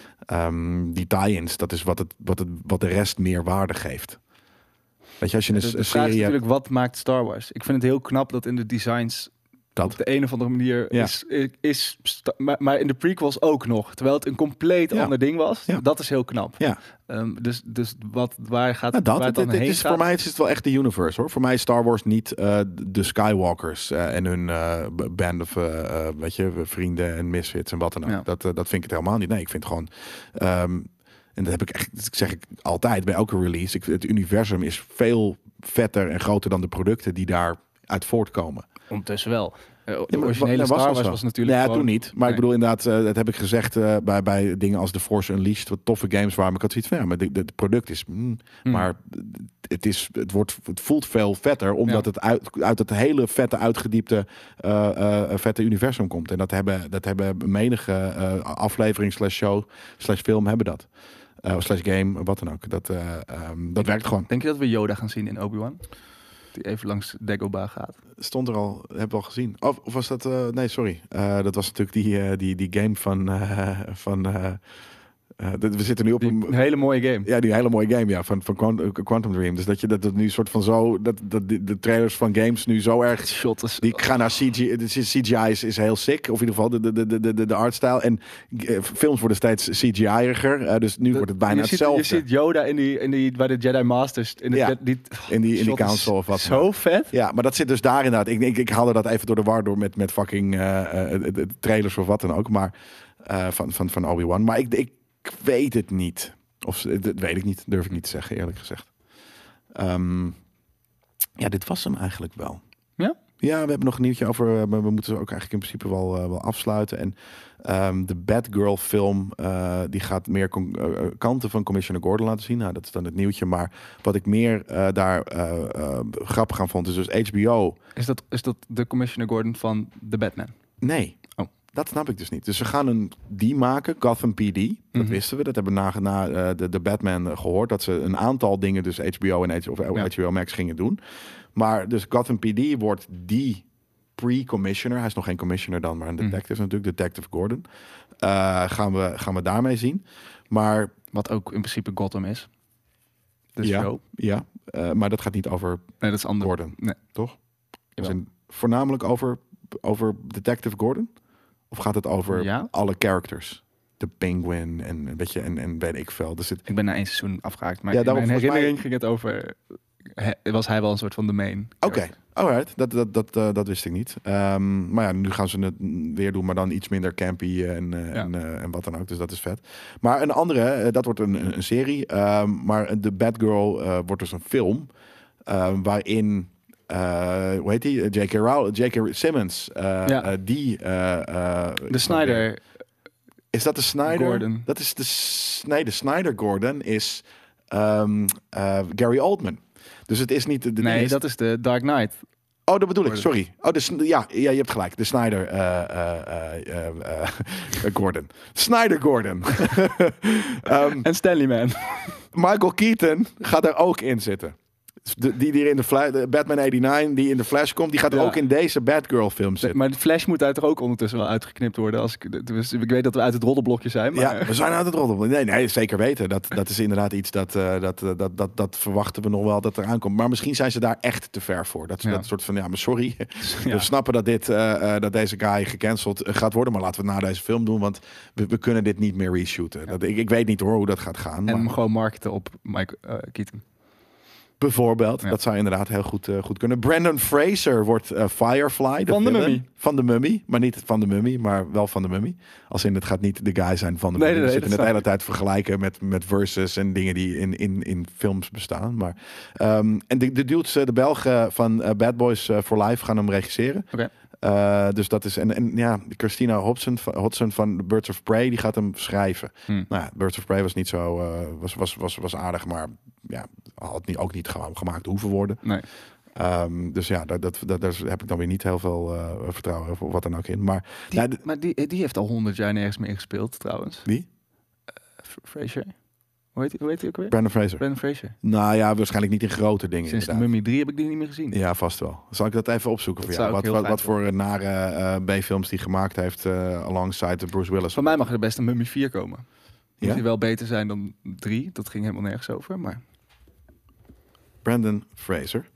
Um, die tie-ins, dat is wat, het, wat, het, wat de rest meer waarde geeft. Weet je, als je een, De, de een vraag is serie hebt, natuurlijk, wat maakt Star Wars? Ik vind het heel knap dat in de designs dat. op de een of andere manier Ja. is, is sta- maar, maar in de prequels ook nog. Terwijl het een compleet Ja. ander ding was. Ja. Dat is heel knap. Ja. Um, dus, dus wat, waar gaat Nou, dat, waar het het, dan het heen is, gaat? voor mij is het wel echt de universe hoor. Voor mij is Star Wars niet uh, de Skywalkers uh, en hun uh, band of uh, uh, weet je, vrienden en misfits en wat dan ook. Ja. Dat, uh, dat vind ik het helemaal niet. Nee, ik vind gewoon. Um, en dat heb ik echt, dat zeg ik altijd bij elke release. Ik, het universum is veel vetter en groter dan de producten die daar uit voortkomen. Ondertussen wel. Uh, de Ja, maar originele dat was Star al Wars zo. was natuurlijk Nee, gewoon... toen niet. Maar Nee. ik bedoel inderdaad, uh, dat heb ik gezegd uh, bij, bij dingen als The Force Unleashed, wat toffe games waren. Maar ik had zoiets van, ja, maar de- de- het product is, mm, Hmm. maar het is, het wordt, het voelt veel vetter, omdat Ja. het uit, uit het hele vette, uitgediepte, uh, uh, vette universum komt. En dat hebben, dat hebben menige uh, aflevering slash show slash film hebben dat. Uh, slash game, wat dan ook. Dat, uh, um, dat werkt gewoon. Denk je dat we Yoda gaan zien in Obi-Wan? Die even langs Dagobah gaat. Stond er al, heb je al gezien. Of, of was dat, uh, nee sorry. Uh, dat was natuurlijk die, uh, die, die game van, uh, van uh, uh, we zitten nu op Die, een... een hele mooie game. Ja, die hele mooie game, ja, van, van Quantum, Quantum Dream. Dus dat je dat het nu soort van zo, dat, dat de, de trailers van games nu zo erg, Shot is... die gaan naar C G I. De C G I is, is heel sick, of in ieder geval de, de, de, de, de, de artstyle. En uh, films worden steeds C G I-iger, uh, dus nu wordt het bijna je ziet, hetzelfde. Je ziet Yoda in die, in die, bij de Jedi Masters. In de, Ja. die, die, in die, in die shot is council of wat. dan Zo ook. vet. Ja, maar dat zit dus daar inderdaad. Ik, ik, ik haalde dat even door de war door met, met fucking uh, uh, de, de trailers of wat dan ook. Maar uh, van, van, van Obi-Wan. Maar ik, ik weet het niet. Of dat weet ik niet. Durf ik niet te zeggen, eerlijk gezegd. Um, ja, dit was hem eigenlijk wel. Ja? Ja, we hebben nog een nieuwtje over. Uh, maar we moeten ze ook eigenlijk in principe wel, uh, wel afsluiten. En um, de Batgirl film, uh, die gaat meer con- uh, kanten van Commissioner Gordon laten zien. Nou, dat is dan het nieuwtje. Maar wat ik meer uh, daar uh, uh, grappig aan vond, is dus H B O. Is dat, is dat de Commissioner Gordon van The Batman? Nee. Oh. Dat snap ik dus niet. Dus ze gaan een die maken, Gotham P D. Dat Mhm. wisten we. Dat hebben we na, na uh, de, de Batman uh, gehoord. Dat ze een aantal dingen dus H B O en H, of, Ja. H B O Max gingen doen. Maar dus Gotham P D wordt die pre-commissioner. Hij is nog geen commissioner dan, maar een detective Mhm. natuurlijk. Detective Gordon. Uh, gaan, we, gaan we daarmee zien. Maar Wat ook in principe Gotham is. De ja, show. ja uh, maar dat gaat niet over Nee, dat is anders. Gordon, Nee. toch? Als Jawel. in voornamelijk over, over Detective Gordon? Of gaat het over Ja. alle characters? De Penguin en weet je, en, en weet ik veel. Dus het, Ik ben na één seizoen afgehaakt. Maar Ja, in daarom mijn volgens mij- herinnering ging het over... he- was hij wel een soort van de main. Oké, alright. Dat, dat, dat, uh, dat wist ik niet. Um, maar ja, nu gaan ze het weer doen, maar dan iets minder campy en, uh, Ja. en, uh, en wat dan ook. Dus dat is vet. Maar een andere, uh, dat wordt een, een, een serie. Um, maar de Batgirl uh, wordt dus een film. Um, waarin, uh, hoe heet die? J K. Rowling, J K. Simmons. Uh, Ja. uh, die... Uh, uh, De Snyder. Is dat de Snyder? Gordon. Dat is de... S- Nee, de Snyder Gordon is um, uh, Gary Oldman. Dus het is niet de... de Nee, ding is- dat is de Dark Knight. Oh, dat bedoel ik, Gordon. sorry. Oh, de, Sn- ja, ja, je hebt gelijk. De Snyder uh, uh, uh, uh, uh, Gordon. Snyder Gordon. um, En Stanley Man. Michael Keaton gaat er ook in zitten. De, die die in de, Fla- de Batman negenennegentig, die in de Flash komt, die gaat Ja. ook in deze Batgirl film zitten. Maar de Flash moet uit er ook ondertussen wel uitgeknipt worden. Als ik, dus ik weet dat we uit het roddelblokje zijn. Maar Ja, we zijn uit het roddel. Nee, nee, zeker weten. Dat, dat is inderdaad iets dat, uh, dat, uh, dat, dat, dat verwachten we nog wel dat er aankomt. Maar misschien zijn ze daar echt te ver voor. Dat ze Ja. dat soort van, ja, maar sorry. Ja. We snappen dat, dit, uh, uh, dat deze guy gecanceld uh, gaat worden. Maar laten we het na deze film doen. Want we, we kunnen dit niet meer reshooten. Dat, ik, ik weet niet hoor hoe dat gaat gaan. en Maar hem gewoon marketen op Mike uh, Keaton. bijvoorbeeld, Ja. dat zou inderdaad heel goed, uh, goed kunnen. Brandon Fraser wordt uh, Firefly. Van de villain. Mummy. Van de Mummy. Maar niet van de Mummy, maar wel van de Mummy. Als in, het gaat niet de guy zijn van de Nee, Mummy. nee, We nee, zitten het dat de hele tijd vergelijken met, met verses en dingen die in, in, in films bestaan. Maar, um, en de, de dudes, uh, de Belgen van uh, Bad Boys uh, for Life gaan hem regisseren. Oké. Uh, dus dat is... En, en ja, Christina Hodson van, Hodson van The Birds of Prey, die gaat hem schrijven. Hmm. Nou ja, Birds of Prey was niet zo... Uh, was, was, was, was aardig, maar ja, had niet, ook niet gemaakt hoeven worden. Nee. Um, dus ja, dat, dat, dat, daar heb ik dan weer niet heel veel uh, vertrouwen of wat dan ook in. Maar die, ja, d- maar die, die heeft al honderd jaar nergens meer gespeeld, trouwens. Wie? F- Fraser. Hoe heet, hoe heet hij ook weer? Brandon Fraser. Brandon Fraser. Nou ja, waarschijnlijk niet in grote dingen. Sinds de inderdaad. Mummy drie heb ik die niet meer gezien. Ja, vast wel. Zal ik dat even opzoeken Dat voor jou? zou ik Wat, heel wat, wat fijn voor nare uh, B-films die gemaakt heeft uh, alongside Bruce Willis. Van mij mag er best een Mummy vier komen. Moet Ja? die wel beter zijn dan drie. Dat ging helemaal nergens over, maar... Brandon Fraser.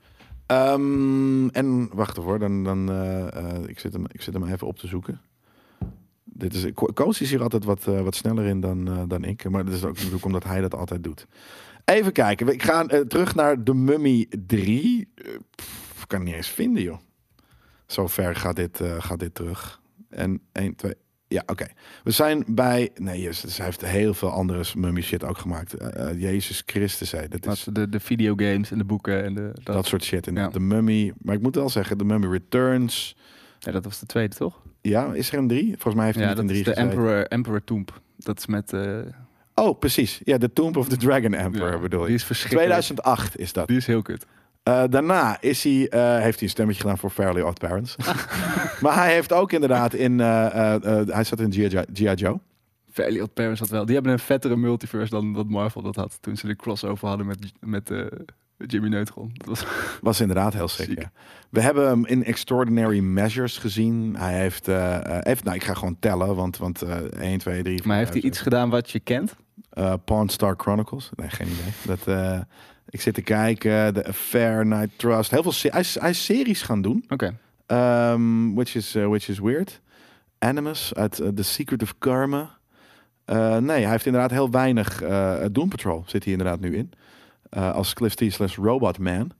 Um, en wacht ervoor, dan, dan uh, uh, ik, zit hem, ik zit hem even op te zoeken. Dit is, Koos is hier altijd wat, uh, wat sneller in dan, uh, dan ik. Maar dat is ook natuurlijk omdat hij dat altijd doet. Even kijken. Ik ga uh, terug naar The Mummy drie. Uh, pff, kan het niet eens vinden, joh. Zo ver gaat dit, uh, gaat dit terug. En één, twee... Ja, oké. Okay. We zijn bij... Nee, jezus, hij heeft heel veel andere mummy shit ook gemaakt. Uh, uh, Jezus Christus, hè. Dat is... De, de videogames en de boeken en de... Dat, dat soort shit. En ja. de Mummy... Maar ik moet wel zeggen, The Mummy Returns... Ja, dat was de tweede, toch? Ja, is er een drie? Volgens mij heeft hij ja, niet een dat drie is de Emperor, Emperor Tomb. Dat is met... Uh... Oh, precies. Ja, The Tomb of the Dragon Emperor ja, bedoel je. Die is verschrikkelijk. tweeduizend acht is dat. Die is heel kut. Uh, daarna is hij, uh, heeft hij een stemmetje gedaan voor Fairly Odd Parents. Maar hij heeft ook inderdaad in... Uh, uh, uh, hij zat in G I. Joe. Fairly Odd Parents had wel. Die hebben een vettere multiverse dan dat Marvel dat had. Toen ze de crossover hadden met, met uh, Jimmy Neutron. Dat was... was inderdaad heel sick, Ziek. ja. We hebben hem in Extraordinary Measures gezien. Hij heeft... Uh, uh, even, nou, ik ga gewoon tellen, want, want uh, één, twee, drie... Maar heeft hij iets gedaan wat je kent? Uh, Pawn Star Chronicles? Nee, geen idee. Dat... Uh, Ik zit te kijken, The Affair, Night Trust. Heel veel se- hij, is, hij is series gaan doen. Oké. Okay. Um, which, is, uh, which is weird. Animus uit uh, The Secret of Karma. Uh, nee, hij heeft inderdaad heel weinig... Uh, Doom Patrol zit hij inderdaad nu in. Uh, als Cliff T slash Robot Man.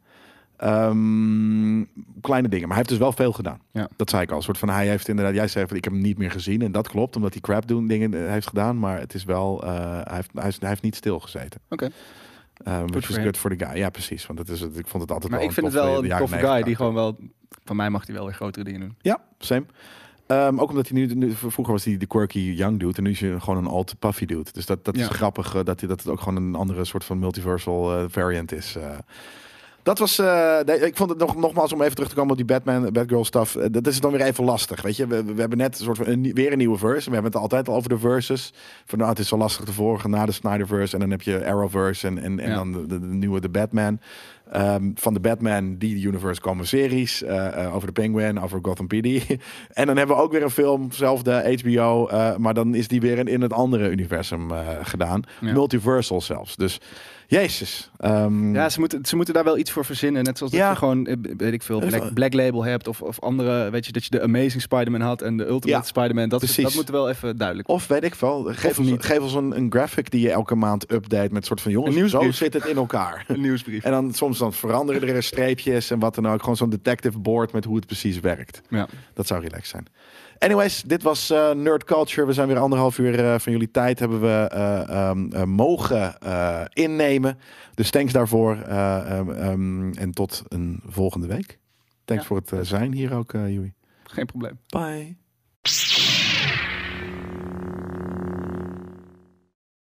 Um, kleine dingen, maar hij heeft dus wel veel gedaan. Ja. Dat zei ik al. Een soort van, hij heeft inderdaad... Jij zei van, ik heb hem niet meer gezien. En dat klopt, omdat hij crap doen dingen uh, heeft gedaan. Maar het is wel... Uh, hij, heeft, hij, is, hij heeft niet stilgezeten. Oké. Okay. Um, which is good for the guy. Ja, precies. Want het is, ik vond het altijd maar wel ik vind een het wel de een toffe guy negentig die gewoon wel... Van mij mag hij wel weer grotere dingen doen. Ja, same. Um, ook omdat hij nu, nu... Vroeger was hij de quirky young dude. En nu is hij gewoon een alt puffy dude. Dus dat, dat is ja. grappig uh, dat, hij, dat het ook gewoon een andere soort van multiversal uh, variant is. Uh, Dat was, uh, nee, ik vond het nog, nogmaals om even terug te komen op die Batman, Batgirl stuff. Uh, dat is dan weer even lastig, weet je. We, we hebben net een soort van een, weer een nieuwe verse. We hebben het altijd al over de verses. Van nou, het is zo lastig te volgen na de Snyderverse. En dan heb je Arrowverse en, en, en ja. dan de, de, de nieuwe de Batman. Um, van de Batman, die universe komen series. Uh, uh, over de Penguin, over Gotham P D. En dan hebben we ook weer een film, zelfde H B O. Uh, maar dan is die weer in, in het andere universum uh, gedaan. Ja. Multiversal zelfs. Dus... Jezus. Um... Ja, ze moeten, ze moeten daar wel iets voor verzinnen. Net zoals dat ja. je gewoon, weet ik veel, Black, Black Label hebt. Of, of andere, weet je, dat je de Amazing Spider-Man had en de Ultimate ja, Spider-Man. Dat, dat moet wel even duidelijk worden. Of weet ik wel, geef ons, geef ons een, een graphic die je elke maand update met soort van jongens, zo zit het in elkaar. Een nieuwsbrief. En dan soms dan veranderen er streepjes en wat dan ook. Gewoon zo'n detective board met hoe het precies werkt. Ja. Dat zou relaxed zijn. Anyways, dit was uh, Nerd Culture. We zijn weer anderhalf uur uh, van jullie tijd hebben we uh, um, uh, mogen uh, innemen. Dus thanks daarvoor. Uh, um, um, en tot een volgende week. Thanks ja. voor het uh, zijn hier ook, uh, Joey. Geen probleem. Bye.